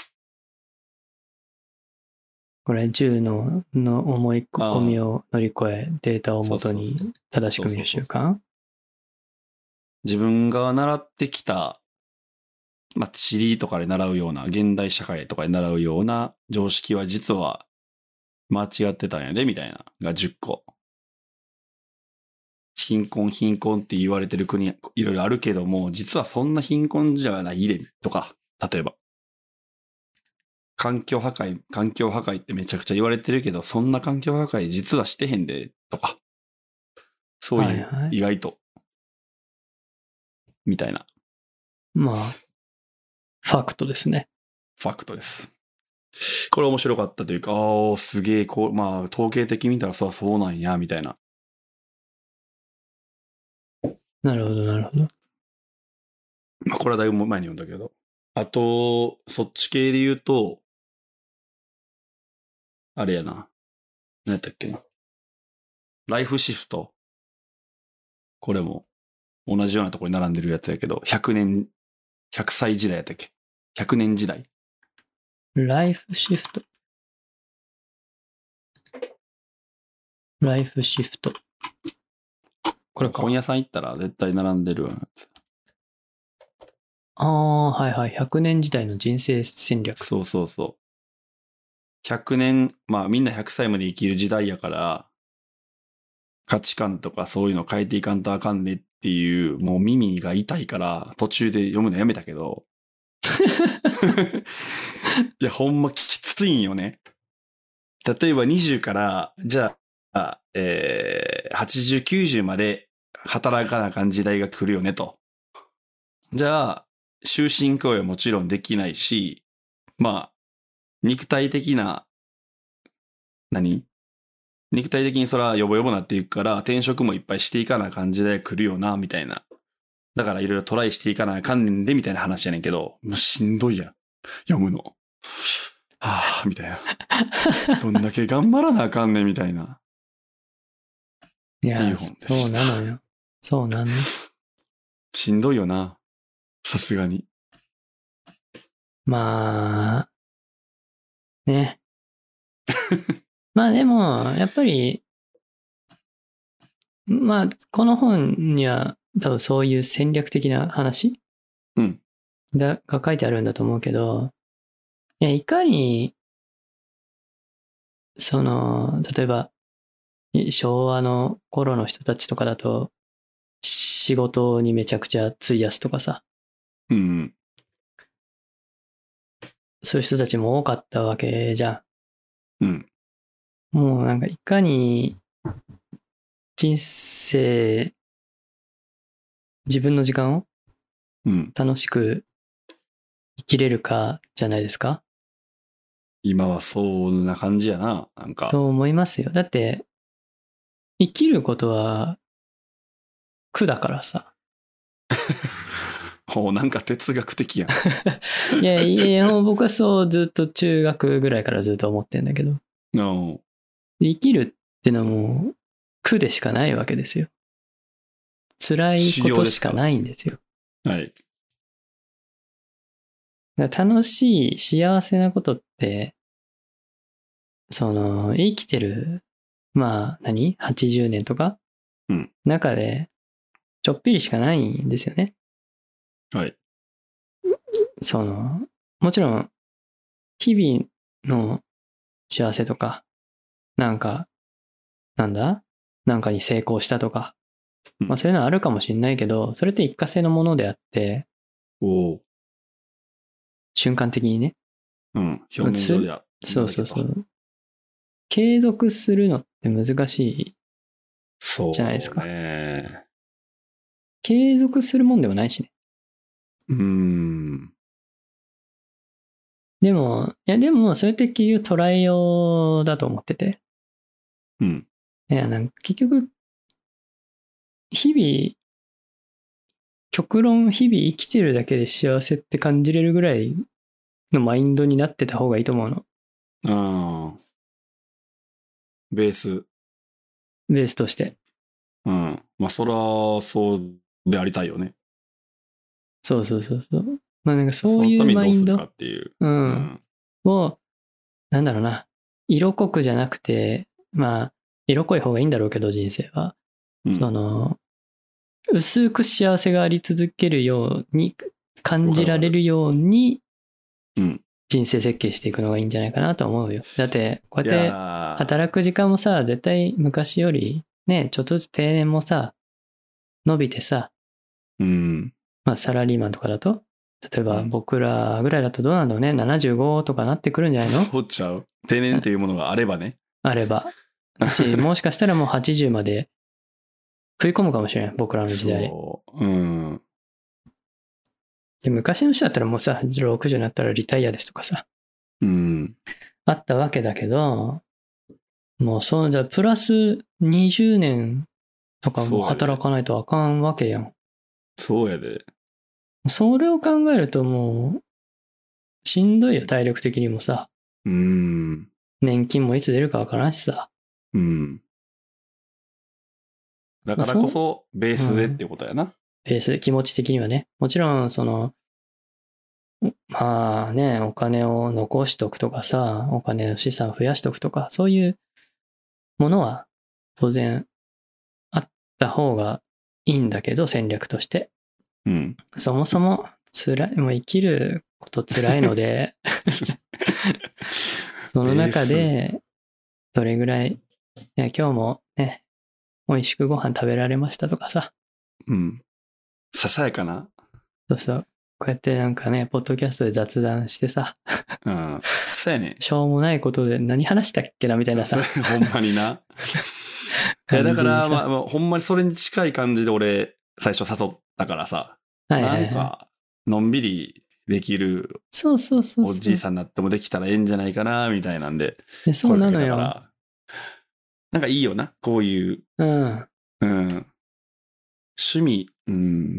これじゅうのの思い込みを乗り越えデータをもとに正しく見る習慣。 自分が習ってきた、まあ、地理とかで習うような、現代社会とかで習うような常識は実は間違ってたんやで、みたいながじゅっこ。貧困貧困って言われてる国いろいろあるけども、実はそんな貧困じゃないで、とか、例えば。環境破壊、環境破壊ってめちゃくちゃ言われてるけど、そんな環境破壊実はしてへんで、とか。そういう、意外と、はいはい。みたいな。 まあ、ファクトですね。 ファクトです。これ面白かったというか、ああ、すげえ、こう、まあ、統計的に見たらさ、そうなんや、みたいな。 なるほど、なるほど。 まあ、これはだいぶ前に読んだけど。あと、そっち系で言うと、あれやな。何やったっけな。ライフシフト。これも、同じようなところに並んでるやつやけど、ひゃくねん、ひゃくさい時代やったっけ ?ひゃく 年時代。 ライフシフト。ライフシフト。これか。 本屋さん行ったら絶対並んでるわ。 ああ、はいはい。ひゃくねん時代の人生戦略。 そうそうそう。ひゃくねん、まあみんなひゃくさいまで生きる時代やから、価値観とかそういうの変えていかんとあかんねっていう、もう耳が痛いから途中で読むのやめたけど。いや、ほんまきついんよね。例えばにじゅうから、じゃあ、えー、はちじゅう、きゅうじゅうまで働かなあかん時代が来るよねと。じゃあ、終身雇用はもちろんできないし、まあ、肉体的な、何肉体的にそらヨボヨボなっていくから転職もいっぱいしていかなあかん時代が来るよな、みたいな。だからいろいろトライしていかなあかんねんで、みたいな話やねんけど、もうしんどいやん。読むの。はぁ、みたいな。どんだけ頑張らなあかんねん、みたいな。 いや、いう本でした。そうなのよ。そうなの。 しんどいよな。さすがに。 まあ、ね。まあでも、やっぱり、まあ、この本には多分そういう戦略的な話、 うん、 が書いてあるんだと思うけど、いや、いかに、その、例えば、昭和の頃の人たちとかだと、仕事にめちゃくちゃ費やすとかさ。 うん。 そういう人たちも多かったわけじゃん。うん。 もうなんかいかに人生、自分の時間を楽しく生きれるかじゃないですか。 今はそんな感じやな、なんか。 と思いますよ。だって、生きることは苦だからさ。 もうなんか哲学的やん。いやいや、もう僕はそうずっと中学ぐらいからずっと思ってんだけど。 No. 生きるってのはもう苦でしかないわけですよ。辛いことしかないんですよ。 はい。 だから楽しい幸せなことって、その生きてる、まあ何 ?はちじゅう 年とか、 うん、 中でちょっぴりしかないんですよね。 はい。 その、もちろん、日々の幸せとか、なんか、なんだなんかに成功したとか、 うん、 まあそういうのはあるかもしれないけど、それって一過性のものであって、 おー、 瞬間的にね。 うん、表面上では。 そうそうそう。継続するのって難しいそうじゃないですか。 ね。 継続するもんでもないしね。 うーん。 でも、いやでも、それって結局捉えようだと思ってて。 うん。 いや、なんか結局、日々、極論日々生きてるだけで幸せって感じれるぐらいのマインドになってた方がいいと思うの。 ああ。ベース。 ベースとして。 うん。まあ、そら、そうでありたいよね。 そうそうそうそう。まあなんかそそういうのためにマインドどうするかっていう。 ううんん。 を、なんだろうな。色濃くじゃなくて、まあ、色濃い方がいいんだろうけど、人生は。 うんその、薄く幸せがあり続けるように感じられるようにうん。 人生設計していくのがいいんじゃないかなと思うよ。だってこういやってやー働く時間もさ、絶対昔よりね、ちょっとずつ定年もさ、伸びてさ、 うん。 まあサラリーマンとかだと、例えばうん僕らぐらいだとどうなんだろうね、ななじゅうごとかなってくるんじゃないの？ そうちゃう。定年っていうものがあればね。 あれば。し、もしかしたらもうはちじゅうまで食い込むかもしれない、僕らの時代。 そう。うん。 で、昔の人だったらもうさ、ろくじゅうになったらリタイアですとかさ、 うん。 あったわけだけど、もうその、じゃあプラスにじゅうねんとかも働かないとあかんわけやん。 そうやで。 それを考えるともう、しんどいよ、体力的にもさ。 うん。 年金もいつ出るかわからんしさ。 うん。だからこそ、ベースでってことやな。 ベース、気持ち的にはね。もちろん、その、まあね、お金を残しとくとかさ、お金の資産を増やしとくとか、そういうものは当然あった方がいいんだけど、戦略として。 うん。 そもそも辛い、もう生きること辛いので、その中で、どれぐらい、いや今日もね、美味しくご飯食べられましたとかさ。 うん。ささやかな。 そうそう。こうやってなんかね、ポッドキャストで雑談してさ。 うん。そうやね。 しょうもないことで何話したっけなみたいなさ。 ほんまにな。いやだから、まあ、まあ、ほんまにそれに近い感じで俺、最初誘ったからさ。 はいはいはい、 なんか、のんびりできる、 そうそうそうおじいさんになってもできたらええんじゃないかな、みたいなんで。 そうなのよ。 なんかいいよな、こういう。 うん。 うん。趣味、うん、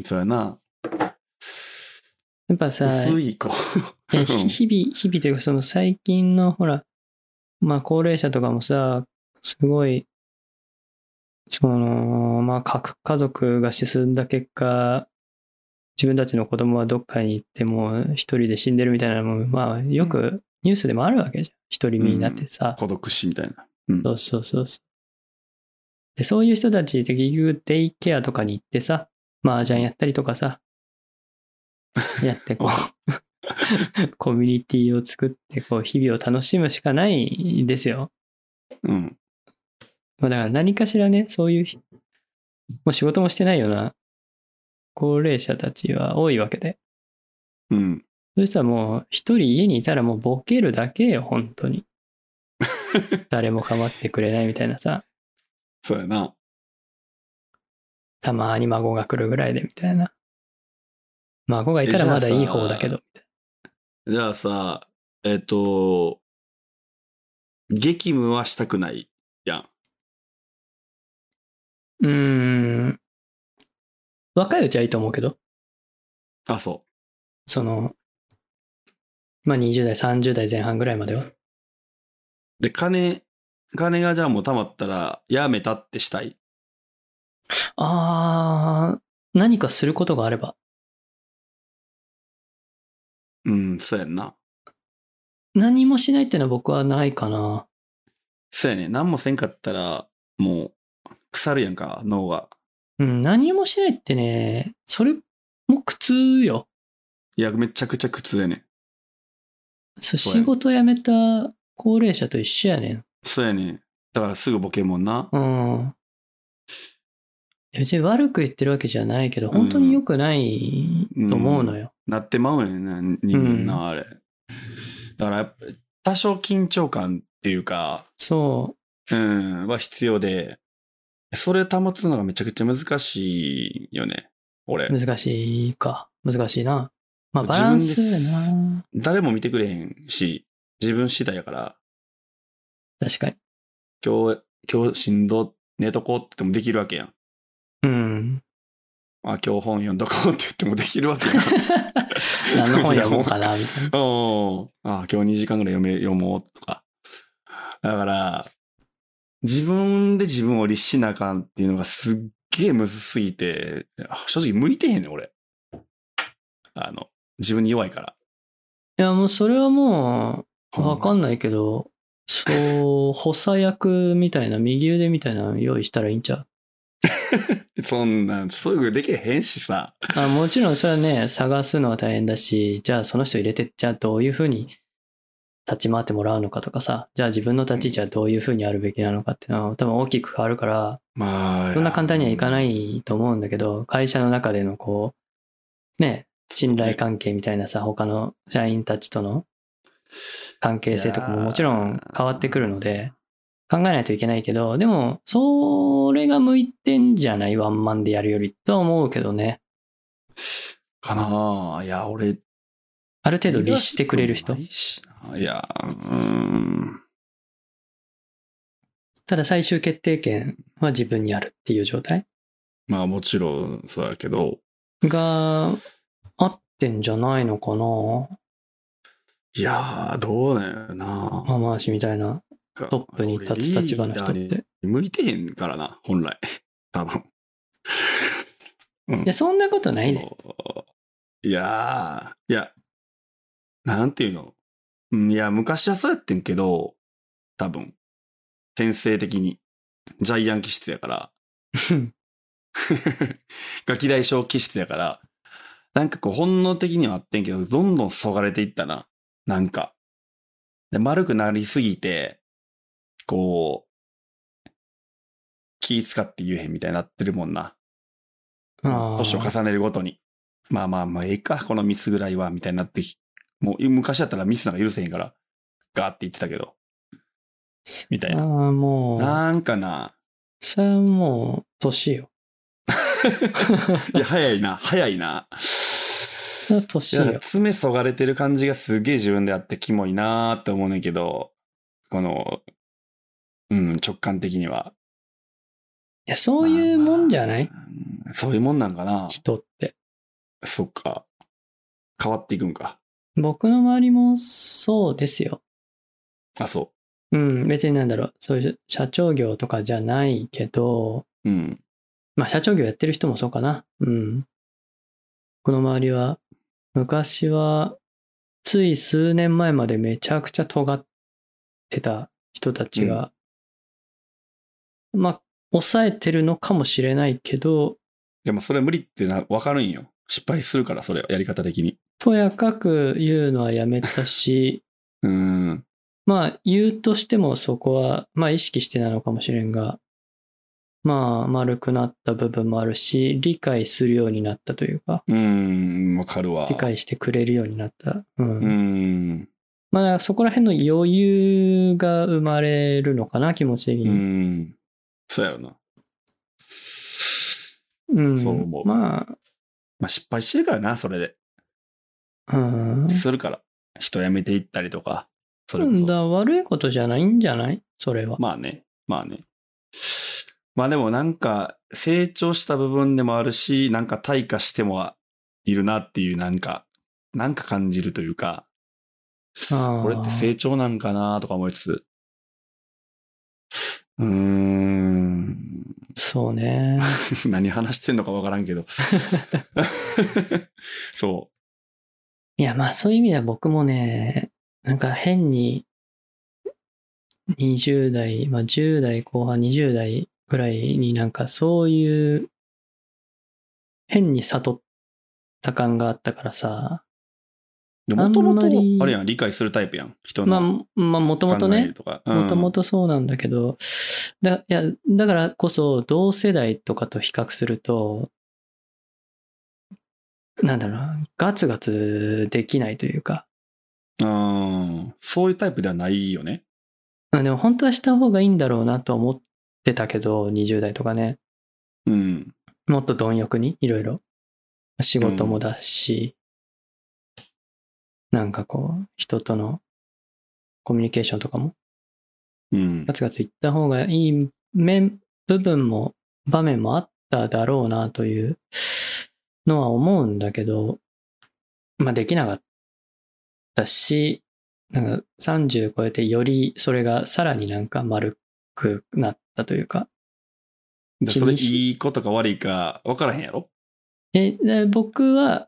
そうやな。 やっぱさ、 薄いこう。日々、日々というかその最近のほら、まあ高齢者とかもさ、すごい、その、まあ核家族が進んだ結果、自分たちの子供はどっかに行っても一人で死んでるみたいなのも、まあよくニュースでもあるわけじゃん。一人身になってさ。 うん、孤独死みたいな。うん、 そうそうそう。で、そういう人たちって結局デイケアとかに行ってさ、麻雀やったりとかさ、やってこう、コミュニティを作ってこう日々を楽しむしかないですよ。 うん。 だから何かしらね、そういう、もう仕事もしてないような高齢者たちは多いわけで。 うん。 そしたらもう一人家にいたらもうボケるだけよ、本当に。誰も構ってくれないみたいなさ。 そうやな。 たまに孫が来るぐらいでみたいな。孫がいたらまだいい方だけど。 じゃあさ、えっと、激務はしたくないやん。 うーん。若いうちはいいと思うけど。 あ、そう。 その、まあにじゅう代、さんじゅう代前半ぐらいまでは。 で、金、金がじゃあもう貯まったら、やめたってしたい。 あー、何かすることがあれば。 うん、そうやんな。 何もしないってのは僕はないかな。 そうやね。何もせんかったら、もう、腐るやんか、脳が。 うん、何もしないってね、それも苦痛よ。 いや、めちゃくちゃ苦痛やね。 そう、 そうやね仕事辞めた高齢者と一緒やねん。 そうやね。だからすぐボケんもんな。 うん。別に悪く言ってるわけじゃないけど、 うん本当に良くないと思うのよ。 なってまうんやね、人間な、あれ。だからやっぱ、多少緊張感っていうか、 そうん、は必要で、それ保つのがめちゃくちゃ難しいよね。俺。 う、難しいか。難しいな。まあ、バ自分でランスやな。 誰も見てくれへんし、自分次第やから、 確かに。 今日、今日しんど、寝とこうって言ってもできるわけやん。 うん。 あ、今日本読んどこうって言ってもできるわけやん。 何の本読もうかな、みたいな。 おーあ、今日にじかんぐらい読め、読もうとか。だから、自分で自分を律しなあかんっていうのがすっげえむずすぎて、正直向いてへんねん、俺。あの、自分に弱いから。 いや、もうそれはもう、わかんない。 ないけど、そう、補佐役みたいな、右腕みたいなの用意したらいいんちゃう？ そんなん、すぐできへんしさ。 あ、もちろんそれはね、探すのは大変だし、じゃあその人入れて、じゃあどういうふうに立ち回ってもらうのかとかさ、じゃあ自分の立ち位置はどういうふうにあるべきなのかっていうのは多分大きく変わるから、 まあ、 そんな簡単にはいかないと思うんだけど、会社の中でのこう、ね、信頼関係みたいなさ、他の社員たちとの関係性とかももちろん変わってくるので、考えないといけないけど、でも、それが向いてんじゃない？ワンマンでやるよりとは思うけどね。 かなあいや、俺、 ある程度律してくれる人リーダーシップもないしないや、うーん。 ただ最終決定権は自分にあるっていう状態まあもちろんそうやけど。 があってんじゃないのかな。 いやー、どうなんやな。 ママ足みたいなトップに立つ立場の人って。 俺リーダーに向いてへんからな、本来。多分。うんいや、そんなことないね。 いやー、いや、なんていうの。うんいや、昔はそうやってんけど、多分。先生的に。ジャイアン気質やから。ガキ大将気質やから。なんかこう本能的にはあってんけど、どんどんそがれていったな。なんか。で丸くなりすぎて、こう、気使って言えへんみたいになってるもんな。 あ年をー重ねるごとに。まあまあまあ、ええか、このミスぐらいは、みたいになってき、もう昔だったらミスなんか許せへんから、ガーって言ってたけど、みたいな。 あー、もう、 なんかな。 それはもう、年よ。 いや、早いな、早いな。 それは年いや、 よ。 爪そがれてる感じがすげえ自分であってキモいなーって思うねんけど、この、うん、直感的には。 いや、そういうもんじゃない？ まあまあそういうもんなんかな。 人って。 そっか。変わっていくんか。 僕の周りもそうですよ。 あ、そうん、別になんだろう、そういう社長業とかじゃないけど、 う。うん。 まあ社長業やってる人もそうかな。うん。この周りは、昔は、つい数年前までめちゃくちゃ尖ってた人たちが、まあ、抑えてるのかもしれないけど、 でもそれ無理ってな、わかるんよ。失敗するから、それ、やり方的に。 とやかく言うのはやめたし、 うーん。 まあ言うとしてもそこは、まあ意識してなのかもしれんが、まあ丸くなった部分もあるし、理解するようになったというか、 うーん、わかるわ。 理解してくれるようになった。うん。 うーん。 まあそこら辺の余裕が生まれるのかな、気持ち的うーに。 ん。そうやろな。 うん。 そう思う。 まあ、 まあ失敗してるからな、それで。 うん。 するから。人辞めていったりとか。それこそ。 だ悪いことじゃないんじゃないそれは。 まあね。まあね。まあでもなんか成長した部分でもあるし、なんか退化してもいるなっていうなんか、なんか感じるというか、これって成長なんかなとか思いつつ。うーん。 そうね。 何話してんのかわからんけど。そいや、まあそういう意味では僕もね、なんか変ににじゅう代、まあじゅう代後半にじゅう代ぐらいになんかそういう変に悟った感があったからさ。 う。もともとあんまり、 あれやん、理解するタイプやん。人まあ、 のまあもともと考えね、 とか。うんもともとそうなんだけど、だ、いや、だからこそ同世代とかと比較すると、なんだろうな、ガツガツできないというか、 うんそういうタイプではないよね。 まあでも本当はした方がいいんだろうなと思ってたけど、にじゅう代とかね、 うん。 もっと貪欲にいろいろ仕事もだし、なんかこう、人とのコミュニケーションとかもうんガ。ツガツいった方がいい面、部分も場面もあっただろうなというのは思うんだけど、まあできなかったし、なんかさんじゅう超えてよりそれがさらになんか丸くなったというか。 だそれ気にしいいことか悪いか分からへんやろ。 え、で僕は、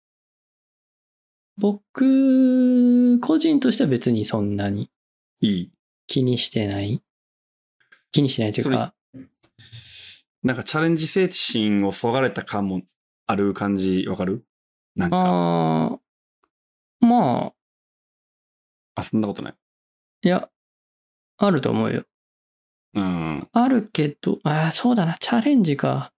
僕個人としては別にそんなにいい。 気にしてない。気にしてないというか、 なんかチャレンジ精神をそがれた感もある感じ、わかる？なんか、 ああ、まあ、 あ、そんなことない。 いや、あると思うよ。 うん。 あるけど、ああ、そうだな、チャレンジか。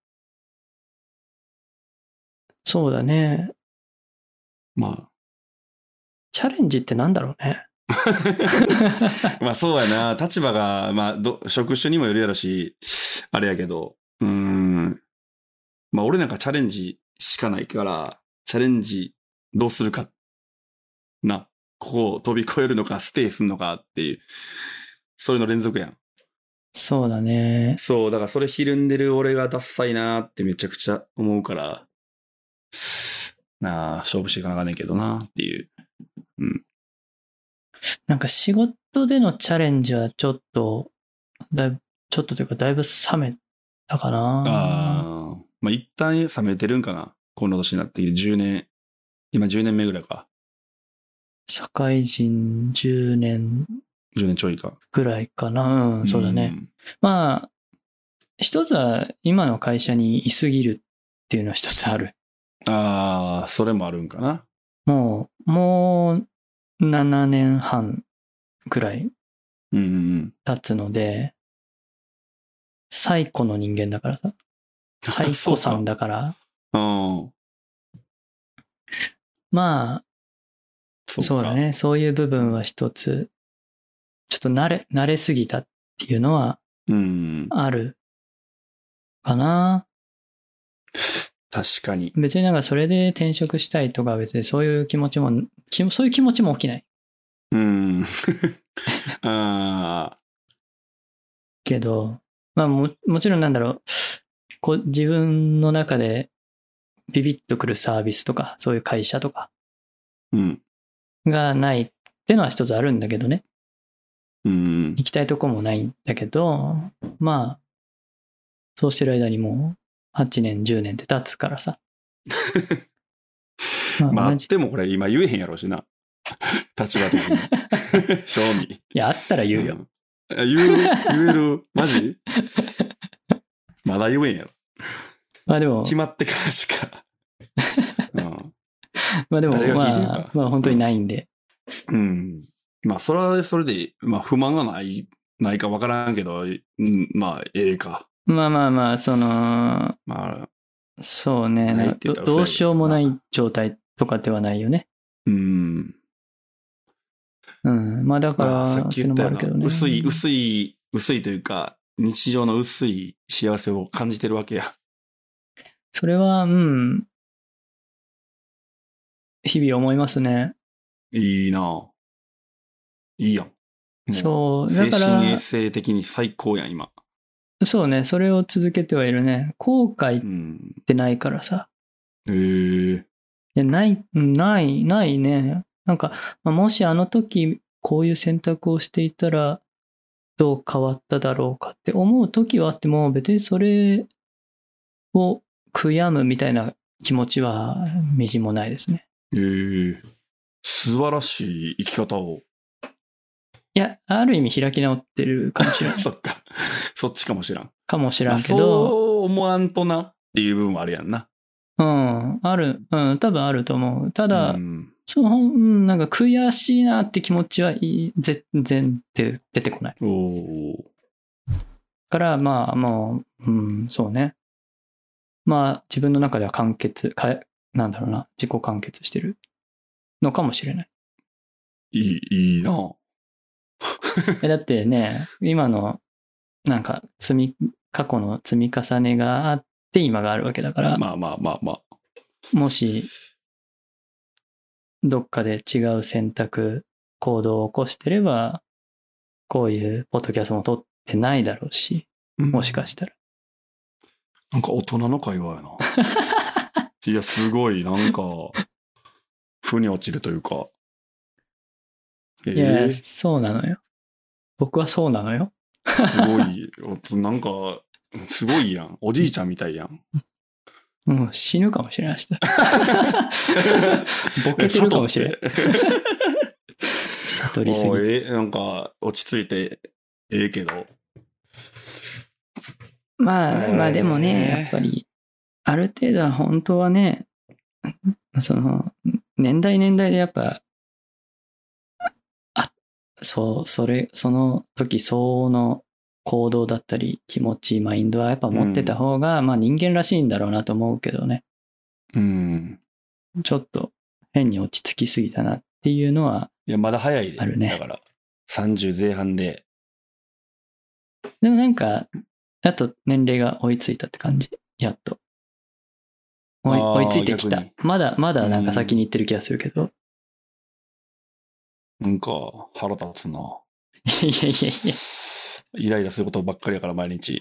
そうだね。 まあ。 チャレンジってなんだろうね。 まあそうやな。立場が、まあど、職種にもよるやろし、あれやけど。うーん。まあ俺なんかチャレンジしかないから、チャレンジどうするか。な。ここを飛び越えるのか、ステイするのかっていう。それの連続やん。 そうだね。 そう、だからそれひるんでる俺がダッサいなってめちゃくちゃ思うから、なあ、勝負していかなあかんねんけどなっていう。うん。 なんか仕事でのチャレンジはちょっと、だいぶ、ちょっとというかだいぶ冷めたかな。 ああ、まあ一旦冷めてるんかな。この年になってじゅうねん、今じゅうねんめぐらいか。 社会人じゅうねんじゅうねんちょいか。 ぐらいかな。うん、そうだね。まあ、一つは今の会社にいすぎるっていうのは一つある。 ああ、それもあるんかな。 もう、もうななねんはんくらいうんうん経つので、最古の人間だからさ。最古さんだから。 うん。 まあ、 そうそうだね。そういう部分は一つ、ちょっと慣れ、慣れすぎたっていうのはうん。 あるかな。 確かに。 別になんかそれで転職したいとか別にそういう気持ちも、きそういう気持ちも起きない。 うん。ああ。 けど、まあも、もちろんなんだろう、こう自分の中でビビッとくるサービスとか、そういう会社とかうん。 がないってのは一つあるんだけどね。 うん。 行きたいとこもないんだけど、まあ、そうしてる間にもうはちねん、じゅうねんって経つからさ。まあ、 まあ、あ同じ。 ってもこれ今言えへんやろしな。立場的に。正味。 いや、あったら言うよ。 うん言う、言えるマジまだ言えんやろ。 まあでも、 決まってからしか。うん、 まあでも、 誰が聞いてるかまあ、まあ本当にないんで。 うん。うんまあ、それはそれで、まあ、不満がない、ないかわからんけど、うん、まあ、ええか。 まあまあまあ、その、 まあ、 そうね、 ないって言ったらどどうしようもな嘘やい状態とかではないよね。 うん。 うん。まあだから、 まあ、さっき言ったような、 っていうのもあるけどね。 薄い、薄い、薄いというか、日常の薄い幸せを感じてるわけや。 それは、うん。日々思いますね。 いいな。いいやん。もそう。だか精神衛ら、 生的に最高やん、今。 そうね。それを続けてはいるね。後悔っうん。 てないからさ。 へえ。 いや、ない、ない、ないね。なんか、まあ、もしあの時、こういう選択をしていたら、 どう変わっただろうかって思う時はあっても、別にそれを悔やむみたいな気持ちはみじんもないですね。 ええー、素晴らしい生き方を。 いや、ある意味開き直ってるかもしれない。 そっか。そっちかもしらん。 かもしらんけど。 まあ、そう思わんとなっていう部分もあるやんな。 うん、ある、うん、多分あると思う。ただ、 うん、 その、うん、なんか悔しいなって気持ちはい全然出てこない。 おー。 から、まあ、もう、うん、そうね。まあ、自分の中では完結、かなんだろうな、自己完結してるのかもしれない。 いい、いいな。 だってね、今の、なんか、積み、過去の積み重ねがあって今があるわけだから。 まあまあまあまあ。 もし、どっかで違う選択、行動を起こしてれば、こういうポッドキャストも撮ってないだろうし、もしかしたら。 なんか大人の会話やな。いや、すごい、なんか、腑に落ちるというか。 えー、いや、そうなのよ。僕はそうなのよ。 すごい、なんか、すごいやん。おじいちゃんみたいやん。 もう死ぬかもしれないし。ボケてるかもしれない。悟りすぎて。 えー、なんか、落ち着いて、ええけど。 まあ、まあでもね、やっぱり、ある程度は本当はね、その、年代年代でやっぱ、あ、そう、それ、その時相応の行動だったり、気持ち、マインドはやっぱ持ってた方が、うん、まあ人間らしいんだろうなと思うけどね。 うん。 ちょっと変に落ち着きすぎたなっていうのは、 いや、まだ早いで。 あるね。 だから、さんじゅうぜん半で。 でもなんか、あと年齢が追いついたって感じ。やっと。追い追いついてきた。まだ、まだなんか先に行ってる気がするけど。 なんか、腹立つな。 いやいやいやいや。 イライラすることばっかりやから、毎日。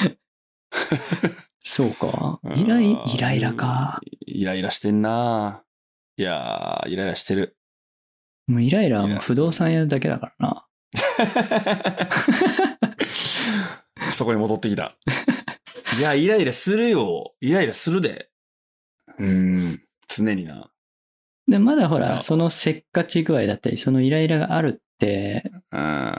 そうか。イライ、イライラか。 イライラしてんな。いやー、イライラしてる。 もうイライラはもう不動産屋だけだからな。 そこに戻ってきた。いや、イライラするよ。イライラするで。うん、常にな。 で、まだほら、そのせっかち具合だったり、そのイライラがあるって、 うん、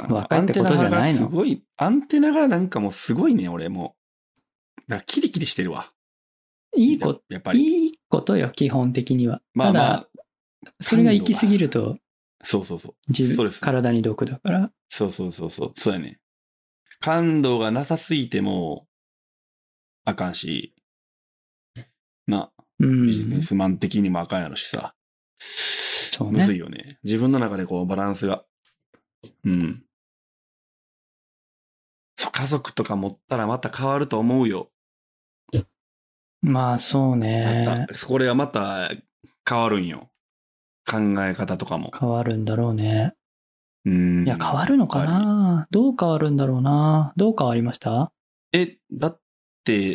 若いってことじゃないの？ すごい、アンテナがなんかもうすごいね、俺も。だからキリキリしてるわ。 いいこと、 やっぱり。 いいことよ、基本的には。 まあまあ。 ただ、それが行き過ぎると、 そうそうそう。 自分、体に毒だから。 そうそうそうそう。そうやね。感度がなさすぎても、あかんし、な、ビジネスマン的にもあかんやろしさ。 そうね。 むずいよね。自分の中でこうバランスが。うん。そう、家族とか持ったらまた変わると思うよ。 まあそうね。 また、これがまた変わるんよ。考え方とかも。 変わるんだろうね。 うん。 いや、変わるのかな？どう変わるんだろうな。どう変わりました？ え、だって、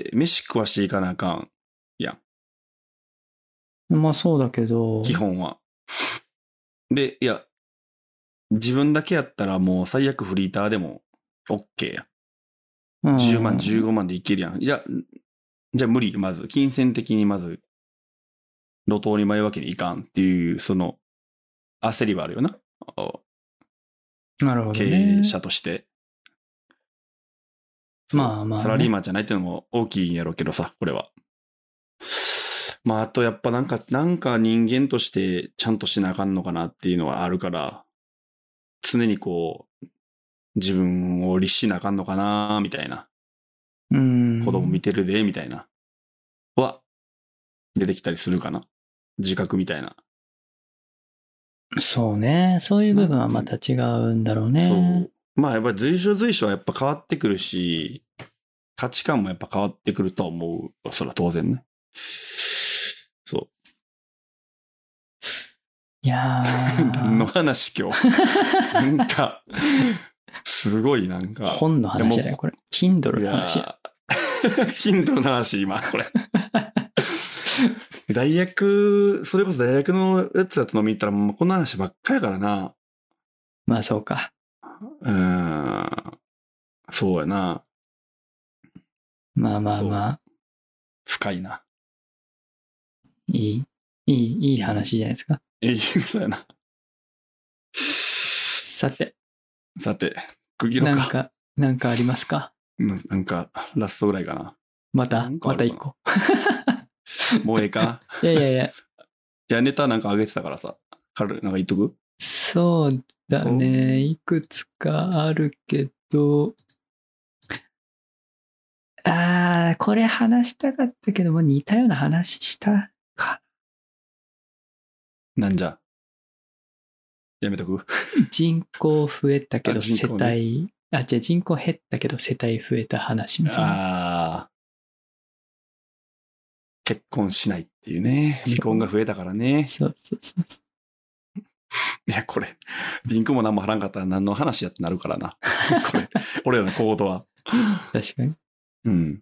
飯食わしていかなあかんやん。まあそうだけど。 基本は。で、いや、自分だけやったらもう最悪フリーターでも OK や。うん、じゅうまん、じゅうごまんでいけるやん。いや、じゃあ無理、まず。金銭的にまず、路頭に迷うわけにいかんっていう、その、焦りはあるよな。 なるほど、ね。 経営者として。 まあまあ、ね。 サラリーマンじゃないっていうのも大きいんやろうけどさ、これは。まあ、あとやっぱなんか、なんか人間としてちゃんとしなあかんのかなっていうのはあるから、常にこう、自分を律しなあかんのかなみたいな。 うん。 子供見てるで、みたいな。は、出てきたりするかな。自覚みたいな。 そうね。そういう部分はまた違うんだろうね。 そう。まあやっぱり随所随所はやっぱ変わってくるし、価値観もやっぱ変わってくると思う。それは当然ね。そう。 いやー。 何の話今日。なんか、すごいなんか。 本の話だよ、これ。Kindle の話や。 Kindle の話、今、これ。大学、それこそ大学のやつらと飲み行ったら、もうこんな話ばっかやからな。 まあそうか。 うーん。 そうやな。 まあまあまあ。 深いな。 いい、いい、いい話じゃないですか。 えい、そうやな。 さて。 さて、区切ろうか。 なんか、なんかありますか？ なんか、ラストぐらいかな。 またまた一個。 もうええかいやいやいや。 いや、ネタなんか上げてたからさ。軽なんか言っとく？ そうだね。いくつかあるけど。ああ、これ話したかったけども、似たような話したか。 なんじゃ。やめとく？ 人口増えたけど世あ人口ね帯、あ、じゃあ人口減ったけど世帯増えた話みたいな。 ああ。結婚しないっていうね。 そう離婚が増えたからね。 そうそうそうそいや、これ、リンクも何も貼らんかったら何の話やってなるからな。これ、俺らのコードは。 う。確かに。 うん。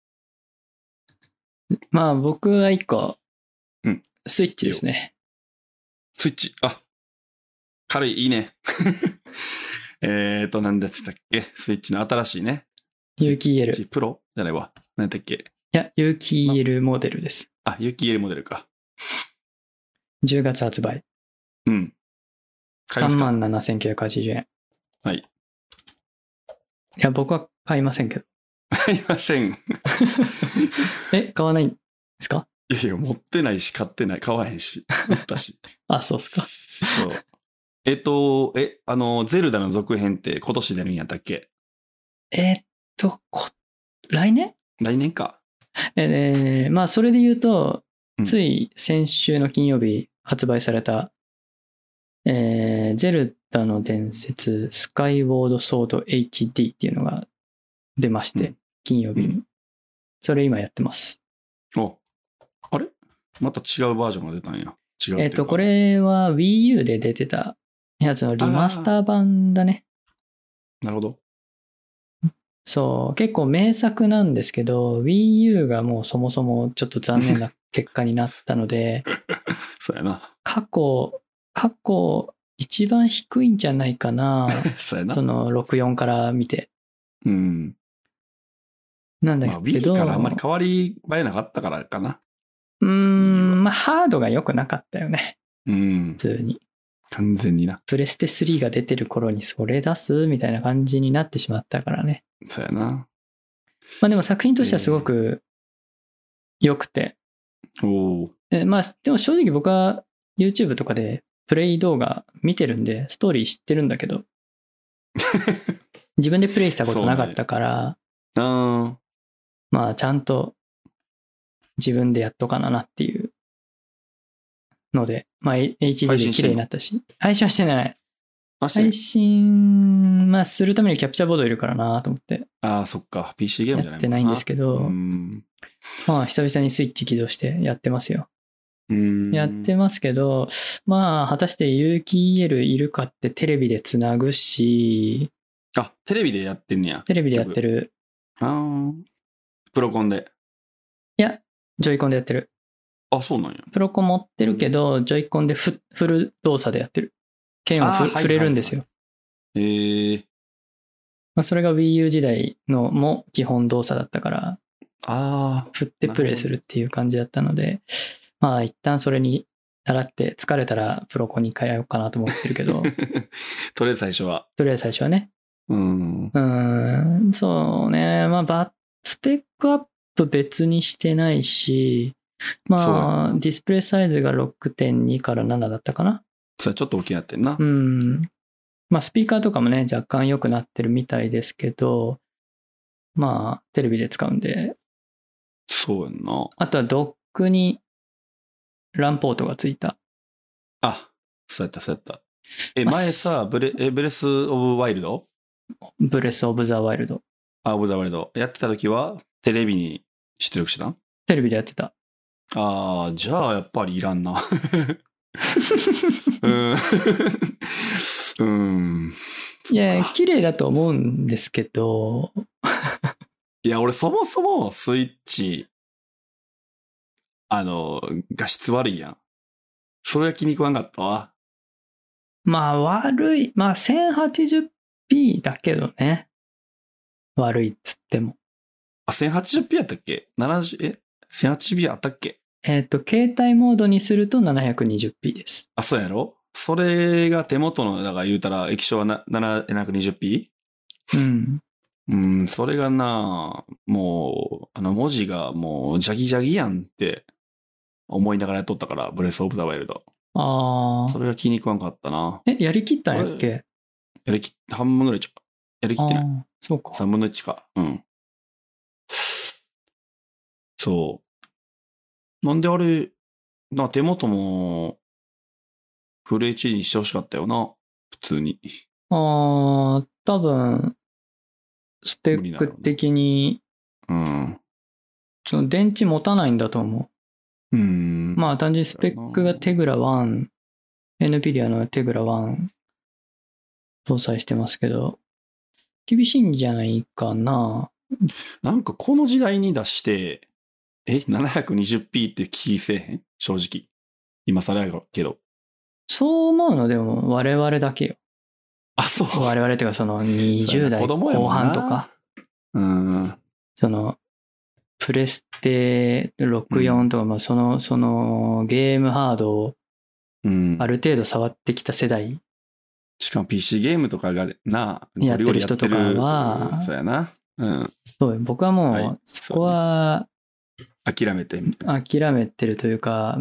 まあ僕は一個、 うんスイッチですね。 スイッチ。あ、軽い、いいね。えーと、なんだっつったっけ？スイッチの新しいね。 有機 イーエル。 スイッチプロじゃないわ。何だっけ？ いや、有機 イーエル モデルです。 あ、有機 イーエル モデルか。 じゅうがつ発売。 うん。買います 3 か？ 万ななせんきゅうひゃくはちじゅうえん。 はい。 いや、僕は買いませんけど。 買いません。 え、買わないんですか？ いやいや、持ってないし、買ってない。買わへんし。売ったし。 あ、そうっすか。 そう。えっと、え、あの、ゼルダの続編って今年出るんやったっけ？ えーっと、こ、来年来年か。 えー、まあ、それで言うとうん、 つい先週の金曜日発売された、えー、ゼルダの伝説スカイウォードソード エイチディー っていうのが出まして、 うん金曜日に、 うん。 それ今やってます。 お、あれまた違うバージョンが出たんや。違うっていうか。 えっと、これは Wii U で出てたやつのリマスター版だね。 なるほど。 そう、結構名作なんですけど、Wii U がもうそもそもちょっと残念な結果になったので、 そうやな。 過去、過去一番低いんじゃないかな。 そうやな。 そのろくじゅうよんから見て。 うん。 なんだまあ、 けど、 Wii からあんまり変わり映えなかったからかな。 うーん、まあハードが良くなかったよね。 うん普。通に。 完全にな。 プレステスリーが出てる頃にそれ出すみたいな感じになってしまったからね。 そうやな。 まあでも作品としてはすごく良くて。 おお。 えまあでも正直僕は YouTube とかでプレイ動画見てるんでストーリー知ってるんだけど、自分でプレイしたことなかったから、 あまあちゃんと自分でやっとかななっていうので、まあ エイチディー で綺麗になったし、配信はしてない。 あ、して配信、まあするためにキャプチャーボードいるからなと思ってああ、そっか。ピーシー ゲームじゃないもんやってないんですけど、 うん。 まあ久々にスイッチ起動してやってますよ。 うん。 やってますけど、まあ果たして有機 イーエル いるかってテレビでつなぐし、 あ、テレビでやってんねや。 テレビでやってる。 ああ。プロコンで。 いや、ジョイコンでやってる。 あ、そうなんや。 プロコン持ってるけど、ジョイコンでフフル動作でやってる。剣をあーはい触れるんですよ。 ええ。 まあ、それが Wii U 時代のも基本動作だったから、 ああ。 振ってプレイするっていう感じだったので、まあ一旦それに習って疲れたらプロコンに変えようかなと思ってるけど、 とりあえず最初は。 とりあえず最初はね。 うん。 うーん、そうね。まあバッスペックアップ別にしてないし、まあディスプレイサイズが ろくてんに からななだったかな。 それちょっと大きくなってんな。 うん。まあスピーカーとかもね、若干良くなってるみたいですけど、まあテレビで使うんで、 そうやんな。 あとはドックにランポートがついた。 あ、そうやった、そうやった。え、 まあ前さ、ブレ、え、ブレス・オブ・ワイルドブレス・オブ・ザ・ワイルド。 あ、オブ・ザ・ワイルド。やってた時は、テレビに出力してたん？ テレビでやってた。 ああ、じゃあやっぱりいらんな。うん。うん。 いや、綺麗だと思うんですけど、 いや、俺そもそもスイッチ、あの、画質悪いやん。それは気に食わんかったわ。 まあ悪い、まあ せんはちじゅうピー だけどね。 悪いっつっても。 あ、せんはちじゅっピー やったっけ ?ななじゅう、え ?せんはちじゅうピー あったっけ？ えっと、携帯モードにすると ななひゃくにじゅっピー です。 あ、そうやろ？それが手元の、だから言うたら液晶はな ななひゃくにじゅっピー？ うん。 うん、それがな、もう、あの文字がもうジャギジャギやんって思いながらやっとったから、ブレスオブザワイルド。 ああ。 それが気に食わんかったな。 え、やりきったんやっけ？ やりきって半分ぐらいちゃう。やりきってない。 ああ、そうか。 さんぶんのいちか。うん。そう。なんであれ、な、手元も、フル エイチディー にしてほしかったよな。普通に。 ああ、多分、スペック的に、 うん。 その電池持たないんだと思うーん。 う。まあ単純にスペックがテグラワン、エヌビディア のテグラワン搭載してますけど、厳しいんじゃないかな。 なんかこの時代に出して、え ?ななひゃくにじゅっピー って気せえへん？正直。今更やけど。 そう思うのでも我々だけよ。 あ、そう。 我々っていうかそのにじゅう代後半とか。 うん。 その、プレステろくじゅうよんとか、まあその、そのゲームハードをある程度触ってきた世代。 しかも ピーシー ゲームとかがな、 やってる人とかは、 そうやな。うん。 そう、僕はもう、そこは、 諦めてみたいな。 諦めてるというか、うん、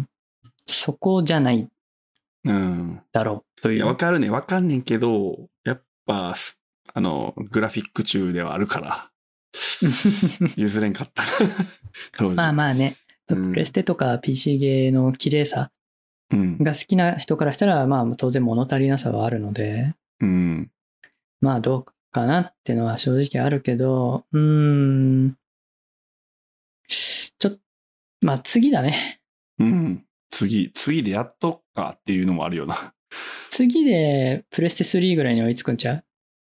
そこじゃないだろうという。 いや、わかるね。わかんねんけど、やっぱ、あの、グラフィック中ではあるから、譲れんかった。 まあまあね、プレステとか ピーシー ゲーの綺麗さが好きな人からしたら、まあ当然物足りなさはあるので、 うん、 まあどうかなっていうのは正直あるけど、うーん、ちょっと、まあ次だね。 うん。次、次でやっとっかっていうのもあるよな。 次でプレステスリーぐらいに追いつくんちゃう？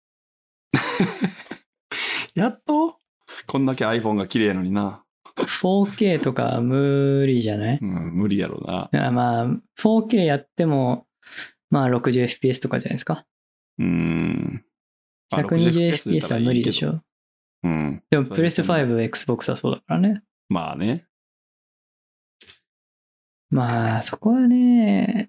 やっとこんだけ iPhone が綺麗やのにな。 フォーケー とか無理じゃない？ うん、無理やろな。 まあ、フォーケー やっても、まあ ろくじゅうエフピーエス とかじゃないですか。 うーん。 ひゃくにじゅうエフピーエス は無理でしょ。 うん。 でもプレステファイブ、Xbox はそうだからね。 まあね。 まあ、そこはね、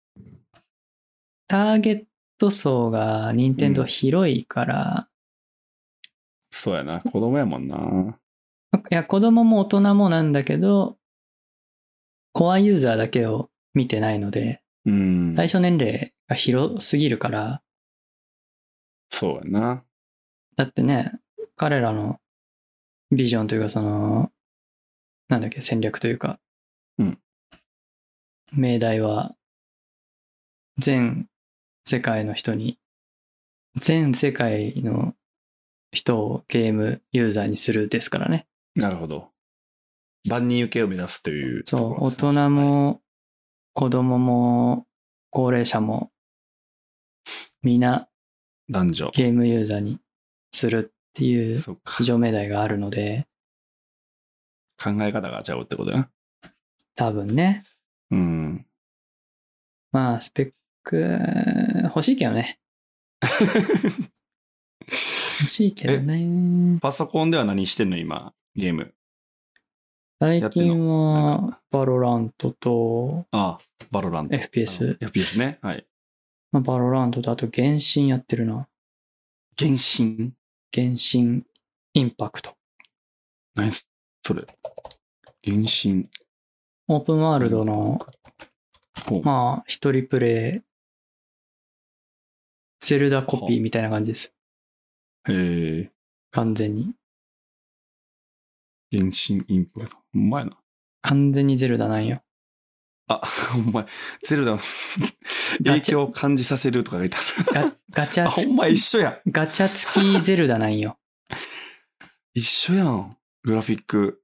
ターゲット層が任天堂広いから、うん、 そうやな。子供やもんな。 いや、子供も大人もなんだけど、コアユーザーだけを見てないので、 うん、 対象年齢が広すぎるから。 そうやな。 だってね、彼らのビジョンというか、その、なんだっけ、戦略というか、 うん、 命題は、全世界の人に、全世界の人をゲームユーザーにするですからね。 なるほど。万人受けを目指すというところ。 そう、大人も子供も高齢者も皆男女ゲームユーザーにするっていう非常命題があるので、 考え方がちゃうってことやな。 多分ね。 うん。 まあスペック欲しいけどね。欲しいけどね。 パソコンでは何してんの今、ゲーム。 最近は、バロラントと、 ああ、バロラント。 エフピーエス。 エフピーエス ね。はい。 まあ、バロラントと、あと、原神やってるな。 原神原神インパクト。 何それ。原神。 オープンワールドの、まあ、一人プレイ、ゼルダコピーみたいな感じです。 へえ。 完全に。 原神インパクト。ほんまやな。 完全にゼルダなんよ。 あ、ほんまや。ゼルダの影響を感じさせるとか書いてある。 ガガチャ付き。ほんま一緒や。 ガチャ付きゼルダなんよ。 一緒やん。グラフィック。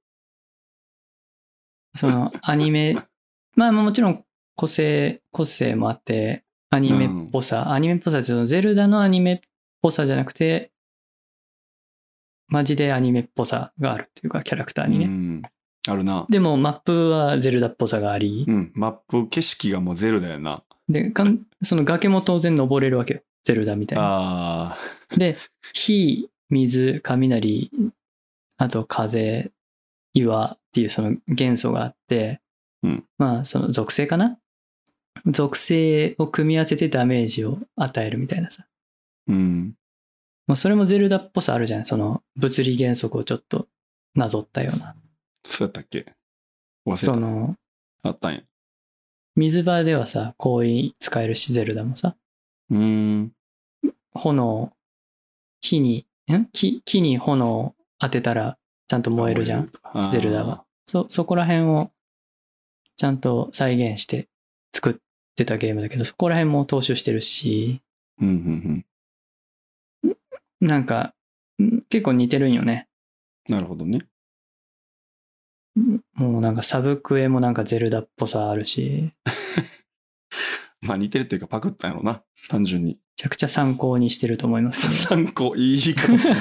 そのアニメ、まあもちろん個性、個性もあって、アニメっぽさ、うん、アニメっぽさってそのゼルダのアニメっぽさじゃなくて、マジでアニメっぽさがあるというか、キャラクターにね。 うん、あるな。 でもマップはゼルダっぽさがあり。 うん、マップ、景色がもうゼルダやな。 で、かんその崖も当然登れるわけよ。ゼルダみたいな。 あで、火水、雷、あと風、岩っていうその元素があって、 うん、 まあその属性かな属性を組み合わせてダメージを与えるみたいなさ。 うん。 もうそれもゼルダっぽさあるじゃん。その物理原則をちょっとなぞったような。 そうやったっけ忘れた。 その、 あったんや。 水場ではさ、氷使えるし、ゼルダもさ。 うーん。 炎、火に、ん木木に炎を当てたらちゃんと燃えるじゃん。ゼルダは。そ、そこら辺をちゃんと再現して作ってたゲームだけど、そこら辺も踏襲してるし、 うんうんなんか、結構似てるんよね。 なるほどね。 もうなんかサブクエもなんかゼルダっぽさあるし。 まあ似てるっていうかパクったんやろな。単純に。めちゃくちゃ参考にしてると思いますけど。 参考、いい言い方す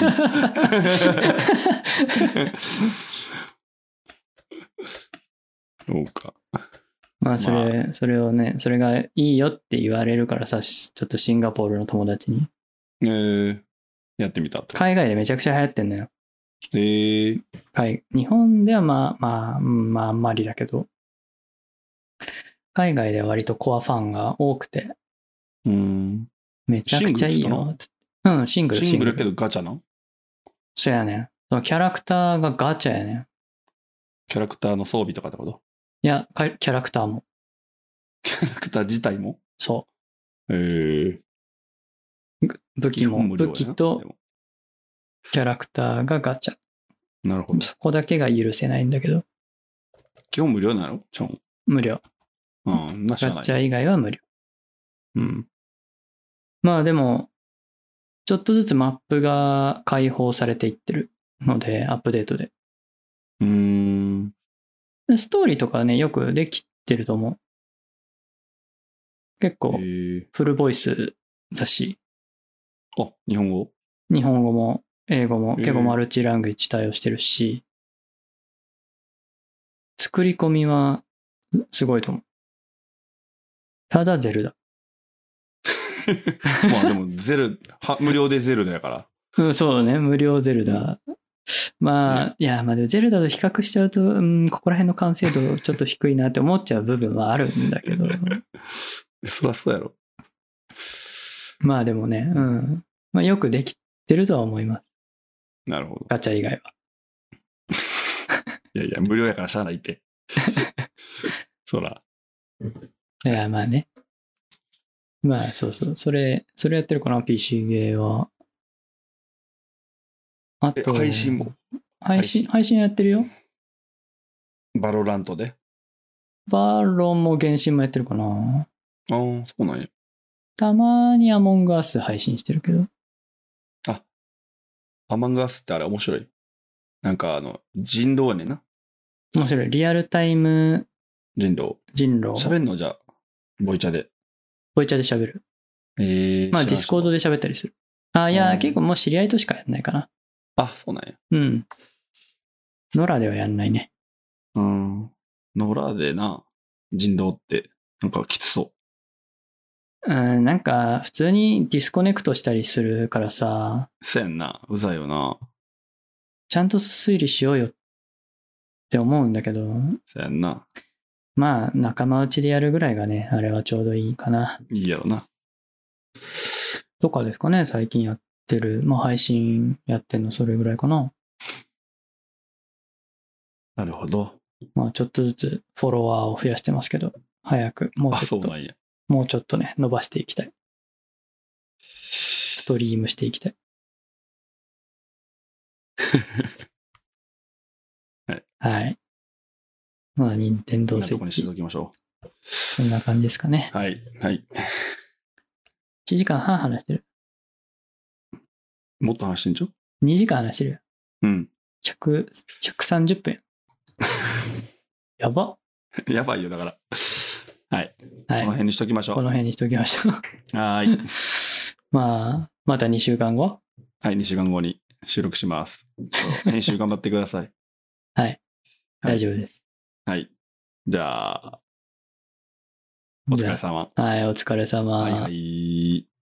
る。そうか。 まあそれ、まあ、それをね、それがいいよって言われるからさ、ちょっとシンガポールの友達に。 えー、やってみたと。 海外でめちゃくちゃ流行ってんのよ。 えー、 海日本ではまあまあ、まああんまりだけど、海外では割とコアファンが多くて、 うん。 めちゃくちゃいいよ。うん、シングル。 シングルやけどガチャなん？ そうやねん。そのキャラクターがガチャやねん。 キャラクターの装備とかってこと？ いや、キャラクターも。 キャラクター自体も？ そう。 へえー。武器も、武器とキャラクターがガチャ。 なるほど。 そこだけが許せないんだけど。 基本無料なの？ちゃん。 無料。 うん、なしゃない。 ガチャ以外は無料。 うん。 まあでも、ちょっとずつマップが開放されていってるので、アップデートで。 うーん。 ストーリーとかね、よくできてると思う。結構、フルボイスだし。 あ、日本語？ 日本語も英語も結構マルチラングエッジ対応してるし、作り込みはすごいと思う。ただゼルダ。 まあでもゼル、は無料でゼルダやから。 うん、そうね、無料ゼルダ。うん、まあ、ね、いや、まあでもゼルダと比較しちゃうと、うん、ここら辺の完成度ちょっと低いなって思っちゃう部分はあるんだけど。 そらそうやろ。 まあでもね、うん。まあよくできてるとは思います。 なるほど。 ガチャ以外は。 いやいや、無料やからしゃあないって。そら。 いや、まあね。まあそうそう。それ、それやってるかな、ピーシー ゲーは。あと、 配信も配信、配信やってるよ。 バロラントで。 バロンも原神もやってるかな。 ああ、そうなんや。 たまにアモングアス配信してるけど。 あ、アマングアスってあれ面白い。なんかあの、人狼やねんな。 面白い。リアルタイム人狼。 人狼。 喋んのじゃあ、ボイチャで。 ボイチャで喋る。 ええー。 まあディスコードで喋ったりする。あ、いや、結構もう知り合いとしかやんないかな。 あ、そうなんや。 うん。ノラではやんないね。 うん。ノラでな、人狼って、なんかきつそう。 うん、なんか普通にディスコネクトしたりするからさ。 そうやんな。うざいよな。 ちゃんと推理しようよって思うんだけど。 そうやんな。 まあ仲間内でやるぐらいがね、あれはちょうどいいかな。 いいやろな。 とかですかね、最近やってる。まあ配信やってんのそれぐらいかな。 なるほど。 まあちょっとずつフォロワーを増やしてますけど、早くもうちょっと。あ、そうなんや。もうちょっとね、伸ばしていきたい。ストリームしていきたい。はい。はい。まあ、任天堂スイッチ。こんなとこにしておきましょう。そんな感じですかね。 はい。はい。いちじかんはん話してる。 もっと話してんちゃう？ に 時間話してるよ。 うん。 ひゃく、ひゃくさんじゅっぷん。やば。 やばいよ、だから。はい。 はい。 この辺にしときましょう。 この辺にしときましょう。 はい。 まあ、またにしゅうかんご？ はい、にしゅうかんごに収録します。編集頑張ってください。 はい。大丈夫です。 はい。じゃあ、お疲れ様。 はい、お疲れ様。 はいはい。